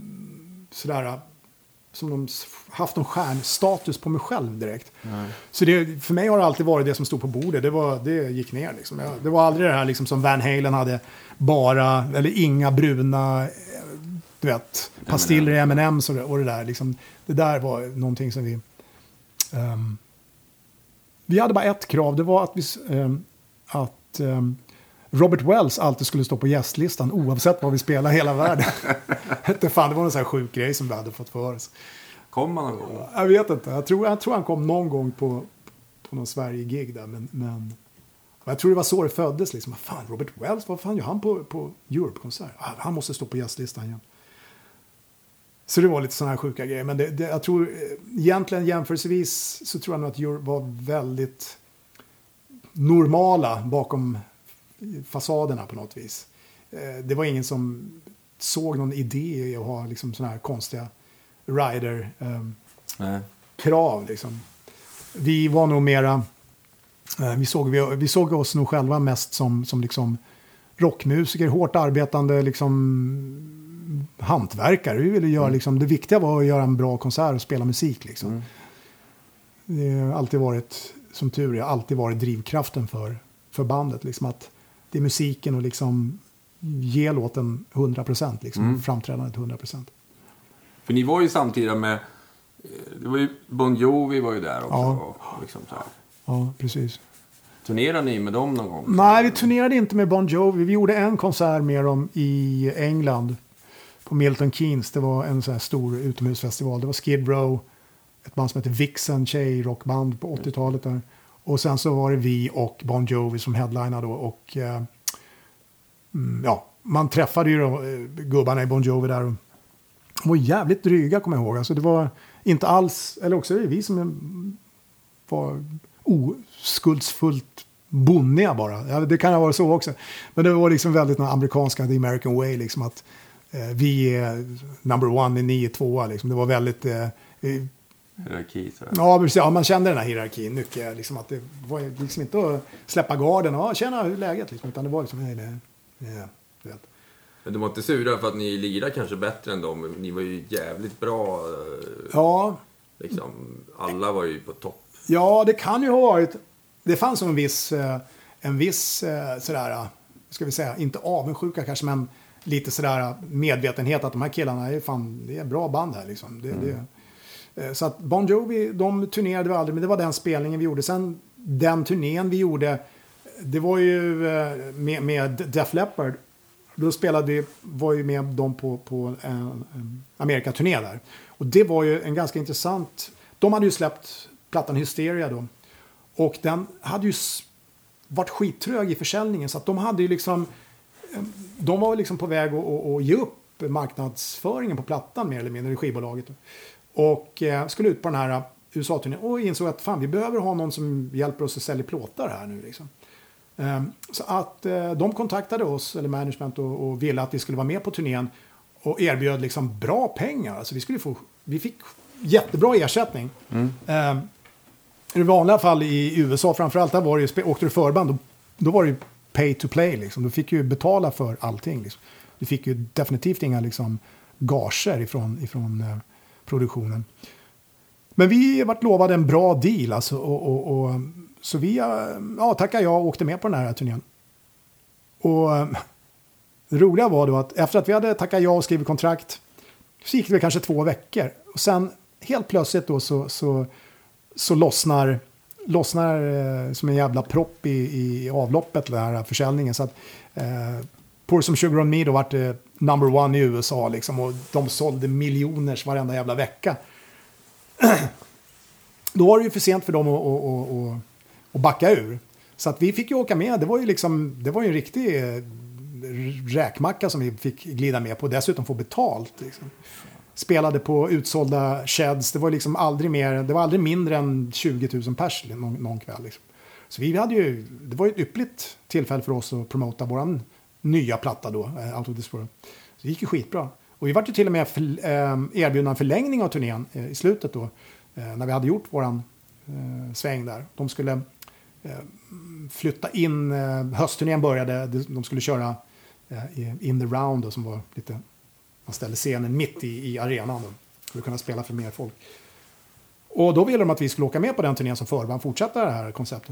[SPEAKER 1] sådär som de haft någon stjärnstatus på mig själv direkt. Mm. Så det, för mig har det alltid varit det som stod på bordet. Det, var, det gick ner liksom. Jag, det var aldrig det här liksom som Van Halen hade bara, eller inga bruna du vet, pastiller i M and M's och, och det där liksom. Det där var någonting som vi Um, vi hade bara ett krav. Det var att, vi, um, att um, Robert Wells alltid skulle stå på gästlistan oavsett vad vi spelar hela världen. Det, fan, det var en sån här sjuk grej som vi hade fått för oss.
[SPEAKER 3] Kom han någon gång?
[SPEAKER 1] Jag vet inte. Jag tror, jag tror han kom någon gång på, på någon Sverige-gig där. Men, men jag tror det var så det föddes. Liksom. Fan, Robert Wells, vad fan gör han på, på Europe-konsert? Han måste stå på gästlistan igen. Så det var lite sådana här sjuka grejer. Men det, det, jag tror egentligen jämförelsevis så tror jag nog att Europe var väldigt normala bakom fasaderna på något vis. Det var ingen som såg någon idé i att ha liksom sådana här konstiga rider-krav. Um, liksom. Vi var nog mera... Uh, vi, såg, vi, vi såg oss nog själva mest som, som liksom rockmusiker, hårt arbetande liksom... hantverkare. Vi ville göra, mm. liksom, det viktiga var att göra en bra konsert och spela musik. Liksom. Mm. Det har alltid varit, som tur är, alltid varit drivkraften för, för bandet. Liksom, att det är musiken och liksom ge låten hundra procent. Liksom, mm. Framträdandet hundra procent.
[SPEAKER 3] För ni var ju samtidigt med, det var ju Bon Jovi var ju där också.
[SPEAKER 1] Ja,
[SPEAKER 3] och, liksom så här.
[SPEAKER 1] Ja precis.
[SPEAKER 3] Turnerade ni med dem någon gång?
[SPEAKER 1] Nej, vi turnerade inte med Bon Jovi. Vi gjorde en konsert med dem i England. På Milton Keynes, det var en sån här stor utomhusfestival. Det var Skid Row, ett band som heter Vixen, tjej-rockband på åttiotalet där. Och sen så var det vi och Bon Jovi som headliner då. Och eh, ja, man träffade ju då, eh, gubbarna i Bon Jovi där. Och de var jävligt dryga, kommer jag ihåg. Alltså det var inte alls, eller också är det vi som var oskuldsfullt bonniga bara. Ja, det kan ha varit så också. Men det var liksom väldigt amerikanska, the American way, liksom att vi är number one, ni är tvåa. Liksom. Det var väldigt... Eh,
[SPEAKER 3] hierarki. Så.
[SPEAKER 1] Ja, precis, ja, man kände den här hierarkin mycket. Liksom, att det var liksom inte att släppa garden och känna hur läget. Liksom, utan det var liksom... Nej, nej, nej, vet.
[SPEAKER 3] Men de var inte sura för att ni lirar kanske bättre än dem. Ni var ju jävligt bra.
[SPEAKER 1] Ja.
[SPEAKER 3] Liksom, alla var ju på topp.
[SPEAKER 1] Ja, det kan ju ha varit... Det fanns en viss... En viss sådär... Ska vi säga, inte avundsjuka kanske, men... lite sådär medvetenhet att de här killarna är fan, det är bra band här liksom. Det, mm. det. Så att Bon Jovi, de turnerade vi aldrig, men det var den spelningen vi gjorde. Sen den turnén vi gjorde, det var ju med, med Def Leppard. Då spelade vi, var ju med dem på, på en, en Amerika-turné där. Och det var ju en ganska intressant, de hade ju släppt plattan Hysteria då. Och den hade ju varit skittrög i försäljningen så att de hade ju liksom de var liksom på väg att, att, att ge upp marknadsföringen på plattan mer eller mindre i skivbolaget. Och eh, skulle ut på den här U S A-turnén och insåg att fan vi behöver ha någon som hjälper oss att sälja plåtar här nu liksom. Eh, så att eh, de kontaktade oss eller management och, och ville att vi skulle vara med på turnén och erbjöd liksom bra pengar. Alltså vi skulle få vi fick jättebra ersättning. Mm. Eh, I vanliga fall i U S A framförallt där var det ju, åkte du förband då, då var det ju pay to play liksom. Du fick ju betala för allting liksom. Du fick ju definitivt inga liksom gager ifrån, ifrån eh, produktionen. Men vi varit lovade en bra deal alltså, och, och, och, så vi ja, tackade jag och åkte med på den här turnén. Och det roliga var då att efter att vi hade tackat ja och skrivit kontrakt så gick det kanske två veckor. Och sen helt plötsligt då så, så, så lossnar, lossnar eh, som en jävla propp i, i avloppet den här försäljningen. Så att eh, Pour Some Sugar On Me då vart det number one i U S A liksom, och de sålde miljoners varenda jävla vecka. Då var det ju för sent för dem att, att, att, att backa ur. Så att vi fick ju åka med. Det var ju liksom, det var ju en riktig räkmacka som vi fick glida med på. Dessutom få betalt. Liksom. Spelade på utsålda sheds. Det var liksom aldrig mer, det var aldrig mindre än tjugo tusen pers någon, någon kväll. Liksom. Så vi hade ju, det var ju ett yppligt tillfälle för oss att promota våran nya platta då, Out of This World. Så det gick ju skitbra. Och vi var ju till och med för, eh, erbjudna en förlängning av turnén eh, i slutet då. Eh, när vi hade gjort våran eh, sväng där. De skulle eh, flytta in, eh, höstturnén började, de skulle köra eh, In the Round då, som var lite, man ställde scenen mitt i, i arenan då. För att kunna spela för mer folk. Och då ville de att vi skulle åka med på den turnén som förband, fortsätta det här konceptet.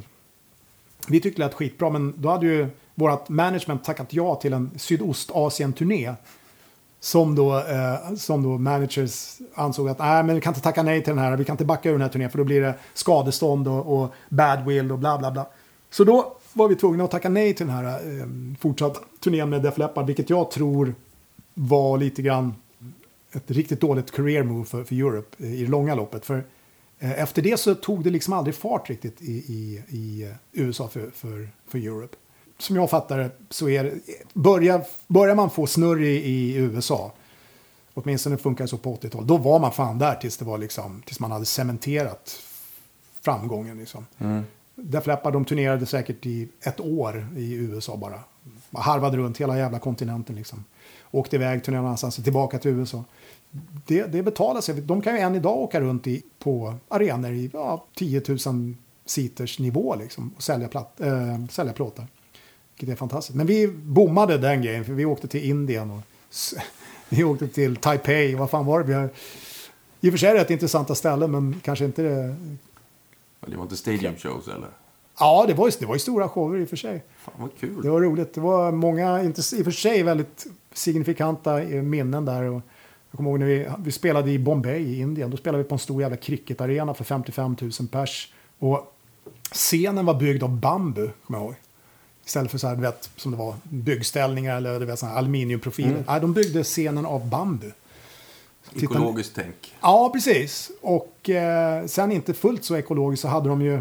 [SPEAKER 1] Vi tyckte det var skitbra, men då hade ju vårt management tackat ja till en Sydostasien-turné. Som då, eh, som då managers ansåg att nej, men vi kan inte tacka nej till den här, vi kan inte backa ur den här turnén för då blir det skadestånd och, och badwill och bla bla bla. Så då var vi tvungna att tacka nej till den här eh, fortsatt turnén med Def Leppard, vilket jag tror var lite grann ett riktigt dåligt career move för, för Europe i det långa loppet. För eh, efter det så tog det liksom aldrig fart riktigt i, i, i U S A för, för, för Europe. Som jag fattar det så är det, börjar, börjar man få snurr i, i U S A, åtminstone funkar det så på åttiotalet, då var man fan där tills det var liksom, tills man hade cementerat framgången liksom. Mm. Def Leppard, de turnerade säkert i ett år i U S A bara. Harvade runt hela jävla kontinenten liksom. Åkte iväg, turnerade någonstans, tillbaka till U S A. Det, det betalar sig. De kan ju än idag åka runt i, på arenor i ja, tio tusen seaters nivå liksom, och sälja, platt, äh, sälja plåtar. Vilket är fantastiskt. Men vi bommade den grejen, för vi åkte till Indien och vi åkte till Taipei. Vad fan var det? Vi har, i och för sig är det ett intressanta ställen, men kanske inte det.
[SPEAKER 3] Det var inte stadium shows eller?
[SPEAKER 1] Ja, det var ju, det var ju stora shower i och för sig.
[SPEAKER 3] Fan vad kul.
[SPEAKER 1] Det var roligt. Det var många, inte, i och för sig väldigt signifikanta minnen där. Och jag kommer ihåg när vi, vi spelade i Bombay i Indien. Då spelade vi på en stor jävla cricketarena för femtiofem tusen pers. Och scenen var byggd av bambu, kommer jag ihåg. Istället för så här, du vet, som det var byggställningar eller du vet, så här, aluminiumprofiler. Mm. Nej, de byggde scenen av bambu.
[SPEAKER 3] Ekologiskt Titta, tänk.
[SPEAKER 1] Ja, precis. Och eh, sen inte fullt så ekologiskt så hade de ju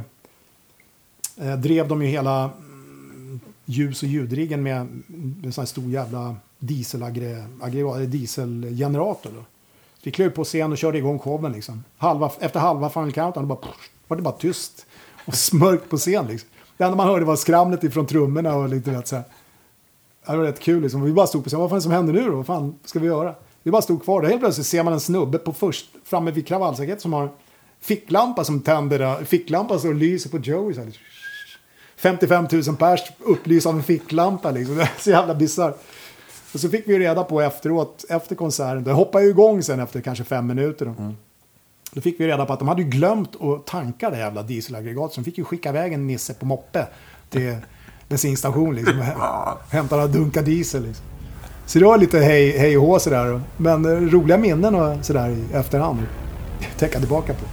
[SPEAKER 1] eh, drev de ju hela mm, ljus- och ljudriggen med en sån här stor jävla dieselaggregat, dieselgenerator då. Vi klev på scen och körde igång showen liksom. Halva, efter halva Final Countdown bara, var det bara tyst och smörkt på scen liksom. Det enda man hörde var skramlet ifrån trummorna och lite rätt så här. Det var rätt kul liksom. Vi bara stod på scen. Vad fan som händer nu då? Vad fan ska vi göra? Vi bara stod kvar där. Helt plötsligt ser man en snubbe på först framme vid kravallstaketet som har ficklampa som tänder där. Ficklampa som lyser på Joey så här. femtiofem tusen pers upplys av en ficklampa liksom. Det är så jävla bisarrt. Och så fick vi reda på efteråt, efter konserten. Det hoppade ju igång sen efter kanske fem minuter då. Mm. Då fick vi reda på att de hade ju glömt att tanka det jävla dieselaggregat. Så de fick ju skicka iväg en nisse på moppe till bensinstation liksom. Hämta några dunkar diesel liksom. Så det var lite hej, hej och hå sådär. Men roliga minnen och sådär i efterhand. Tänka tillbaka på.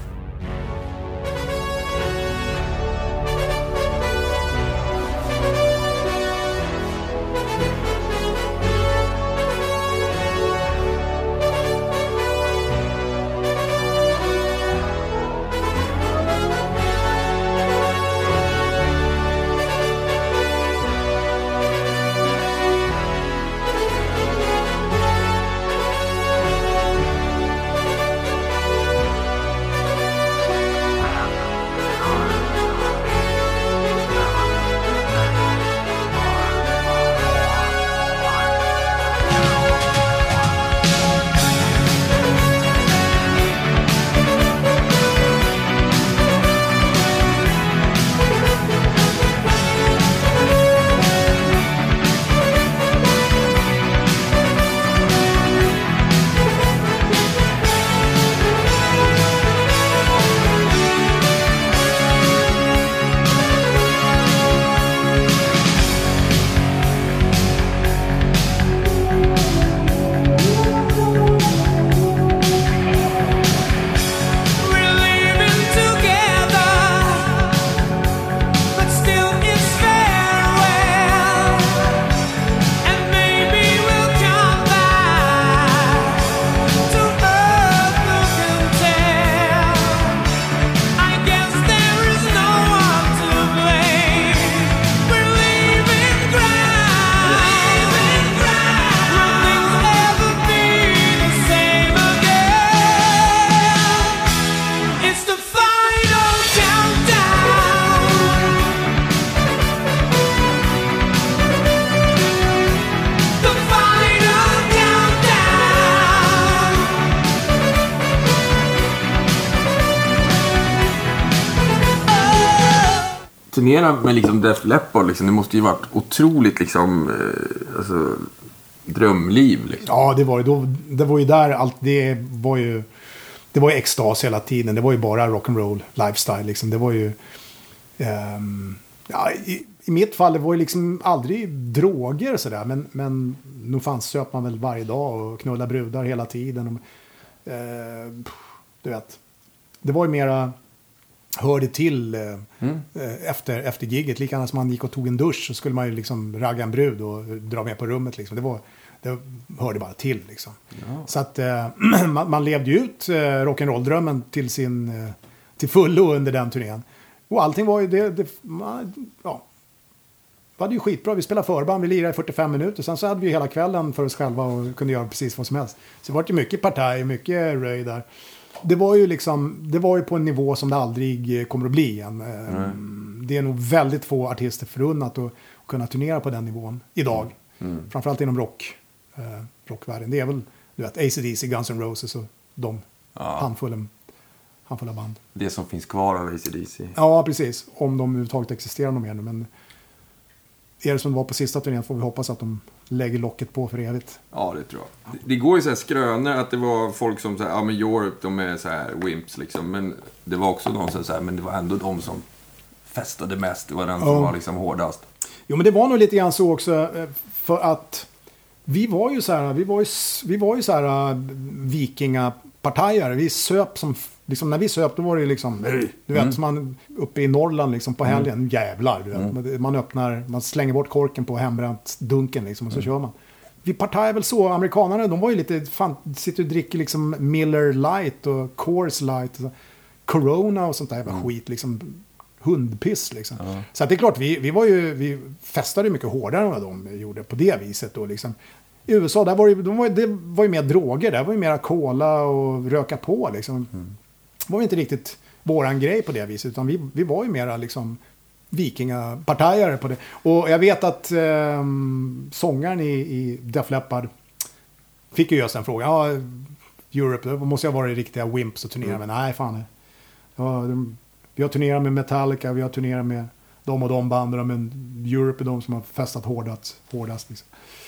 [SPEAKER 3] turnera med liksom Def Leppard, liksom, det måste ju varit otroligt liksom, eh, alltså, drömliv. Liksom.
[SPEAKER 1] Ja, det var ju, då, det var ju där allt, det var ju, det var ju extas hela tiden. Det var ju bara rock'n'roll lifestyle. Liksom. Det var ju, um, ja, i, i mitt fall, det var ju liksom aldrig droger och sådär. Men, men nog fanns söp man väl varje dag och knulla brudar hela tiden. Och, uh, du vet, det var ju mera... hörde till eh, mm. efter, efter gigget. Likadant som man gick och tog en dusch så skulle man ju liksom ragga en brud och dra med på rummet. Liksom. Det, var, det hörde bara till. Liksom. Ja. Så att eh, man, man levde ju ut eh, rock'n'roll-drömmen till, sin, eh, till fullo under den turnén. Och allting var ju det... det man, ja. Det var ju skitbra. Vi spelade förband, vi lirade i fyrtiofem minuter. Sen så hade vi hela kvällen för oss själva och kunde göra precis vad som helst. Så det var ju mycket partaj, mycket röj där. Det var ju liksom, det var ju på en nivå som det aldrig kommer att bli igen. Mm. Det är nog väldigt få artister förunnat att, att kunna turnera på den nivån idag. Mm. Framförallt inom rock, eh, rockvärlden. Det är väl, du vet, A C D C, Guns N' Roses och de ja. handfulla, handfulla band.
[SPEAKER 3] Det som finns kvar av A C D C.
[SPEAKER 1] Ja, precis. Om de överhuvudtaget existerar någon mer nu. Men är det som det var på sista turnén får vi hoppas att de lägger locket på för evigt.
[SPEAKER 3] Ja, det tror jag. Det, det går ju så här skrönor att det var folk som så här, ja men Europe, de är så här wimps liksom. Men det var också de som så här, men det var ändå de som festade mest. Det var den som ja. var liksom hårdast.
[SPEAKER 1] Jo, men det var nog lite grann så också för att vi var ju så här, vi var ju, vi var ju så här vikingapartajare. Vi söp som, liksom när vi söp då var det liksom, du vet, mm. som man uppe i Norrland liksom på helgen, mm. jävlar, du vet. Mm. Man öppnar, man slänger bort korken på hembränt dunken liksom och så mm. kör man. Vi partajar väl så, amerikanerna, de var ju lite, fan, sitter och dricker liksom Miller Light och Coors Light och så, Corona och sånt där jävla mm. skit liksom. Hundpiss liksom. Ja. Så att det är klart, vi, vi var ju, vi festade mycket hårdare än vad de gjorde på det viset då liksom. I U S A, där var det, de var, det var ju mer droger, där var ju mer cola och röka på liksom. Mm. Det var ju inte riktigt våran grej på det viset, utan vi, vi var ju mera liksom vikingapartajare på det. Och jag vet att eh, sångaren i, i Def Leppard fick ju just en fråga. Ja, Europe, då måste jag vara i riktiga wimps och turnera mm. med. Nej, fan. Ja, de, vi har turnerat med Metallica, vi har turnerat med de och de banden, men Europe är de som har festat hårdast. hårdast liksom.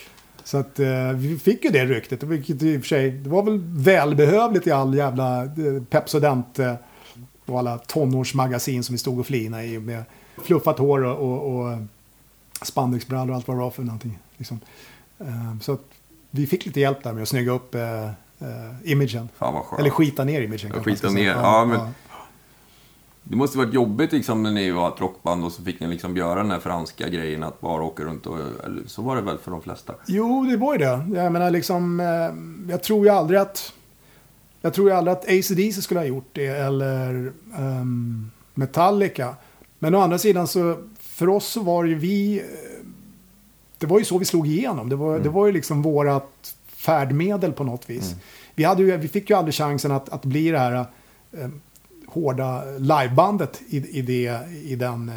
[SPEAKER 1] Så att eh, vi fick ju det ryktet, vilket i och för sig, det var väl välbehövligt i all jävla eh, Pepsodent eh, och alla tonårsmagasin som vi stod och flina i med fluffat hår och, och, och spandexbrallor och allt vad det var för någonting. Liksom. Eh, så att vi fick lite hjälp där med att snygga upp eh, eh, imagen.
[SPEAKER 3] Fan vad skönt.
[SPEAKER 1] Eller skita ner imagen.
[SPEAKER 3] Ja, skita ner, ja, ja men... Ja. Det måste varit jobbigt liksom, när ni var ett rockband och så fick ni liksom göra den här franska grejen att bara åka runt och, eller, så var det väl för de flesta.
[SPEAKER 1] Jo, det var ju det. Jag menar liksom, eh, jag tror ju aldrig att jag tror ju aldrig att A C D C skulle ha gjort det eller um, Metallica. Men å andra sidan så för oss så var ju vi det var ju så vi slog igenom. Det var, mm. det var ju liksom vårat färdmedel på något vis. Mm. Vi, hade ju, vi fick ju aldrig chansen att, att bli det här eh, hårda livebandet i, i, det, i den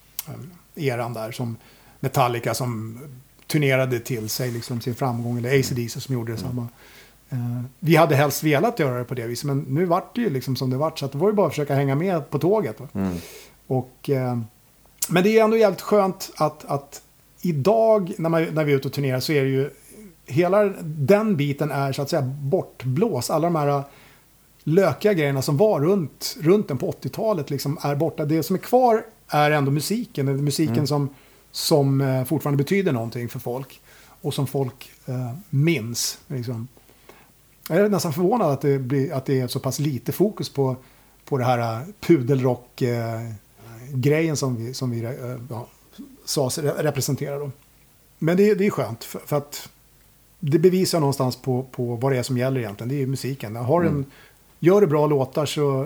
[SPEAKER 1] eh, eran där som Metallica som turnerade till sig liksom sin framgång, eller A C D C som gjorde det mm. samma. Eh, vi hade helst velat göra det på det viset, men nu vart det ju liksom som det vart, så att det var ju bara att försöka hänga med på tåget. Mm. Och, eh, men det är ändå jävligt skönt att, att idag när, man, när vi är ute och turnerar så är det ju hela den biten är så att säga bortblås. Alla de här lökiga grejerna som var runt, runt den på åttiotalet liksom är borta. Det som är kvar är ändå musiken. Det är musiken mm. som, som eh, fortfarande betyder någonting för folk. Och som folk eh, minns. Liksom. Jag är nästan förvånad att det, blir, att det är så pass lite fokus på, på det här pudelrock-grejen eh, som vi, som vi eh, ja, sades representera då. Men det, det är skönt för, för att det bevisar någonstans på, på vad det är som gäller egentligen. Det är musiken. Har mm. en, gör det bra låtar så,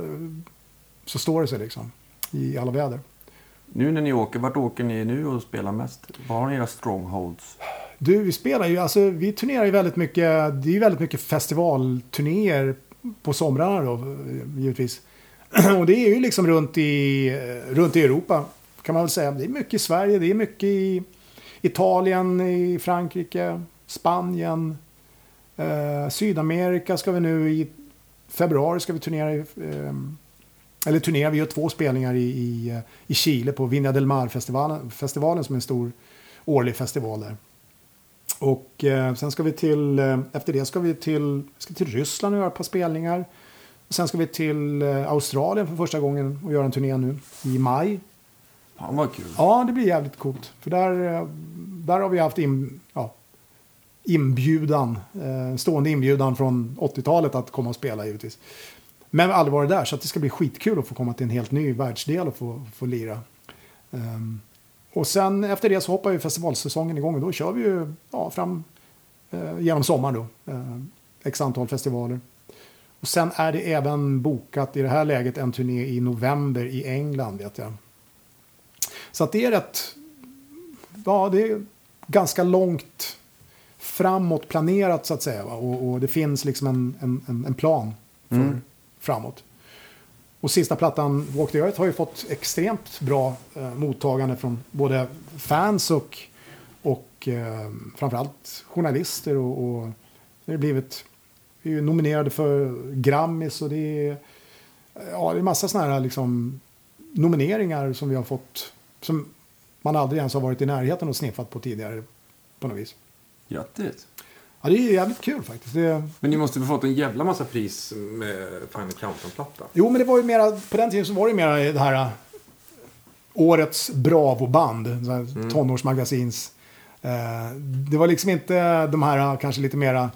[SPEAKER 1] så står det sig liksom i alla väder.
[SPEAKER 3] Nu när ni åker, vart åker ni nu och spelar mest? Vad har ni era strongholds?
[SPEAKER 1] Du, vi spelar ju, alltså vi turnerar ju väldigt mycket, det är ju väldigt mycket festivalturnéer på somrarna då, givetvis. Och det är ju liksom runt i, runt i Europa, kan man väl säga. Det är mycket i Sverige, det är mycket i Italien, i Frankrike, Spanien, eh, Sydamerika ska vi nu i februari ska vi turnera i, eh, eller turnerar, vi gör två spelningar i, i, i Chile på Viña del Mar-festivalen festivalen, som är en stor årlig festival där. Och eh, sen ska vi till, eh, efter det ska vi till, ska till Ryssland och göra ett par spelningar. Och sen ska vi till eh, Australien för första gången och göra en turné nu i maj.
[SPEAKER 2] Fan vad kul.
[SPEAKER 1] Ja, det blir jävligt coolt. För där, eh, där har vi haft in, ja, inbjudan, eh, stående inbjudan från åttiotalet att komma och spela givetvis. Men vi har aldrig varit där, så att det ska bli skitkul att få komma till en helt ny världsdel och få, få lira. Um, och sen efter det så hoppar ju festivalsäsongen igång och då kör vi ju ja, fram eh, genom sommaren då. Eh, x antal festivaler. Och sen är det även bokat i det här läget en turné i november i England, vet jag. Så att det är rätt, ja det är ganska långt framåt planerat så att säga. Och, och det finns liksom en, en, en plan för mm. framåt. Och sista plattan, Walk the Earth, har ju fått extremt bra eh, mottagande från både fans och, och eh, framförallt journalister. Och, och det har blivit, vi är ju nominerade för Grammys och det är, ja, det är massa sådana här liksom, nomineringar som vi har fått, som man aldrig ens har varit i närheten och sniffat på tidigare på något vis.
[SPEAKER 2] Grattis!
[SPEAKER 1] Ja, det är jävligt kul faktiskt. Det...
[SPEAKER 2] Men ni måste ha fått en jävla massa pris med Final Countdown-platta.
[SPEAKER 1] Jo, men det var ju mera, på den tiden så var det mera det här uh, årets Bravo-band, mm. tonårsmagasins. Uh, det var liksom inte de här uh, kanske lite mera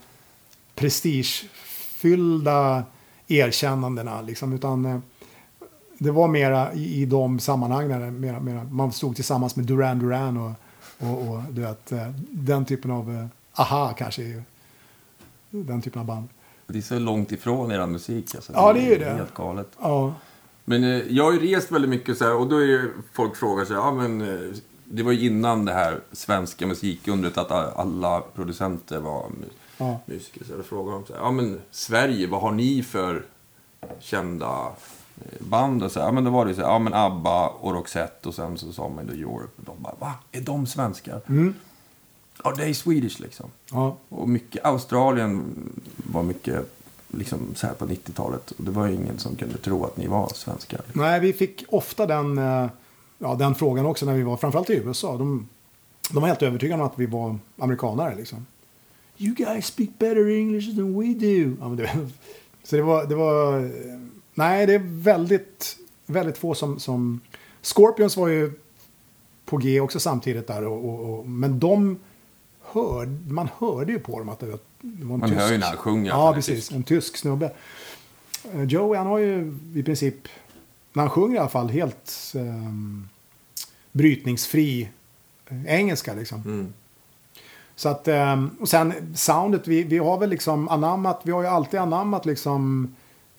[SPEAKER 1] prestigefyllda erkännandena liksom, utan uh, det var mera i, i de sammanhang där mera, mera, man stod tillsammans med Duran Duran och, och, och du vet, uh, den typen av uh, aha kanske är den typen av band.
[SPEAKER 2] Det är så långt ifrån er musik. Alltså.
[SPEAKER 1] Ja, det är ju det.
[SPEAKER 2] Helt galet.
[SPEAKER 1] Ja.
[SPEAKER 2] Men eh, jag har ju rest väldigt mycket så här, och då är ju folk frågar sig, ja men eh, det var ju innan det här svenska musikundret att alla producenter var
[SPEAKER 1] ja.
[SPEAKER 2] musiker. Så jag frågar dem så här, ja men Sverige, vad har ni för kända band? Och så här, ja men då var det så här, ja men ABBA och Roxette och sen så sa man då Europe. Och de bara, va? Är de svenskar?
[SPEAKER 1] Mm.
[SPEAKER 2] Ja, det är Swedish liksom.
[SPEAKER 1] Ja.
[SPEAKER 2] Och mycket, Australien var mycket liksom så här på nittiotalet. Och det var ju ingen som kunde tro att ni var svenskar.
[SPEAKER 1] Nej, vi fick ofta den, ja, den frågan också när vi var, framförallt i U S A. De, de var helt övertygade om att vi var amerikanare liksom. You guys speak better English than we do. Ja, men det, så det var, det var, nej det är väldigt, väldigt få som, som Scorpions var ju på G också samtidigt där. Och, och, och, men de hörde, man hörde ju på dem att det var, det var en
[SPEAKER 2] man
[SPEAKER 1] tysk.
[SPEAKER 2] hör ju när han sjunger.
[SPEAKER 1] Ja, precis. En tysk snubbe. Uh, Joey, han har ju i princip, när han sjunger i alla fall, helt um, brytningsfri uh, engelska liksom.
[SPEAKER 2] Mm.
[SPEAKER 1] Så att, um, och sen soundet, vi, vi har väl liksom anammat, vi har ju alltid anammat liksom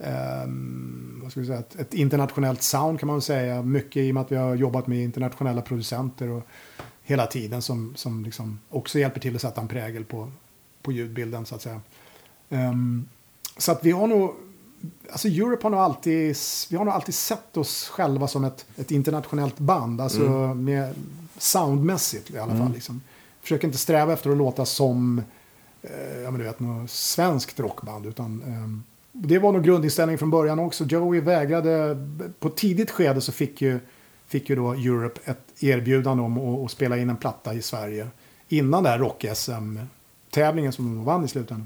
[SPEAKER 1] um, vad ska vi säga, ett, ett internationellt sound kan man säga. Mycket i och med att vi har jobbat med internationella producenter och hela tiden som, som liksom också hjälper till att sätta en prägel på, på ljudbilden så att säga. Um, så att vi har nog, alltså Europe har nog alltid, vi har nog alltid sett oss själva som ett, ett internationellt band, alltså mm. med soundmässigt i alla fall. Mm. Liksom. Försöker inte sträva efter att låta som eh, ja, men du vet, något svenskt rockband, utan um, det var nog grundinställningen från början också. Joey vägrade, på tidigt skede så fick ju fick ju då Europe ett erbjudande om att, att spela in en platta i Sverige innan det här rock-S M-tävlingen som de vann i slutändan.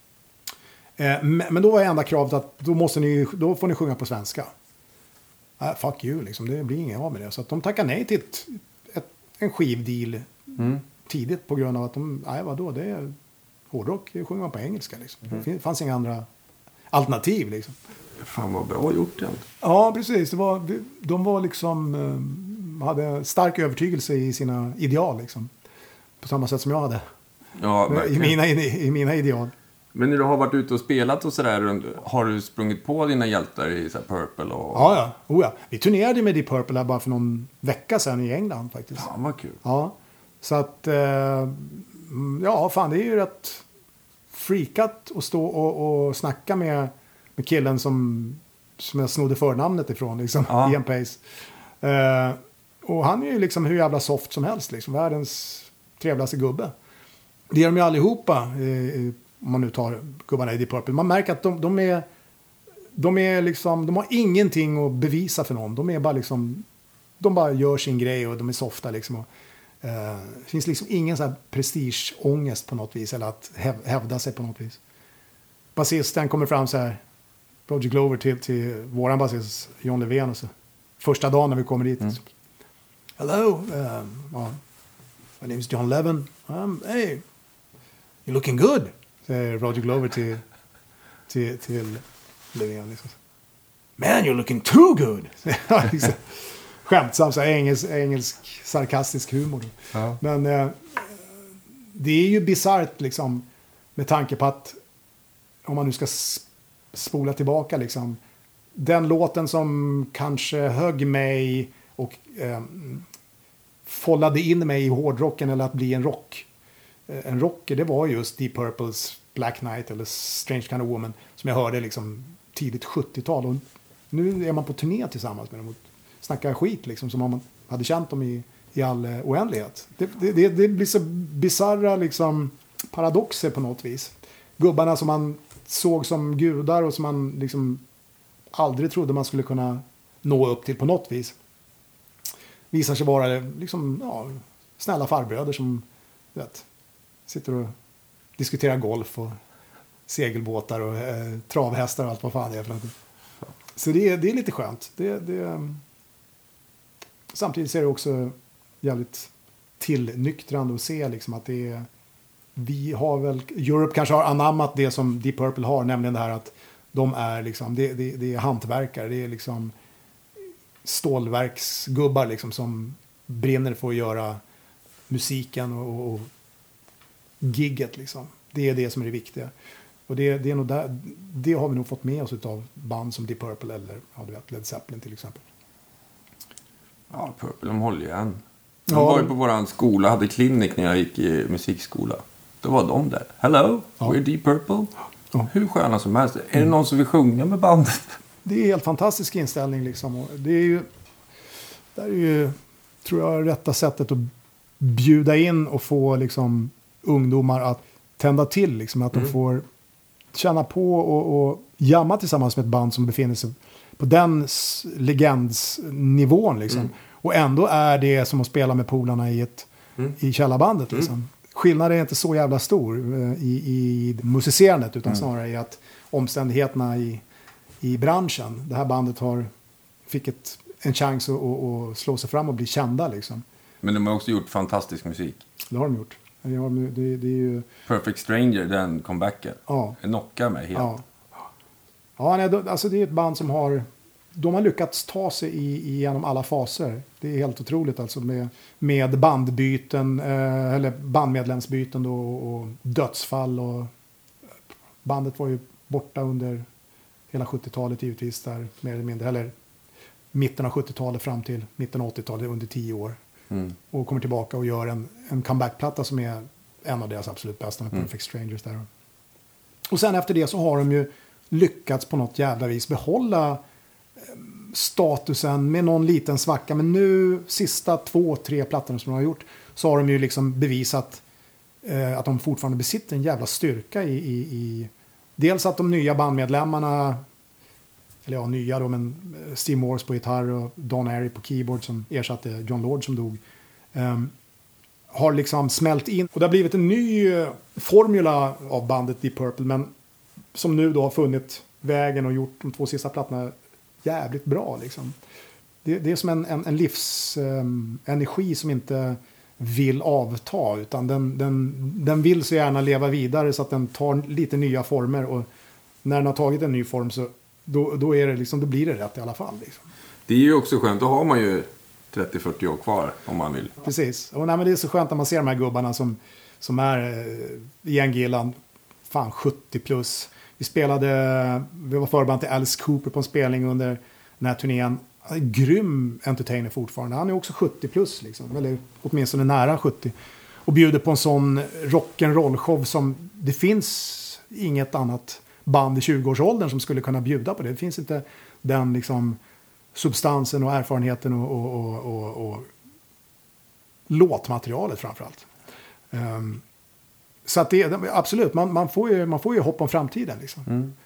[SPEAKER 1] Eh, men då var enda kravet att då, måste ni, då får ni sjunga på svenska. Äh, fuck you, liksom, det blir inget av med det. Så att de tackar nej till ett, ett, en skivdeal mm. tidigt på grund av att de, nej vadå, det är hårdrock, det sjunger man på engelska. Liksom. Mm. Det fanns inga andra alternativ liksom.
[SPEAKER 2] Fan vad bra gjort det.
[SPEAKER 1] Ja, precis. Det var, de var liksom, hade stark övertygelse i sina ideal liksom. På samma sätt som jag hade.
[SPEAKER 2] Ja,
[SPEAKER 1] I mina, i, i mina ideal.
[SPEAKER 2] Men när du har varit ute och spelat och sådär, har du sprungit på dina hjältar i så här Purple? Och...
[SPEAKER 1] Ja, ja. Oh, ja. Vi turnerade med Deep Purple här bara för någon vecka sedan i England faktiskt.
[SPEAKER 2] Ja, vad kul.
[SPEAKER 1] Ja, så att, eh, ja fan det är ju rätt freakat att stå och, och snacka med med killen som, som jag snodde förnamnet ifrån liksom,
[SPEAKER 2] ja.
[SPEAKER 1] Ian Pace. Uh, och han är ju liksom hur jävla soft som helst liksom, världens trevligaste gubbe. Det är de ju allihopa, eh, om man nu tar gubbarna i Deep Purple. Man märker att de, de är de är liksom, de har ingenting att bevisa för någon. De är bara liksom, de bara gör sin grej och de är softa liksom. Och, eh, det finns liksom ingen så här prestigeångest på något vis eller att häv- hävda sig på något vis. Basisten kommer fram så här, Roger Glover till, till våran basist John Levén och så. Första dagen när vi kommer dit. Mm. Hello, um, uh, my name is John Levin. Um, hey, you're looking good, säger Roger Glover till, till, till Levén. Liksom. Man, you're looking too good. liksom. Skämtsam, så här, engelsk, engelsk sarkastisk humor. Ja. Men uh, det är ju bizarrt liksom, med tanke på att om man nu ska spola tillbaka liksom, den låten som kanske högg mig och eh, follade in mig i hårdrocken eller att bli en rock. Eh, en rocker, det var just Deep Purples Black Knight eller Strange Kind of Woman som jag hörde liksom tidigt sjuttiotal. Och nu är man på turné tillsammans med dem och snackar skit liksom som om man hade känt dem i, i all eh, oändlighet. Det, det, det, det blir så bizarra liksom paradoxer på något vis. Gubbarna som man såg som gudar och som man liksom aldrig trodde man skulle kunna nå upp till på något vis. Visar sig vara liksom, ja, snälla farbröder som vet, sitter och diskuterar golf och segelbåtar och eh, travhästar och allt vad fan det är för något. Så det är, det är lite skönt. Det, det, samtidigt så är det också jävligt tillnyktrande att se liksom att det är, vi har väl, Europe kanske har anammat det som Deep Purple har, nämligen det här att de är liksom, det, det, det är hantverkare, det är liksom stålverksgubbar liksom som brinner för att göra musiken och, och gigget liksom. Det är det som är det viktiga. Och det, det är nog där, det har vi nog fått med oss av band som Deep Purple eller ja, du vet, Led Zeppelin till exempel.
[SPEAKER 3] Ja, Purple, de håller igen. De ja, var ju på våran skola, hade klinik när jag gick i musikskola. Då var de där. Hello, ja. We're Deep Purple. Ja. Hur sköna som helst. Mm. Är det någon som vill sjunga med bandet?
[SPEAKER 1] Det är en helt fantastisk inställning liksom. Och det är ju, det är ju, tror jag, rätta sättet att bjuda in och få liksom ungdomar att tända till liksom. Att mm. de får känna på och, och jamma tillsammans med ett band som befinner sig på den legendsnivån liksom. Mm. Och ändå är det som att spela med polarna i ett mm. i källarbandet liksom. Mm. Skillnaden är inte så jävla stor i, i musicerandet utan mm. snarare i att omständigheterna i, i branschen. Det här bandet har fick ett, en chans att, att, att slå sig fram och bli kända liksom.
[SPEAKER 3] Men de har också gjort fantastisk musik.
[SPEAKER 1] Det har de gjort. Det, har, det, det är ju...
[SPEAKER 3] Perfect Stranger, den comebacken. Ja. Det knockar mig helt.
[SPEAKER 1] Ja, ja nej, alltså det är ett band som har... De har lyckats ta sig i, igenom alla faser. Det är helt otroligt alltså med, med bandbyten eh, eller bandmedlemsbyten då, och dödsfall och bandet var ju borta under hela sjuttiotalet givetvis där mer eller mindre eller mitten av sjuttiotalet fram till mitten av åttiotalet under tio år mm. och kommer tillbaka och gör en, en comebackplatta som är en av deras absolut bästa med mm. Perfect Strangers där. Och sen efter det så har de ju lyckats på något jävla vis behålla statusen med någon liten svacka, men nu sista två, tre plattorna som de har gjort så har de ju liksom bevisat eh, att de fortfarande besitter en jävla styrka i, i, i dels att de nya bandmedlemmarna eller ja, nya då, men Steve Morse på gitarr och Don Airey på keyboard som ersatte John Lord som dog eh, har liksom smält in och det har blivit en ny eh, formula av bandet Deep Purple, men som nu då har funnit vägen och gjort de två sista plattorna jävligt bra liksom. Det, det är som en, en, en livsenergi um, som inte vill avta utan den, den, den vill så gärna leva vidare så att den tar lite nya former och när den har tagit en ny form så då, då, är det liksom, då blir det rätt i alla fall liksom.
[SPEAKER 3] Det är ju också skönt, då har man ju trettio till fyrtio år kvar om man vill.
[SPEAKER 1] Precis, och nej, men det är så skönt när man ser de här gubbarna som, som är eh, i Gillan fan sjuttio plus. Vi spelade, vi var förband till Alice Cooper på en spelning under den här turnén. Han är grym entertainer fortfarande. Han är också sjuttio plus liksom, eller åtminstone nära sjuttio. Och bjuder på en sån rock'n'roll-show som det finns inget annat band i tjugoårsåldern som skulle kunna bjuda på det. Det finns inte den liksom substansen och erfarenheten och, och, och, och, och låtmaterialet framförallt. Um, Så att det, absolut, man, man, får ju, man får ju hopp om framtiden. Liksom. Mm.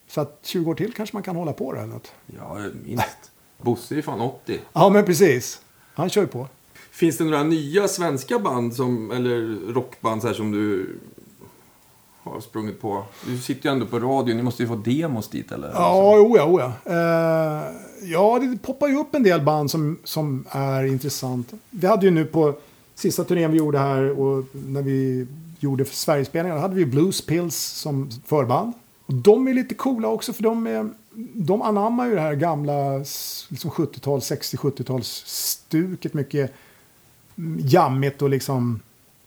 [SPEAKER 1] Så att tjugo år till kanske man kan hålla på det eller något.
[SPEAKER 3] Ja, minst. Bosse är fan åttio.
[SPEAKER 1] Ja, men precis. Han kör ju på.
[SPEAKER 3] Finns det några nya svenska band som, eller rockband så här, som du har sprungit på? Du sitter ju ändå på radio. Ni måste ju få demos dit, eller?
[SPEAKER 1] Ja, oja, oja. Uh, ja, det poppar ju upp en del band som, som är intressant. Vi hade ju nu på sista turnén vi gjorde här och när vi gjorde för Sverigespelningar hade vi Blues Pills som förband. Och de är lite coola också för de, är, de anammar ju det här gamla liksom sjuttio-tals, sextio-sjuttio-tals stuket, mycket jammigt och liksom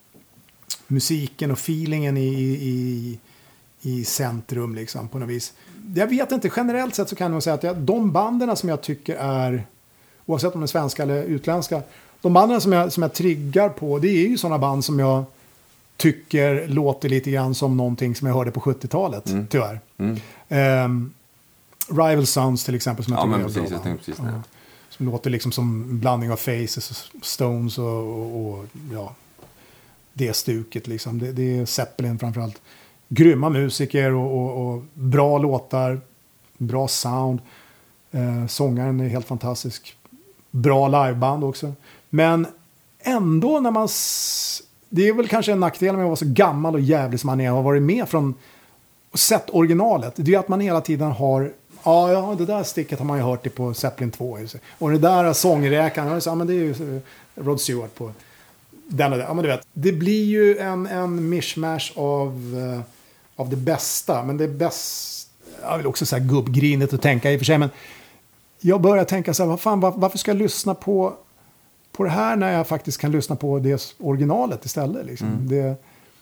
[SPEAKER 1] musiken och feelingen i, i, i centrum liksom på något vis. Jag vet inte, generellt sett så kan jag säga att jag, de banderna som jag tycker är, oavsett om de är svenska eller utländska, de banden som jag, som jag triggar på, det är ju sådana band som jag tycker låter lite grann som någonting som jag hörde på sjuttio-talet, mm. tyvärr. Mm. Um, Rival Sons till exempel. Som jag
[SPEAKER 3] ja, men precis, jag tänkte precis det.
[SPEAKER 1] Ja. Som låter liksom som en blandning av Faces och Stones och, och, och ja, det stuket liksom. Det, det är Zeppelin framförallt. Grymma musiker och, och, och bra låtar, bra sound. Eh, sångaren är helt fantastisk. Bra liveband också. Men ändå när man... S- det är väl kanske en nackdel med att vara så gammal och jävlig som man är och har varit med från och sett originalet. Det är att man hela tiden har... Ja, ja, det där sticket har man ju hört det på Zeppelin två. Och det där sångräkan, ja, men det är ju Rod Stewart på den och den. Ja, men du vet, det blir ju en, en mishmash av, uh, av det bästa. Men det är bäst... Jag vill också säga gubbgrinet att tänka i och för sig. Men jag börjar tänka så här, vad fan, var, varför ska jag lyssna på, på det här när jag faktiskt kan lyssna på det originalet istället? Liksom. Mm. Det...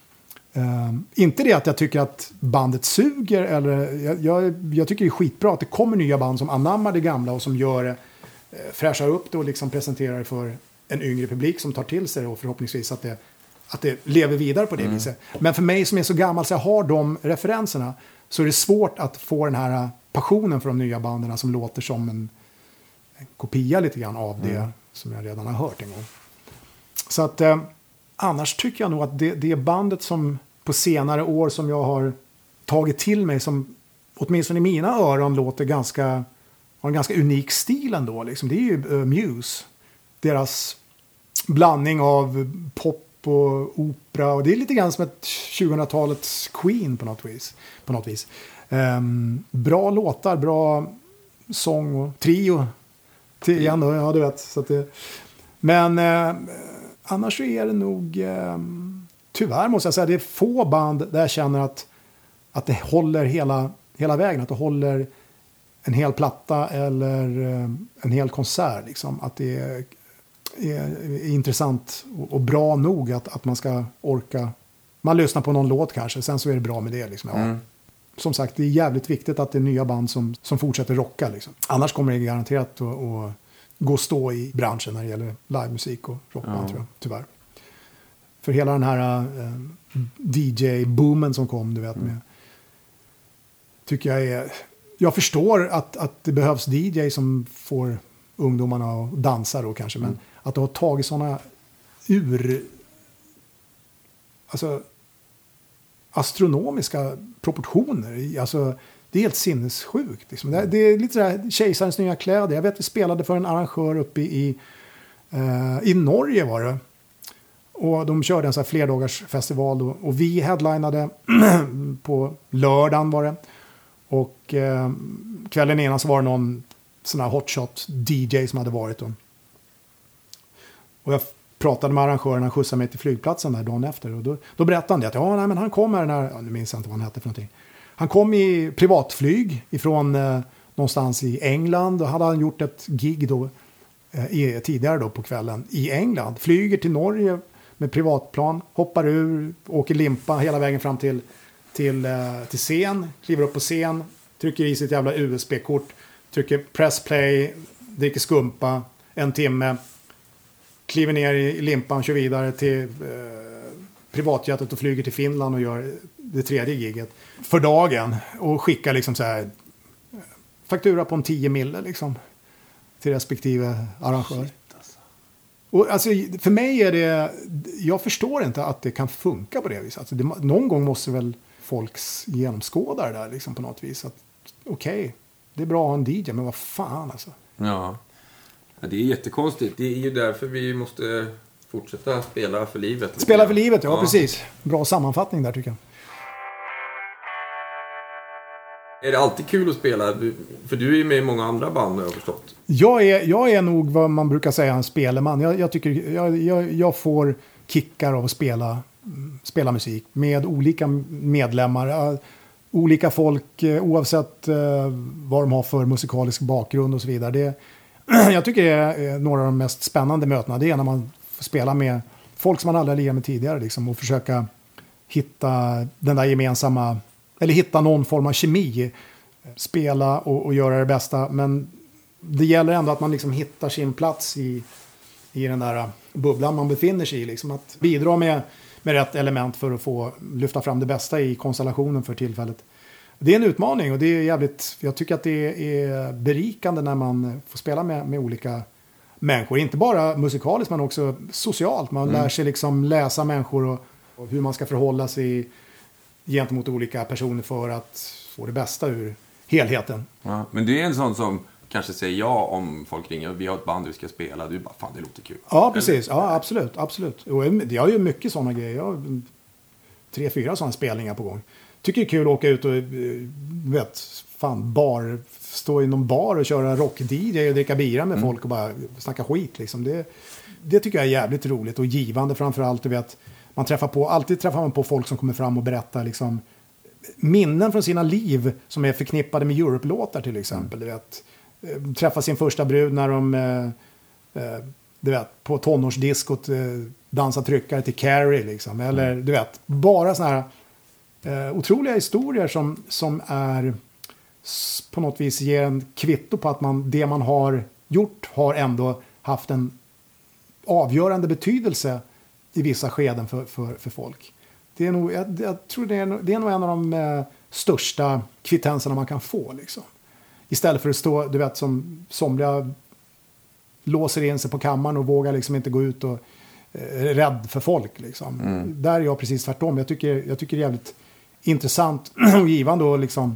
[SPEAKER 1] Uh, inte det att jag tycker att bandet suger eller jag, jag, jag tycker det är skitbra att det kommer nya band som anammar det gamla och som gör det, uh, fräschar upp det och liksom presenterar det för en yngre publik som tar till sig det och förhoppningsvis att det, att det lever vidare på det mm. viset. Men för mig som är så gammal så jag har de referenserna så är det svårt att få den här passionen för de nya banden som låter som en, en kopia lite grann av det mm. som jag redan har hört en gång. Så att uh, annars tycker jag nog att det, det är bandet som på senare år som jag har tagit till mig som åtminstone i mina öron låter ganska, har en ganska unik stil ändå. Liksom. Det är ju uh, Muse. Deras blandning av pop och opera. Och det är lite grann som ett tjugohundratalets Queen på något vis. På något vis. Um, bra låtar, bra sång och trio. Till, igen då, ja du vet. Så att det, men... Uh, Annars så är det nog, eh, tyvärr måste jag säga, det är få band där jag känner att, att det håller hela, hela vägen. Att det håller en hel platta eller eh, en hel konsert. Liksom. Att det är, är, är intressant och, och bra nog att, att man ska orka. Man lyssnar på någon låt kanske, sen så är det bra med det. Liksom. Ja. Mm. Som sagt, det är jävligt viktigt att det är nya band som, som fortsätter rocka. Liksom. Annars kommer det garanterat att... att gå och stå i branschen när det gäller livemusik och rockband, ja. tror jag, tyvärr. För hela den här uh, D J-boomen som kom, du vet, mm. med, tycker jag är... Jag förstår att, att det behövs D J som får ungdomarna att dansa då kanske, mm. men att det har tagit sådana ur... Alltså astronomiska proportioner. Alltså... Det är helt sinnessjukt. Liksom. Det, det är lite sådär kejsarens nya kläder. Jag vet att vi spelade för en arrangör uppe i, i, uh, i Norge var det. Och de körde en sån här flerdagars festival. Då, och vi headlinade på lördagen var det. Och uh, kvällen innan så var det någon sån här hotshot D J som hade varit då. Och jag pratade med arrangören, han skjutsade mig till flygplatsen där dagen efter. Och då, då berättade han det att ja, nej, men han kommer när, ja, nu minns jag inte vad han hette för någonting. Han kom i privatflyg ifrån eh, någonstans i England och hade han gjort ett gig då, eh, i, tidigare då på kvällen i England. Flyger till Norge med privatplan, hoppar ur, åker limpa hela vägen fram till, till, eh, till scen, kliver upp på scen, trycker i sitt jävla U S B-kort, trycker press play, dricker skumpa, en timme, kliver ner i, i limpan, kör vidare till... Eh, privatjetet och flyger till Finland och gör det tredje giget för dagen och skickar liksom så här faktura på en tio mille liksom till respektive arrangör. Shit, alltså. Och alltså för mig är det, jag förstår inte att det kan funka på det viset. Alltså det, någon gång måste väl folks genomskåda det där liksom på något vis. Att okej, okay, det är bra att ha en D J, men vad fan alltså.
[SPEAKER 3] Ja. Ja, det är jättekonstigt. Det är ju därför vi måste fortsätta spela för livet.
[SPEAKER 1] Spela för livet, ja, ja. Precis. Bra sammanfattning där tycker jag.
[SPEAKER 3] Är det alltid kul att spela? För du är ju med i många andra band, har jag förstått.
[SPEAKER 1] Jag är, jag är nog vad man brukar säga en speleman. Jag, jag, tycker, jag, jag, jag får kickar av att spela, spela musik med olika medlemmar. Olika folk, oavsett vad de har för musikalisk bakgrund och så vidare. Det, jag tycker det är några av de mest spännande mötena. Det är när man får spela med folk som man aldrig har lirat med tidigare. Liksom, och försöka hitta den där gemensamma... Eller hitta någon form av kemi. Spela och, och göra det bästa. Men det gäller ändå att man liksom hittar sin plats i, i den där bubblan man befinner sig i. Liksom att bidra med, med rätt element för att få lyfta fram det bästa i konstellationen för tillfället. Det är en utmaning och det är jävligt... Jag tycker att det är berikande när man får spela med, med olika människor. Inte bara musikaliskt men också socialt. Man mm. lär sig liksom läsa människor och, och hur man ska förhålla sig gentemot olika personer för att få det bästa ur helheten.
[SPEAKER 3] Ja, men du är en sån som kanske säger ja om folk ringer och vi har ett band vi ska spela. Du bara, fan det låter kul.
[SPEAKER 1] Ja, precis. Ja, absolut. absolut. Och jag gör ju mycket sådana grejer. Jag har tre, fyra sådana spelningar på gång. Tycker det är kul att åka ut och vet, fan, bar, stå i någon bar och köra rock-D J och dricka bira med mm. folk och bara snacka skit. Liksom. Det, det tycker jag är jävligt roligt och givande framförallt. Du vet, man träffar på, alltid träffar man på folk som kommer fram och berättar liksom, minnen från sina liv som är förknippade med Europe-låtar till exempel. Mm. Du vet, träffa sin första brud när de eh, du vet, på tonårsdiskot eh, dansar tryckare till Carrie. Liksom. Eller mm. du vet, bara såna här eh, otroliga historier som, som är på något vis ger en kvitto på att man, det man har gjort har ändå haft en avgörande betydelse i vissa skeden för, för, för folk. Det är nog, jag, jag tror det är, det är nog en av de eh, största kvittenserna man kan få. Liksom. Istället för att stå, du vet, som somliga låser in sig på kammaren och vågar liksom inte gå ut och eh, är rädd för folk. Liksom. Mm. Där är jag precis tvärtom. Jag tycker, jag tycker det är jävligt intressant och givande att liksom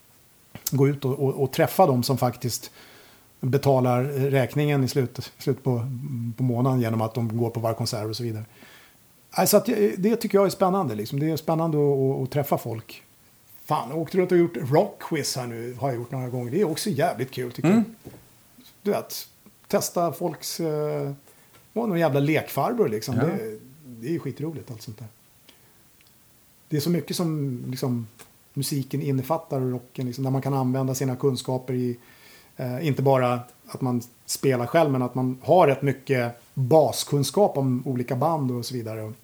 [SPEAKER 1] gå ut och, och, och träffa dem som faktiskt betalar räkningen i slutet, slutet på, på månaden genom att de går på varje konsert och så vidare. Alltså att det tycker jag är spännande. Liksom. Det är spännande att, att, att träffa folk. Fan, jag åkte runt och gjort rockquiz här nu. Har jag gjort några gånger. Det är också jävligt kul tycker mm. jag. Du vet, testa folks... Eh, någon jävla lekfarbror liksom. Ja. Det, det är skitroligt allt sånt där. Det är så mycket som liksom, musiken innefattar rocken. Liksom, där man kan använda sina kunskaper i... Eh, inte bara att man spelar själv, men att man har rätt mycket baskunskap om olika band och så vidare. Och,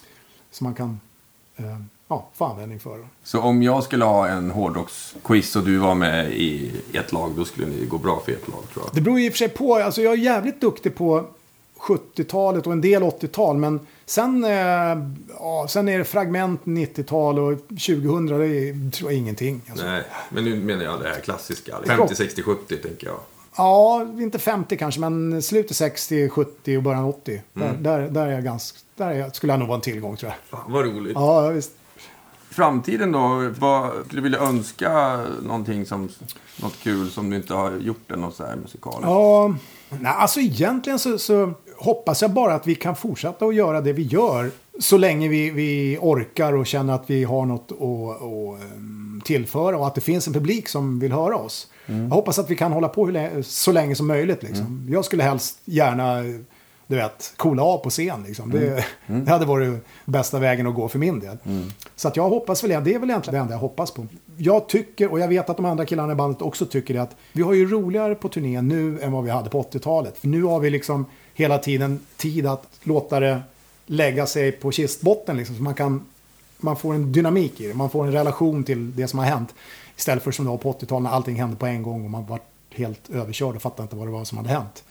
[SPEAKER 1] så man kan eh, ja, få användning för.
[SPEAKER 3] Så om jag skulle ha en hårdrocksquiz och du var med i ett lag, då skulle ni gå bra för ett lag, tror jag.
[SPEAKER 1] Det beror i och för sig på. Alltså, jag är jävligt duktig på sjuttiotalet och en del åttiotal, men sen, eh, ja, sen är det fragment nittiotal och tjugohundra, det är, tror jag ingenting. Alltså.
[SPEAKER 3] Nej, men nu menar jag det här klassiska, femtio, sextio, sjuttio tänker jag.
[SPEAKER 1] Ja, inte femtio kanske, men slutet sextio, sjuttio och början åttio. Mm. Där, där, där, är jag ganska, där är jag, skulle jag nog vara en tillgång, tror jag.
[SPEAKER 3] Fan, vad roligt.
[SPEAKER 1] Ja, visst.
[SPEAKER 3] Framtiden då, vad skulle du vilja önska någonting som, något kul som du inte har gjort än, något så här musikaliskt? Ja,
[SPEAKER 1] nej, alltså egentligen så, så hoppas jag bara att vi kan fortsätta att göra det vi gör så länge vi, vi orkar och känner att vi har något att, att tillföra och att det finns en publik som vill höra oss. Mm. Jag hoppas att vi kan hålla på hur länge, så länge som möjligt. Liksom. Mm. Jag skulle helst gärna, du vet, coola av på scen. Liksom. Mm. Det, mm. det hade varit bästa vägen att gå för min del. Mm. Så att jag hoppas väl, det är väl egentligen det enda jag hoppas på. Jag tycker, och jag vet att de andra killarna i bandet också tycker det, att vi har ju roligare på turnén nu än vad vi hade på åttiotalet. För nu har vi liksom hela tiden tid att låta det lägga sig på kistbotten. Liksom, så man, kan, man får en dynamik i det. Man får en relation till det som har hänt. Istället för som det var på åttiotalet när allting hände på en gång och man var helt överkörd och fattade inte vad det var som hade hänt.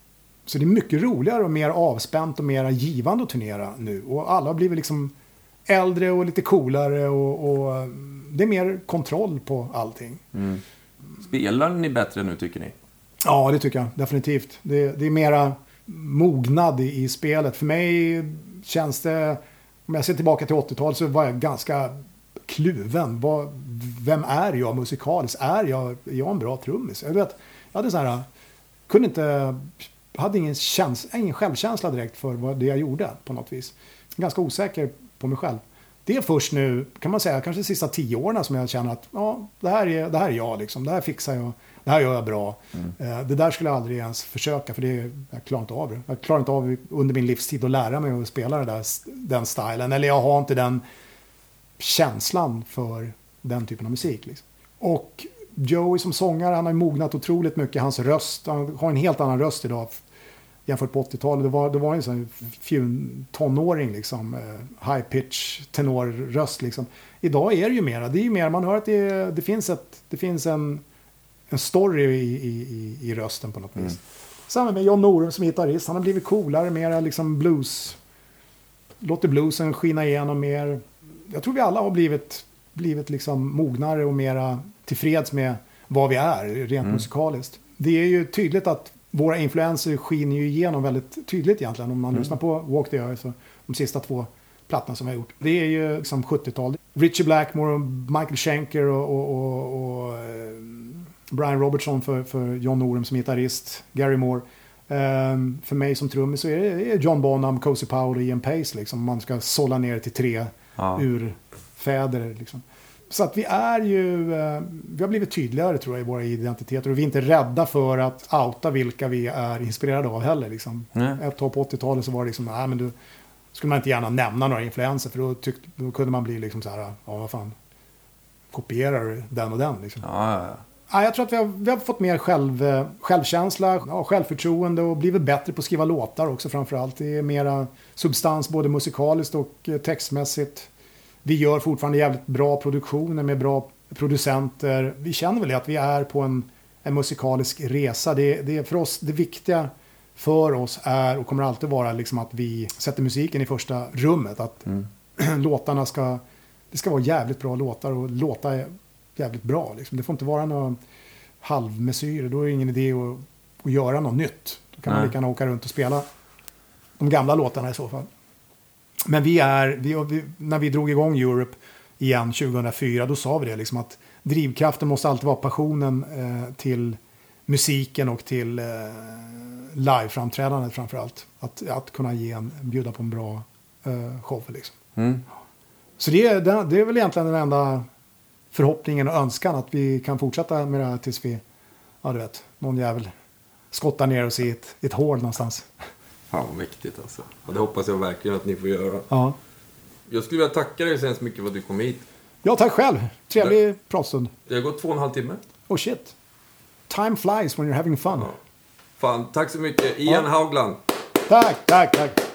[SPEAKER 1] Så det är mycket roligare och mer avspänt och mer givande att turnera nu. Och alla har blivit liksom äldre och lite coolare och, och det är mer kontroll på allting. Mm.
[SPEAKER 3] Spelar ni bättre nu, tycker ni?
[SPEAKER 1] Ja, det tycker jag definitivt. Det, det är mera mognad i, i spelet. För mig känns det, om jag ser tillbaka till åttiotalet så var jag ganska kluven. Vad, vem är jag musikaliskt? Är jag, är jag en bra trummis? Jag vet, jag hade så här, kunde inte, hade ingen, käns, ingen självkänsla direkt för vad det jag gjorde på något vis. Ganska osäker på mig själv. Det är först nu, kan man säga, kanske de sista tio åren som jag känner att ja, det här är, det här är jag liksom. Det här fixar jag. Det här gör jag bra. Mm. Det där skulle jag aldrig ens försöka, för det, jag klarar inte av det. Jag klarar inte av under min livstid att lära mig att spela det där, den stilen. Eller jag har inte den känslan för den typen av musik. Liksom. Och Joey som sångare, han har mognat otroligt mycket. Hans röst, han har en helt annan röst idag jämfört på åttiotalet. Det var, det var en sån fjun tonåring liksom, high pitch tenorröst liksom. Idag är det ju mera, det är ju mer, man hör att det, det finns ett, det finns en en story i, i, i rösten på något vis. Mm. Samma med John Norum som gitarrist, han har blivit coolare, mera liksom blues, låter bluesen skina igenom mer. Jag tror vi alla har blivit blivit liksom mognare och mera tillfreds med vad vi är rent mm. musikaliskt. Det är ju tydligt att våra influenser skiner ju igenom väldigt tydligt egentligen om man mm. lyssnar på Walk the Earth och de sista två plattorna som vi har gjort. Det är ju liksom sjuttiotal. Richie Blackmore och Michael Schenker och, och, och, och Brian Robertson för, för John Norum som gitarrist, Gary Moore. Um, för mig som trummis så är det John Bonham, Cozy Powell och Ian Pace. Liksom. Man ska sålla ner till tre ja. urfäder. Liksom. Så att vi är ju, uh, vi har blivit tydligare tror jag i våra identiteter. Och vi är inte rädda för att outa vilka vi är inspirerade av heller. Liksom. Mm. Ett tag på åttiotalet så var det liksom, nej men du skulle man inte gärna nämna några influenser. För då, tyck, då kunde man bli liksom så här, ja vad fan, kopierar du den och den liksom.
[SPEAKER 3] Ja, ja, ja.
[SPEAKER 1] Ja, jag tror att vi har, vi har fått mer själv, självkänsla, ja, självförtroende och blivit bättre på att skriva låtar också framförallt. Det är mera substans både musikaliskt och textmässigt. Vi gör fortfarande jävligt bra produktioner med bra producenter. Vi känner väl att vi är på en, en musikalisk resa. Det, det är för oss, det viktiga för oss är och kommer alltid vara liksom att vi sätter musiken i första rummet. Att mm. låtarna ska, det ska vara jävligt bra låtar och låta jävligt bra. Liksom. Det får inte vara några halvmesyrer. Då är det ingen idé att, att göra något nytt. Då kan Nej. man lika gärna åka runt och spela de gamla låtarna i så fall. Men vi är, vi, vi, när vi drog igång Europe igen tjugohundrafyra, då sa vi det liksom att drivkraften måste alltid vara passionen eh, till musiken och till eh, liveframträdandet framförallt. Att, att kunna ge en, bjuda på en bra eh, show liksom. Mm. Så det, det, det är väl egentligen den enda förhoppningen och önskan att vi kan fortsätta med det här tills vi, ja du vet, någon jävel skottar ner oss i ett, ett hål någonstans.
[SPEAKER 3] Fan vad viktigt alltså. Ja, det hoppas jag verkligen att ni får göra.
[SPEAKER 1] Ja.
[SPEAKER 3] Jag skulle vilja tacka dig så hemskt mycket för att du kom hit.
[SPEAKER 1] Ja, tack själv. Trevlig det, pratstund.
[SPEAKER 3] Det har gått två och en halv timme.
[SPEAKER 1] Oh shit. Time flies when you're having fun.
[SPEAKER 3] Ja. Fan, tack så mycket. Ian ja. Haugland.
[SPEAKER 1] Tack, tack, tack.